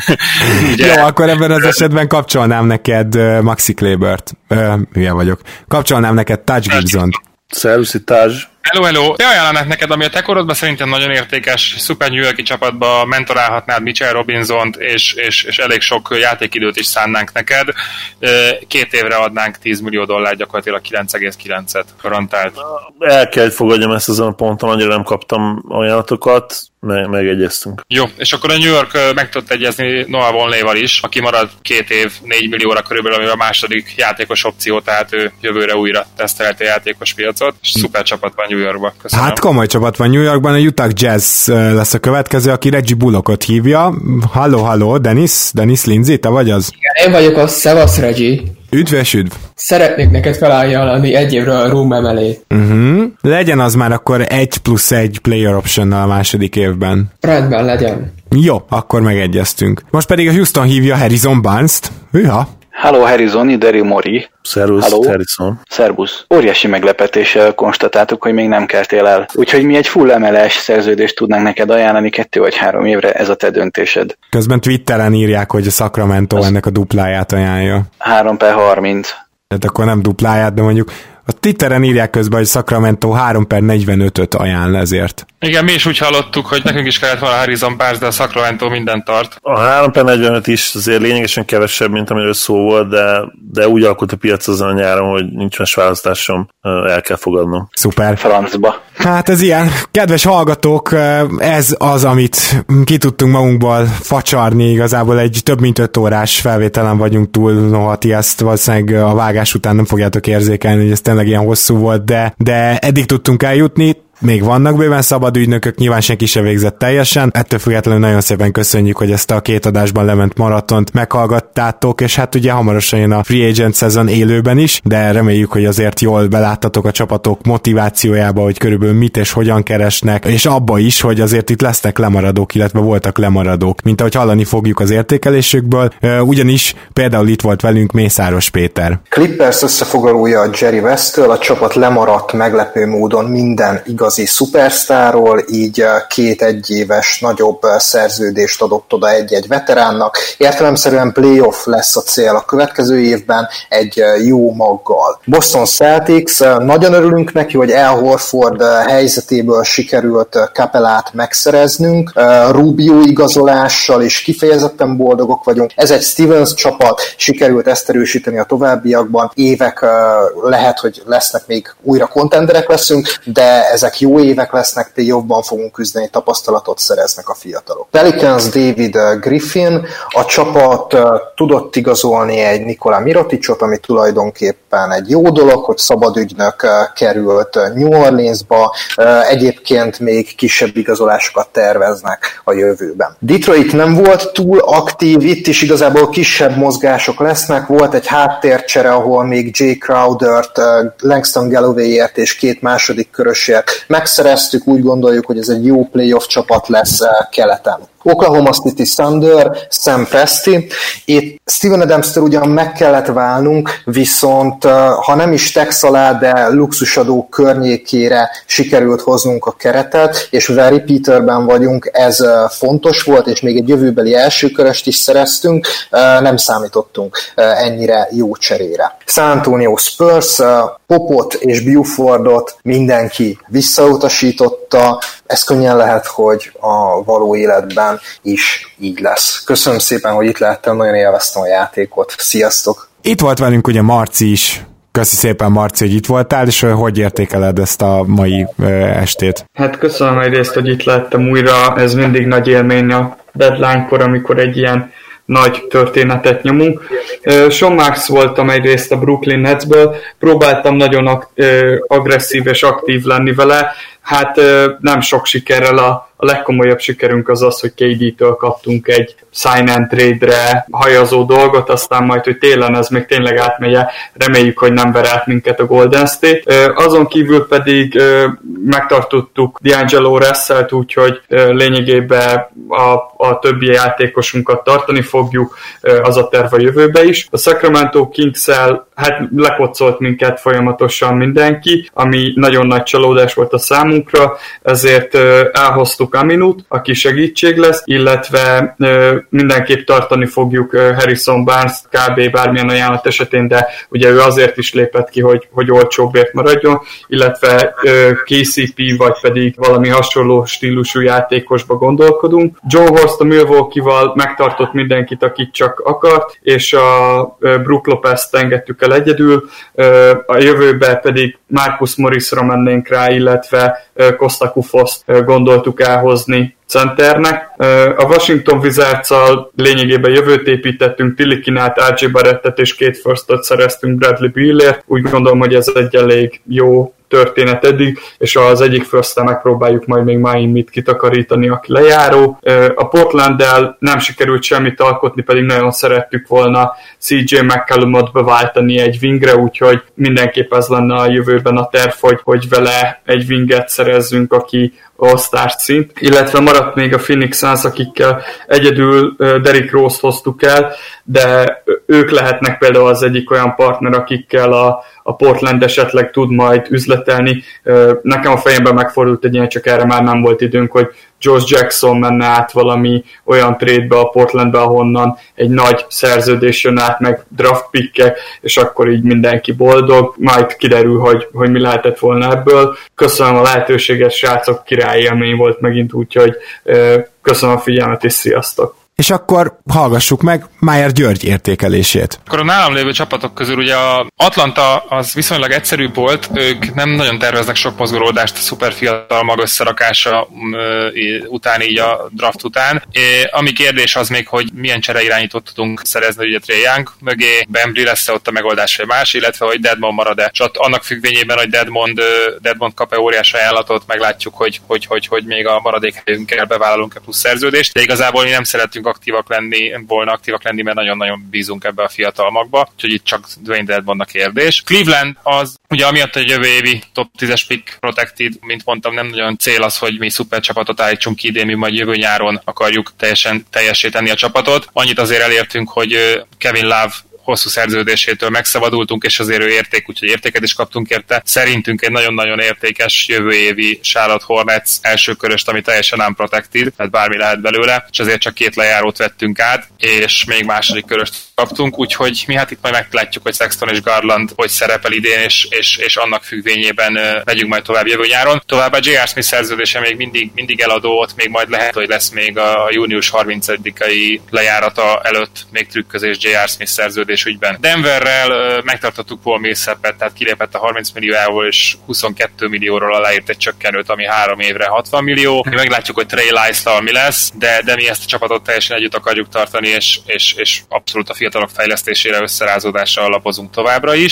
Jó, akkor ebben az esetben kapcsolnám neked uh, Maxi Klebert. Uh, hülye vagyok. Kapcsolnám neked Taj Gibson-t. Szervusz, itt Taj. Hello, hello! Te ajánlanak neked, ami a te korodban szerintem nagyon értékes, szuper New York-i csapatba mentorálhatnád Mitchell Robinsont, és, és, és elég sok játékidőt is szánnánk neked. Két évre adnánk tíz millió dollár, gyakorlatilag kilenc egész kilencet garantált. El kell, hogy fogadjam ezt ezen a ponton, annyira nem kaptam ajánlatokat, meg, megegyeztünk. Jó, és akkor a New York meg tudott egyezni Noah Vonléval is, aki marad két év, négy millióra körülbelül, ami a második játékos opció, tehát ő jövőre újra tesztelti a játékos piacot, és szuper csapatban New Yorkban. Köszönöm. Hát komoly csapat van New Yorkban, a Utah Jazz lesz a következő, aki Reggie Bullockot hívja. Halló, halló, Dennis? Dennis Lindsay, te vagy az? Igen, én vagyok az, szevasz Reggie. Üdv és üdv. Szeretnék neked felajánlani egy évre a room emelét. Uh-huh. Legyen az már akkor egy plusz egy player optionnal a második évben. Rendben, legyen. Jó, akkor megegyeztünk. Most pedig a Houston hívja Harrison Barnes-t. Hűha! Hello Harrison, Ideri Mori. Szervusz, Hello. Harrison. Szervusz. Óriási meglepetéssel konstatáltuk, hogy még nem keltél el. Úgyhogy mi egy full em el es szerződést tudnánk neked ajánlani kettő vagy három évre, ez a te döntésed. Közben Twitteren írják, hogy a Sacramento az ennek a dupláját ajánlja. három per harminc. Tehát akkor nem dupláját, de mondjuk a Twitteren írják közben, hogy Sacramento három per negyvenötöt ajánl ezért. Igen, mi is úgy hallottuk, hogy nekünk is kellett volna Harrison Barnes, de a Sacramento mindent tart. A három per negyvenöt is azért lényegesen kevesebb, mint amiről szó volt, de, de úgy alakult a piac azon a nyáron, hogy nincs más választásom, el kell fogadnom. Szuper. Francba. Hát ez ilyen. Kedves hallgatók, ez az, amit ki tudtunk magunkból facsarni, igazából egy több mint öt órás felvételen vagyunk túl, noha ti ezt valószínűleg a vágás után nem fogjátok érzékelni, hogy ez tényleg ilyen hosszú volt, de, de eddig tudtunk eljutni. Még vannak bőven szabad ügynökök, nyilván senki se végzett teljesen. Ettől függetlenül nagyon szépen köszönjük, hogy ezt a két adásban lement maratont meghallgattátok, és hát ugye hamarosan jön a Free Agent szezon élőben is, de reméljük, hogy azért jól beláttatok a csapatok motivációjába, hogy körülbelül mit és hogyan keresnek, és abba is, hogy azért itt lesznek lemaradók, illetve voltak lemaradók, mint ahogy hallani fogjuk az értékelésükből, ugyanis például itt volt velünk Mészáros Péter. Clippers összefoglalója Jerry West-től, a csapat lemaradt meglepő módon minden igazi szupersztárról, így két egyéves nagyobb szerződést adott oda egy-egy veteránnak. Értelemszerűen playoff lesz a cél a következő évben egy jó maggal. Boston Celtics, nagyon örülünk neki, hogy Al Horford helyzetéből sikerült Capellát megszereznünk. Rubio igazolással is kifejezetten boldogok vagyunk. Ez egy Stevens csapat, sikerült ezt erősíteni a továbbiakban. Évek lehet, hogy lesznek még újra kontenderek leszünk, de ezek jó évek lesznek, jobban fogunk küzdeni, tapasztalatot szereznek a fiatalok. Pelicans David Griffin, a csapat tudott igazolni egy Nikola Miroticsot, ami tulajdonképpen egy jó dolog, hogy szabadügynök került New Orleansba, egyébként még kisebb igazolásokat terveznek a jövőben. Detroit nem volt túl aktív, itt is igazából kisebb mozgások lesznek, volt egy háttércsere, ahol még Jay Crowdert, Langston Gallowayért és két második körösért megszereztük, úgy gondoljuk, hogy ez egy jó playoff csapat lesz keleten. Oklahoma City Thunder, Sam Presti. Itt Steven Adams-től ugyan meg kellett válnunk, viszont ha nem is tax alá, de luxusadó környékére sikerült hoznunk a keretet, és Very Peterben vagyunk, ez fontos volt, és még egy jövőbeli elsőköröst is szereztünk, nem számítottunk ennyire jó cserére. San Antonio Spurs, Popot és Bufordot mindenki visszautasította, ez könnyen lehet, hogy a való életben is így lesz. Köszönöm szépen, hogy itt lehettem, nagyon élveztem a játékot. Sziasztok! Itt volt velünk ugye Marci is. Köszi szépen, Marci, hogy itt voltál, és hogy értékeled ezt a mai estét? Hát köszönöm egyrészt, hogy itt lehettem újra, ez mindig nagy élmény a deadline-kor, amikor egy ilyen nagy történetet nyomunk. Sean Marks voltam egyrészt a Brooklyn Netsből, próbáltam nagyon agresszív és aktív lenni vele, hát nem sok sikerrel, a, a legkomolyabb sikerünk az az, hogy ká dé-től kaptunk egy sign and trade-re hajazó dolgot, aztán majd, hogy télen ez még tényleg átmegye, reméljük, hogy nem ver át minket a Golden State. Azon kívül pedig megtartottuk D'Angelo Russell-t, úgyhogy lényegében a, a többi játékosunkat tartani fogjuk, az a terv a jövőbe is. A Sacramento Kings-el hát lekocolt minket folyamatosan mindenki, ami nagyon nagy csalódás volt a számunkra, ezért elhoztuk Aminut, aki segítség lesz, illetve mindenképp tartani fogjuk Harrison Barnes-t kb. Bármilyen ajánlat esetén, de ugye ő azért is lépett ki, hogy, hogy olcsóbbért maradjon, illetve ká cé pé vagy pedig valami hasonló stílusú játékosba gondolkodunk. John Horst a Milwaukee-val megtartott mindenkit, akit csak akart, és a Brook Lopez-t engedtük el egyedül, a jövőben pedig Marcus Morrisra mennénk rá, illetve Costa Kufoszt gondoltuk elhozni centernek. A Washington Wizards-al lényegében jövőt építettünk, Tilikinát, er jé Barrettet és két firstot szereztünk Bradley Bealért. Úgy gondolom, hogy ez egy elég jó történet eddig, és az egyik first-tel megpróbáljuk majd még Miami-t kitakarítani, aki lejáró. A Portlanddel nem sikerült semmit alkotni, pedig nagyon szerettük volna cé jé McCallumot beváltani egy wingre, úgyhogy mindenképp ez lenne a jövőben a terv, hogy, hogy vele egy winget szerezzünk, aki All-Star szint, illetve maradt még a Phoenix Suns, akikkel egyedül Derrick Rose-t hoztuk el, de ők lehetnek például az egyik olyan partner, akikkel a, a Portland esetleg tud majd üzletelni. Nekem a fejemben megfordult egy ilyen, csak erre már nem volt időnk, hogy Josh Jackson menne át valami olyan trade-be a Portlandbe, ahonnan egy nagy szerződés jön át, meg draft pickek, és akkor így mindenki boldog. Majd kiderül, hogy, hogy mi lehetett volna ebből. Köszönöm a lehetőséget, srácok, király élmény volt megint, úgyhogy köszönöm a figyelmet, és sziasztok! És akkor hallgassuk meg Májer György értékelését. Akkor a nálam lévő csapatok közül ugye a Atlanta az viszonylag egyszerűbb volt, ők nem nagyon terveznek sok mozgolódást a szuper fiatal mag összerakása után, így a draft után. É, ami kérdés az még, hogy milyen csereirányítót tudunk szerezni ugye Trae Young mögé, Bembry lesz-e ott a megoldás vagy más, illetve hogy Dedmon marad-e. És annak függvényében, hogy Dedmond, Dedmond kap-e óriás ajánlatot, meglátjuk, hogy, hogy, hogy, hogy még a maradék helyünkkel bevállalunk-e plusz szerződést. De igazából mi nem szeretünk aktívak lenni, volna aktívak lenni, mert nagyon-nagyon bízunk ebbe a fiatal magba, úgyhogy itt csak Dwayne Dedmon a kérdés. Cleveland az, ugye amiatt egy jövő évi top tízes pick protected, mint mondtam, nem nagyon cél az, hogy mi szuper csapatot állítsunk ki idén, mi majd jövő nyáron akarjuk teljesen teljesíteni a csapatot. Annyit azért elértünk, hogy Kevin Love hosszú szerződésétől megszabadultunk, és azért ő érték, úgyhogy értéket is kaptunk érte. Szerintünk egy nagyon-nagyon értékes jövő évi Charlotte Hornets első köröst, ami teljesen unprotected, tehát bármi lehet belőle, és azért csak két lejárót vettünk át, és még második köröst kaptunk, úgyhogy mi hát itt majd meglátjuk, hogy Sexton és Garland hogy szerepel idén, és, és, és annak függvényében uh, megyünk majd tovább jövő nyáron. Továbbá jé er Smith szerződése még mindig, mindig eladó, ott még majd lehet, hogy lesz még a június harmincadikai lejárata előtt még trükközés jé er Smith szerződés ügyben. Denverrel uh, megtartottuk Paul Millsapet, tehát kilépett a harminc millióból, és huszonkettő millióról aláírt egy csökkenőt, ami három évre hatvan millió. Mi meglátjuk, hogy Trey Lyles-tal mi lesz, de, de mi ezt a csapatot teljesen együtt akarjuk tartani, és, és, és abszolút a fiatalok fejlesztésére, összerázódásra alapozunk továbbra is.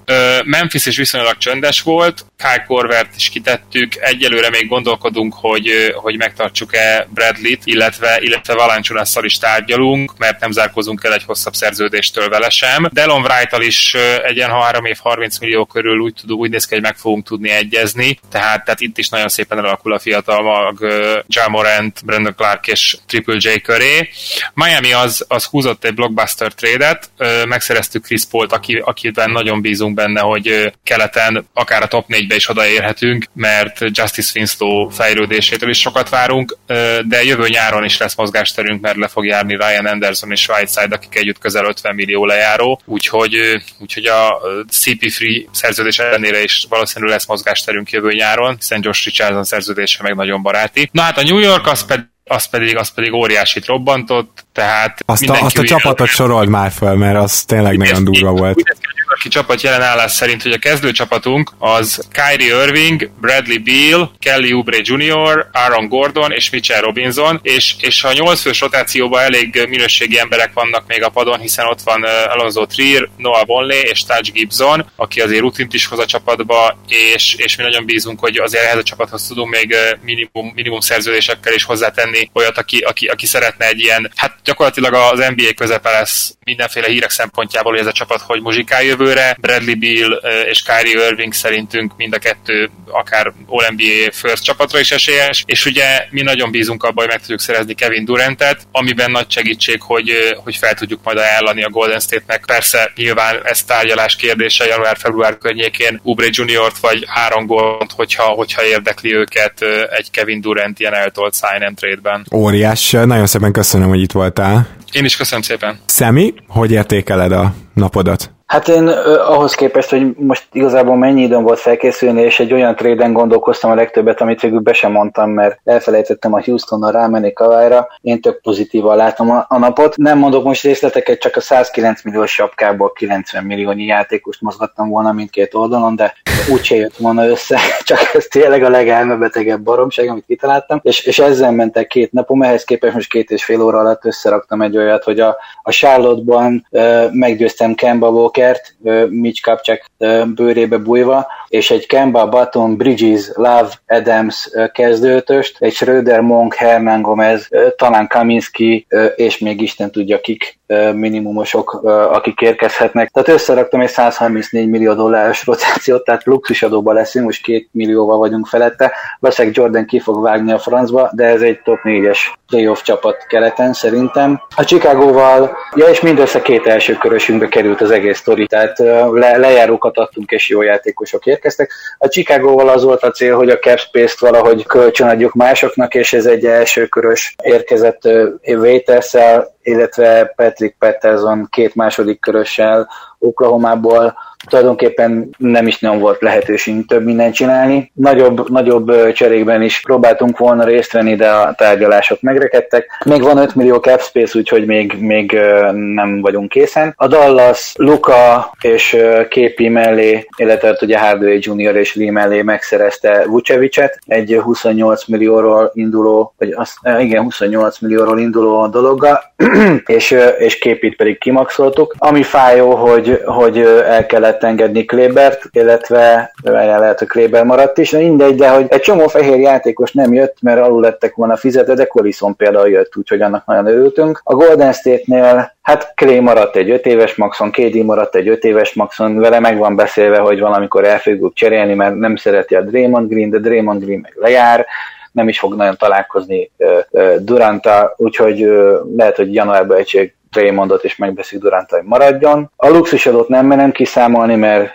Memphis is viszonylag csöndes volt, Kyle Korvert is kitettük, egyelőre még gondolkodunk, hogy, hogy megtartsuk-e Bradley-t, illetve, illetve Valanciunasszal is tárgyalunk, mert nem zárkozunk el egy hosszabb szerződéstől vele sem. Delon Wright-tal is egy ilyen három év harminc millió körül úgy, tud, úgy néz ki, hogy meg fogunk tudni egyezni, tehát, tehát itt is nagyon szépen alakul a fiatal mag, Ja Morant, Brandon Clark és Triple J köré. Miami az, az húzott egy blockbuster trade-et, megszereztük Chris Paul-t, aki, akiben nagyon bízunk benne, hogy keleten akár a top négybe is odaérhetünk, mert Justice Winslow fejlődésétől is sokat várunk, de jövő nyáron is lesz mozgásterünk, mert le fog járni Ryan Anderson és Whiteside, akik együtt közel ötven millió lejáró, úgyhogy, úgyhogy a cé pé Free szerződés ellenére is valószínűleg lesz mozgásterünk jövő nyáron, hiszen Josh Richardson szerződése meg nagyon baráti. Na hát a New York az pedig az pedig, az pedig óriásit robbantott, tehát azt a, azt a csapatot sorold már fel, mert az tényleg nagyon durva volt. Aki csapat jelen állás szerint, hogy a kezdőcsapatunk az Kyrie Irving, Bradley Beal, Kelly Oubre junior, Aaron Gordon és Mitchell Robinson, és, és a nyolc fős rotációban elég minőségi emberek vannak még a padon, hiszen ott van Alonzo Trier, Noah Vonleh és Taj Gibson, aki azért rutint is hoz a csapatba, és, és mi nagyon bízunk, hogy azért ehhez a csapathoz tudunk még minimum, minimum szerződésekkel is hozzátenni olyat, aki, aki, aki szeretne egy ilyen, hát gyakorlatilag az en bé á közepe lesz mindenféle hírek szempontjából, hogy ez a csapat hogy muzsikál jövőre. Bradley Beal és Kyrie Irving szerintünk mind a kettő akár All-en bé á First csapatra is esélyes, és ugye mi nagyon bízunk abban, hogy meg tudjuk szerezni Kevin Durantet, amiben nagy segítség, hogy, hogy fel tudjuk majd ajánlani a Golden State-nek. Persze nyilván ez tárgyalás kérdése január-február környékén Oubre juniort vagy Aaron Gordont, hogyha, hogyha érdekli őket egy Kevin Durant ilyen eltolt sign and trade-ben. Óriás, nagyon szépen köszönöm, hogy itt voltál. Én is köszönöm szépen. Szemi, hogy értékeled a napodat? Hát én eh, ahhoz képest, hogy most igazából mennyi időm volt felkészülni, és egy olyan tréden gondolkoztam a legtöbbet, amit végül be sem mondtam, mert elfelejtettem a Houstonnal rámenni Kawhira. Én tök pozitívan látom a, a napot. Nem mondok most részleteket, csak a száz kilenc milliós sapkából kilencven milliónyi játékost mozgattam volna mindkét oldalon, de úgyse jött volna össze, csak ez tényleg a legelmebetegebb baromság, amit kitaláltam, és, és ezzel mentek két napom, ehhez képest most két és fél óra alatt összeraktam egy olyat, hogy a, a Charlotte-ban uh, meggyőztem Kemba Walkert, uh, Mitch Kupchak uh, bőrébe bújva, és egy Kemba, Button, Bridges, Love, Adams uh, kezdőtöst, egy Schröder, Monk, Hernan Gomez, uh, talán Kaminski, uh, és még Isten tudja kik uh, minimumosok, uh, akik érkezhetnek. Tehát összeraktam egy száz harmincnégy millió dolláros rotációt, tehát luxusadóban leszünk, most két millióval vagyunk felette. Valószínűleg Jordan ki fog vágni a francba, de ez egy top négyes playoff csapat keleten szerintem. A Chicagóval, ja és mindössze két első körösünkbe került az egész sztori, tehát le, lejárókat adtunk és jó játékosok érkeztek. A Chicagóval az volt a cél, hogy a cap space-t valahogy kölcsönadjuk másoknak, és ez egy első körös érkezett Waiters-szel, illetve Patrick Patterson két második körössel Oklahomából. Tulajdonképpen nem is nem volt lehetőségünk több mindent csinálni. Nagyobb, nagyobb cserékben is próbáltunk volna részt venni, de a tárgyalások megrekedtek. Még van öt millió cap space, úgyhogy még, még nem vagyunk készen. A Dallas, Luka és ká pé mellé, illetve ugye Hardaway junior és Lee mellé megszerezte Vucevicet, egy huszonnyolc millióról induló, vagy azt, igen, huszonnyolc millióról induló dologgal, és, és ká pét pedig kimaxoltuk. Ami fájó, hogy, hogy el kellett engedni Klebert, illetve lehet, hogy Kleber maradt is, de mindegy, de hogy egy csomó fehér játékos nem jött, mert alul lettek volna fizetve, de Collison például jött, úgyhogy annak nagyon örültünk. A Golden State-nél hát Clay maradt egy öt éves maxon, ká dé maradt egy öt éves maxon, vele meg van beszélve, hogy valamikor el fogjuk cserélni, mert nem szereti a Draymond Green, de Draymond Green meg lejár, nem is fog nagyon találkozni uh, uh, Duranttal, úgyhogy uh, lehet, hogy januárban egység Draymondot és megbeszik Duranttal, hogy maradjon. A luxusadót nem menem kiszámolni, mert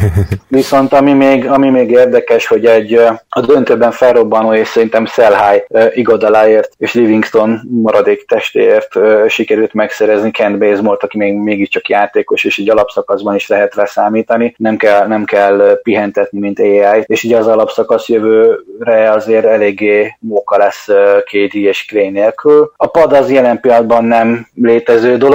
viszont ami még, ami még érdekes, hogy egy a döntőben felrobbanó és szerintem sell high Iguodalaért és Livingston maradék testéért sikerült megszerezni Kent Bazemore-t, aki még mégiscsak játékos, és így alapszakaszban is lehet rá számítani. Nem kell, nem kell pihentetni, mint á i, és így az alapszakasz jövőre azért eléggé móka lesz ká dé és Clay nélkül. A pad az jelen pillanatban nem létező dolog,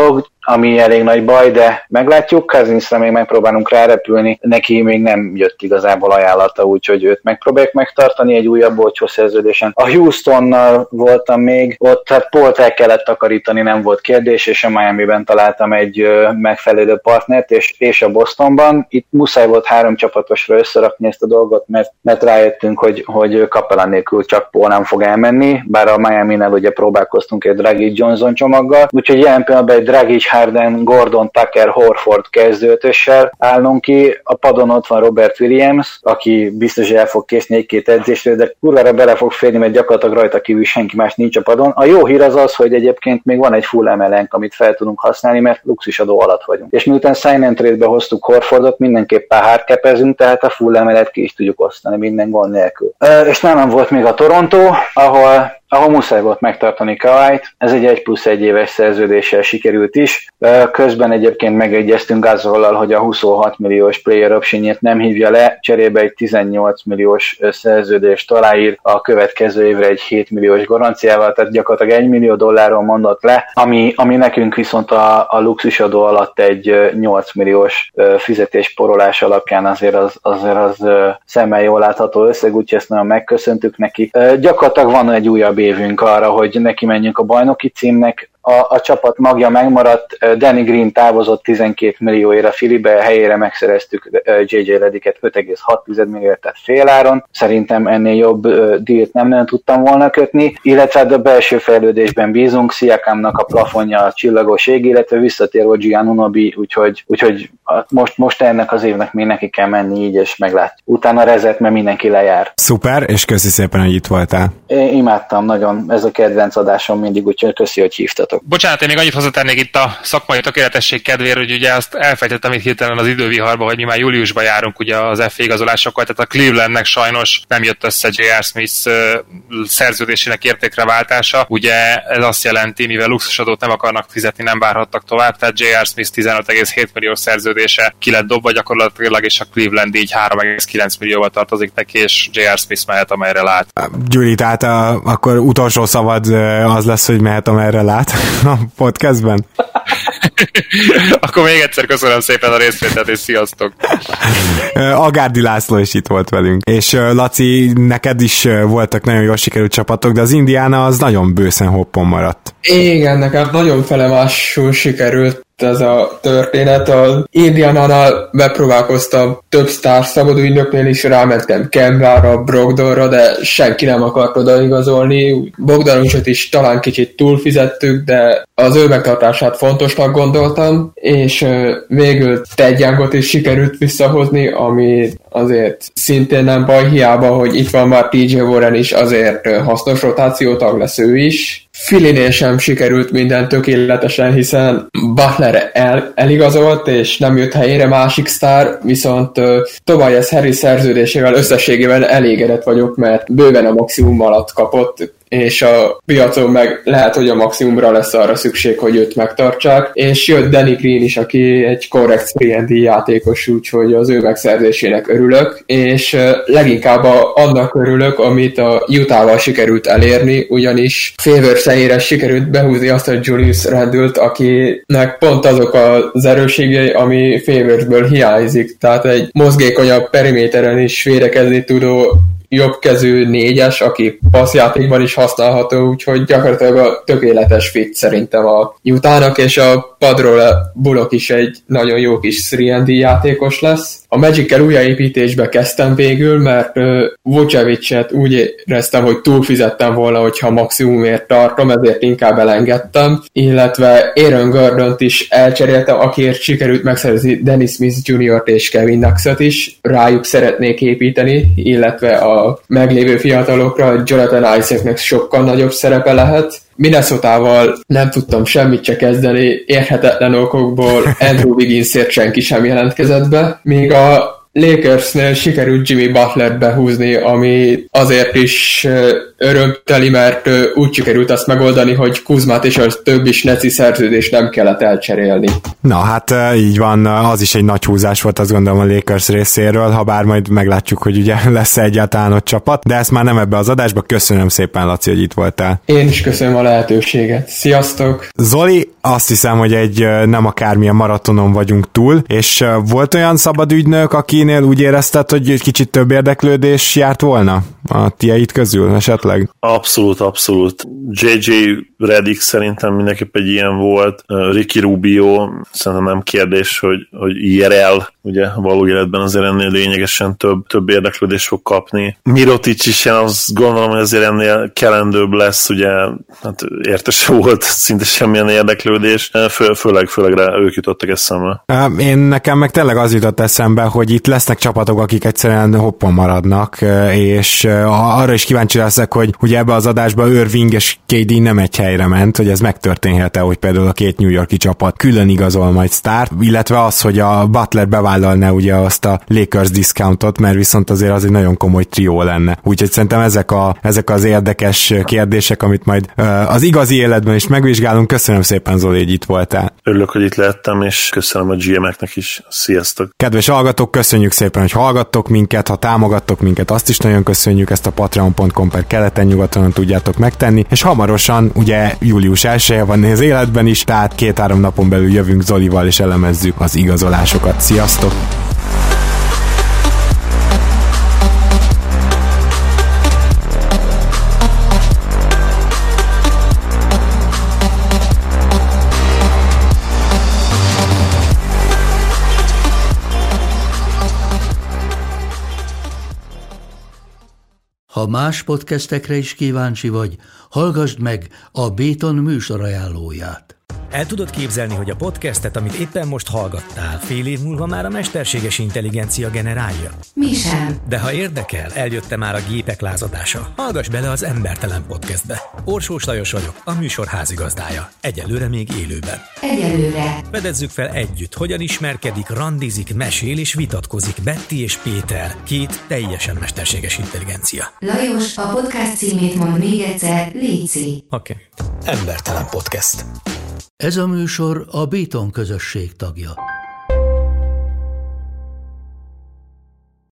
ami elég nagy baj, de meglátjuk, Cousinsra még megpróbálunk rárepülni, neki még nem jött igazából ajánlata, úgyhogy őt megpróbáljuk megtartani egy újabb olcsó szerződésen. A Houstonnal voltam még, ott tehát Pault el kellett takarítani, nem volt kérdés, és a Miamiben találtam egy ö, megfelelő partnert, és, és a Bostonban. Itt muszáj volt három csapatosra összerakni ezt a dolgot, mert, mert rájöttünk, hogy, hogy Capella nélkül csak Paul nem fog elmenni, bár a Miami-nál ugye próbálkoztunk egy Dragic Johnson csomaggal, úgyhogy jelen pillanatban egy Dragic, Harden, Gordon, Tucker, Horford kezdőtössel állunk ki, a padon ott van Robert Williams, aki biztos, hogy el fog készni egy-két edzésre, de kurvára bele fog férni, mert gyakorlatilag rajta kívül senki más nincs a padon. A jó hír az az, hogy egyébként még van egy full emelenk, amit fel tudunk használni, mert luxusadó alatt vagyunk. És miután sign and trade-be hoztuk Horfordot, mindenképpen hardcapezünk, tehát a full emelet ki is tudjuk osztani minden gond nélkül. Ö, és nálam volt még a Toronto, ahol ahol muszáj volt megtartani Kawait. Ez egy egy plusz egy éves szerződéssel sikerült is. Közben egyébként megegyeztünk Gasollal, hogy a huszonhat milliós player optionjét nem hívja le, cserébe egy tizennyolc milliós szerződést aláír, a következő évre egy hét milliós garanciával, tehát gyakorlatilag egy millió dollárról mondott le, ami, ami nekünk viszont a, a luxusadó alatt egy nyolc milliós fizetésporolás alapján azért az, azért az szemmel jól látható összeg, úgyhogy ezt nagyon megköszöntük neki. Gyakorlatilag van egy újabb évünk arra, hogy neki menjünk a bajnoki címnek. A, a csapat magja megmaradt, Danny Green távozott tizenkét millióért a Phillybe, helyére megszereztük jé jé Redicket öt egész hat millióért, tehát féláron. Szerintem ennél jobb dílt nem nagyon tudtam volna kötni, illetve a belső fejlődésben bízunk, Siakamnak a plafonja a csillagos ég, illetve visszatér G. Anunoby, úgyhogy, úgyhogy most, most ennek az évnek még neki kell menni így, és meglátjuk. Utána rezet, mert mindenki lejár. Szuper, és köszi szépen, hogy itt voltál. Én imádtam nagyon, ez a kedvenc adásom mindig, úgyhogy köszi, hogy hívtatok. Bocsánat, én még annyit hozzátennék itt a szakmai tökéletesség kedvéért, hogy ugye azt elfejtettem itt hirtelen az időviharba, hogy mi már júliusban járunk ugye az ef á igazolásokkal, tehát a Clevelandnek sajnos nem jött össze jé er. Smith szerződésének értékre váltása. Ugye ez azt jelenti, mivel luxusadót nem akarnak fizetni, nem várhattak tovább, tehát jé er. Smith tizenöt egész hét milliós szerződése ki lett dobva gyakorlatilag, és a Cleveland így három egész kilenc millióval tartozik neki, és jé er. Smith mehet, amelyre lát. Gyuri, tehát a, akkor utolsó szavad az lesz, hogy mehet, amelyre lát a podcastben? Akkor még egyszer köszönöm szépen a részvételt, és sziasztok! Agárdi László is itt volt velünk. És Laci, neked is voltak nagyon jól sikerült csapatok, de az Indiana az nagyon bőszen hoppon maradt. Igen, nekem nagyon felemásul sikerült ez a történet. Az Indiánánál megpróbálkoztam több sztár szabad ügynöknél is, rámentem Kembára, Brogdonra, de senki nem akart odaigazolni. Bogdanovicsot is talán kicsit túlfizettük, de az ő megtartását fontosnak gondoltam, és végül Ted Youngot is sikerült visszahozni, ami azért szintén nem baj, hiába, hogy itt van már té jé Warren is, azért hasznos rotációtag lesz ő is. Phillynél sem sikerült minden tökéletesen, hiszen Butler el, eligazolt, és nem jött helyére másik sztár, viszont uh, Tobias Harris szerződésével összességében elégedett vagyok, mert bőven a maximum alatt kapott, és a piacon meg lehet, hogy a maximumra lesz arra szükség, hogy őt megtartsák, és jött Danny Green is, aki egy korrekt három and dé játékos, úgyhogy az ő megszerzésének örülök, és leginkább a, annak örülök, amit a Utah-val sikerült elérni, ugyanis Favors helyére sikerült behúzni azt a Julius Randle-t, akinek pont azok az erősségei, ami Favorsből hiányzik, tehát egy mozgékonyabb periméteren is védekezni tudó jobbkezű négyes, aki passzjátékban is használható, úgyhogy gyakorlatilag a tökéletes fit szerintem a Utahnak, és a padról a Bullock is egy nagyon jó kis három and dé játékos lesz. A Magic-kel újjáépítésbe kezdtem végül, mert uh, Vucevicet úgy éreztem, hogy túlfizettem volna, hogyha maximumért tartom, ezért inkább elengedtem, illetve Aaron Gordont is elcseréltem, akiért sikerült megszerezni Dennis Smith juniort és Kevin Knoxot is, rájuk szeretnék építeni, illetve a meglévő fiatalokra Jonathan Isaacnek sokkal nagyobb szerepe lehet. Minnesotával nem tudtam semmit se kezdeni, érhetetlen okokból Andrew Wigginsért senki sem jelentkezett be, míg a Lakersnél sikerült Jimmy Butlert behúzni, ami azért is örömteli, mert úgy sikerült azt megoldani, hogy Kuzmát és a többi sneci szerződést nem kellett elcserélni. Na hát így van, az is egy nagy húzás volt, azt gondolom a Lakers részéről, ha bár majd meglátjuk, hogy ugye lesz egyáltalán ott csapat, de ezt már nem ebbe az adásba. Köszönöm szépen, Laci, hogy itt voltál. Én is köszönöm a lehetőséget. Sziasztok! Zoli, azt hiszem, hogy egy nem akármilyen maratonon vagyunk túl, és volt olyan szabad ügynök, akinél úgy érezted, hogy egy kicsit több érdeklődés járt volna a tieit közül esetleg? Abszolút, abszolút. jé jé Redick szerintem mindenképp egy ilyen volt. Ricky Rubio, szerintem nem kérdés, hogy, hogy í er el, ugye való életben azért ennél lényegesen több, több érdeklődés fog kapni. Mirotic is, én azt gondolom, hogy azért ennél kelendőbb lesz, ugye hát értes volt szinte semmilyen érdeklődés, Fő, főleg, főleg rá ők jutottak eszembe. Én nekem meg tényleg az jutott eszembe, hogy itt lesznek csapatok, akik egyszerűen hoppon maradnak, és arra is kíváncsi leszek, hogy ugye ebbe az adásba Irving és ká dé nem egy helyre ment, hogy ez megtörténhet-e, hogy például a két New Yorki csapat külön igazol majd sztárt, illetve az, hogy a Butler bevállalna ugye azt a Lakers discountot, mert viszont azért az egy nagyon komoly trió lenne. Úgyhogy szerintem ezek, a, ezek az érdekes kérdések, amit majd az igazi életben is megvizsgálunk. Köszönöm szépen, Zoli, hogy itt voltál. Örülök, hogy itt lehettem, és köszönöm a gé em-eknek is. Sziasztok! Kedves hallgatók, köszönjük szépen, hogy hallgattok minket, ha támogattok minket, azt is nagyon köszönjük, ezt a patreon pont com per keleten-nyugaton tudjátok megtenni, és hamarosan, ugye július elseje van az életben is, tehát két-három napon belül jövünk Zolival, és elemezzük az igazolásokat. Sziasztok! Ha más podcastekre is kíváncsi vagy, hallgassd meg a Béton műsor ajánlóját. El tudod képzelni, hogy a podcastet, amit éppen most hallgattál, fél év múlva már a mesterséges intelligencia generálja? Mi sem. De ha érdekel, eljött már a gépek lázadása. Hallgass bele az Embertelen podcastbe. Orsós Lajos vagyok, a műsor házigazdája. Egyelőre még élőben. Egyelőre. Fedezzük fel együtt, hogyan ismerkedik, randizik, mesél és vitatkozik Betty és Péter, két teljesen mesterséges intelligencia. Lajos, a podcast címét mond még egyszer, léci. Oké. Okay. Embertelen podcast. Ez a műsor a Béton közösség tagja.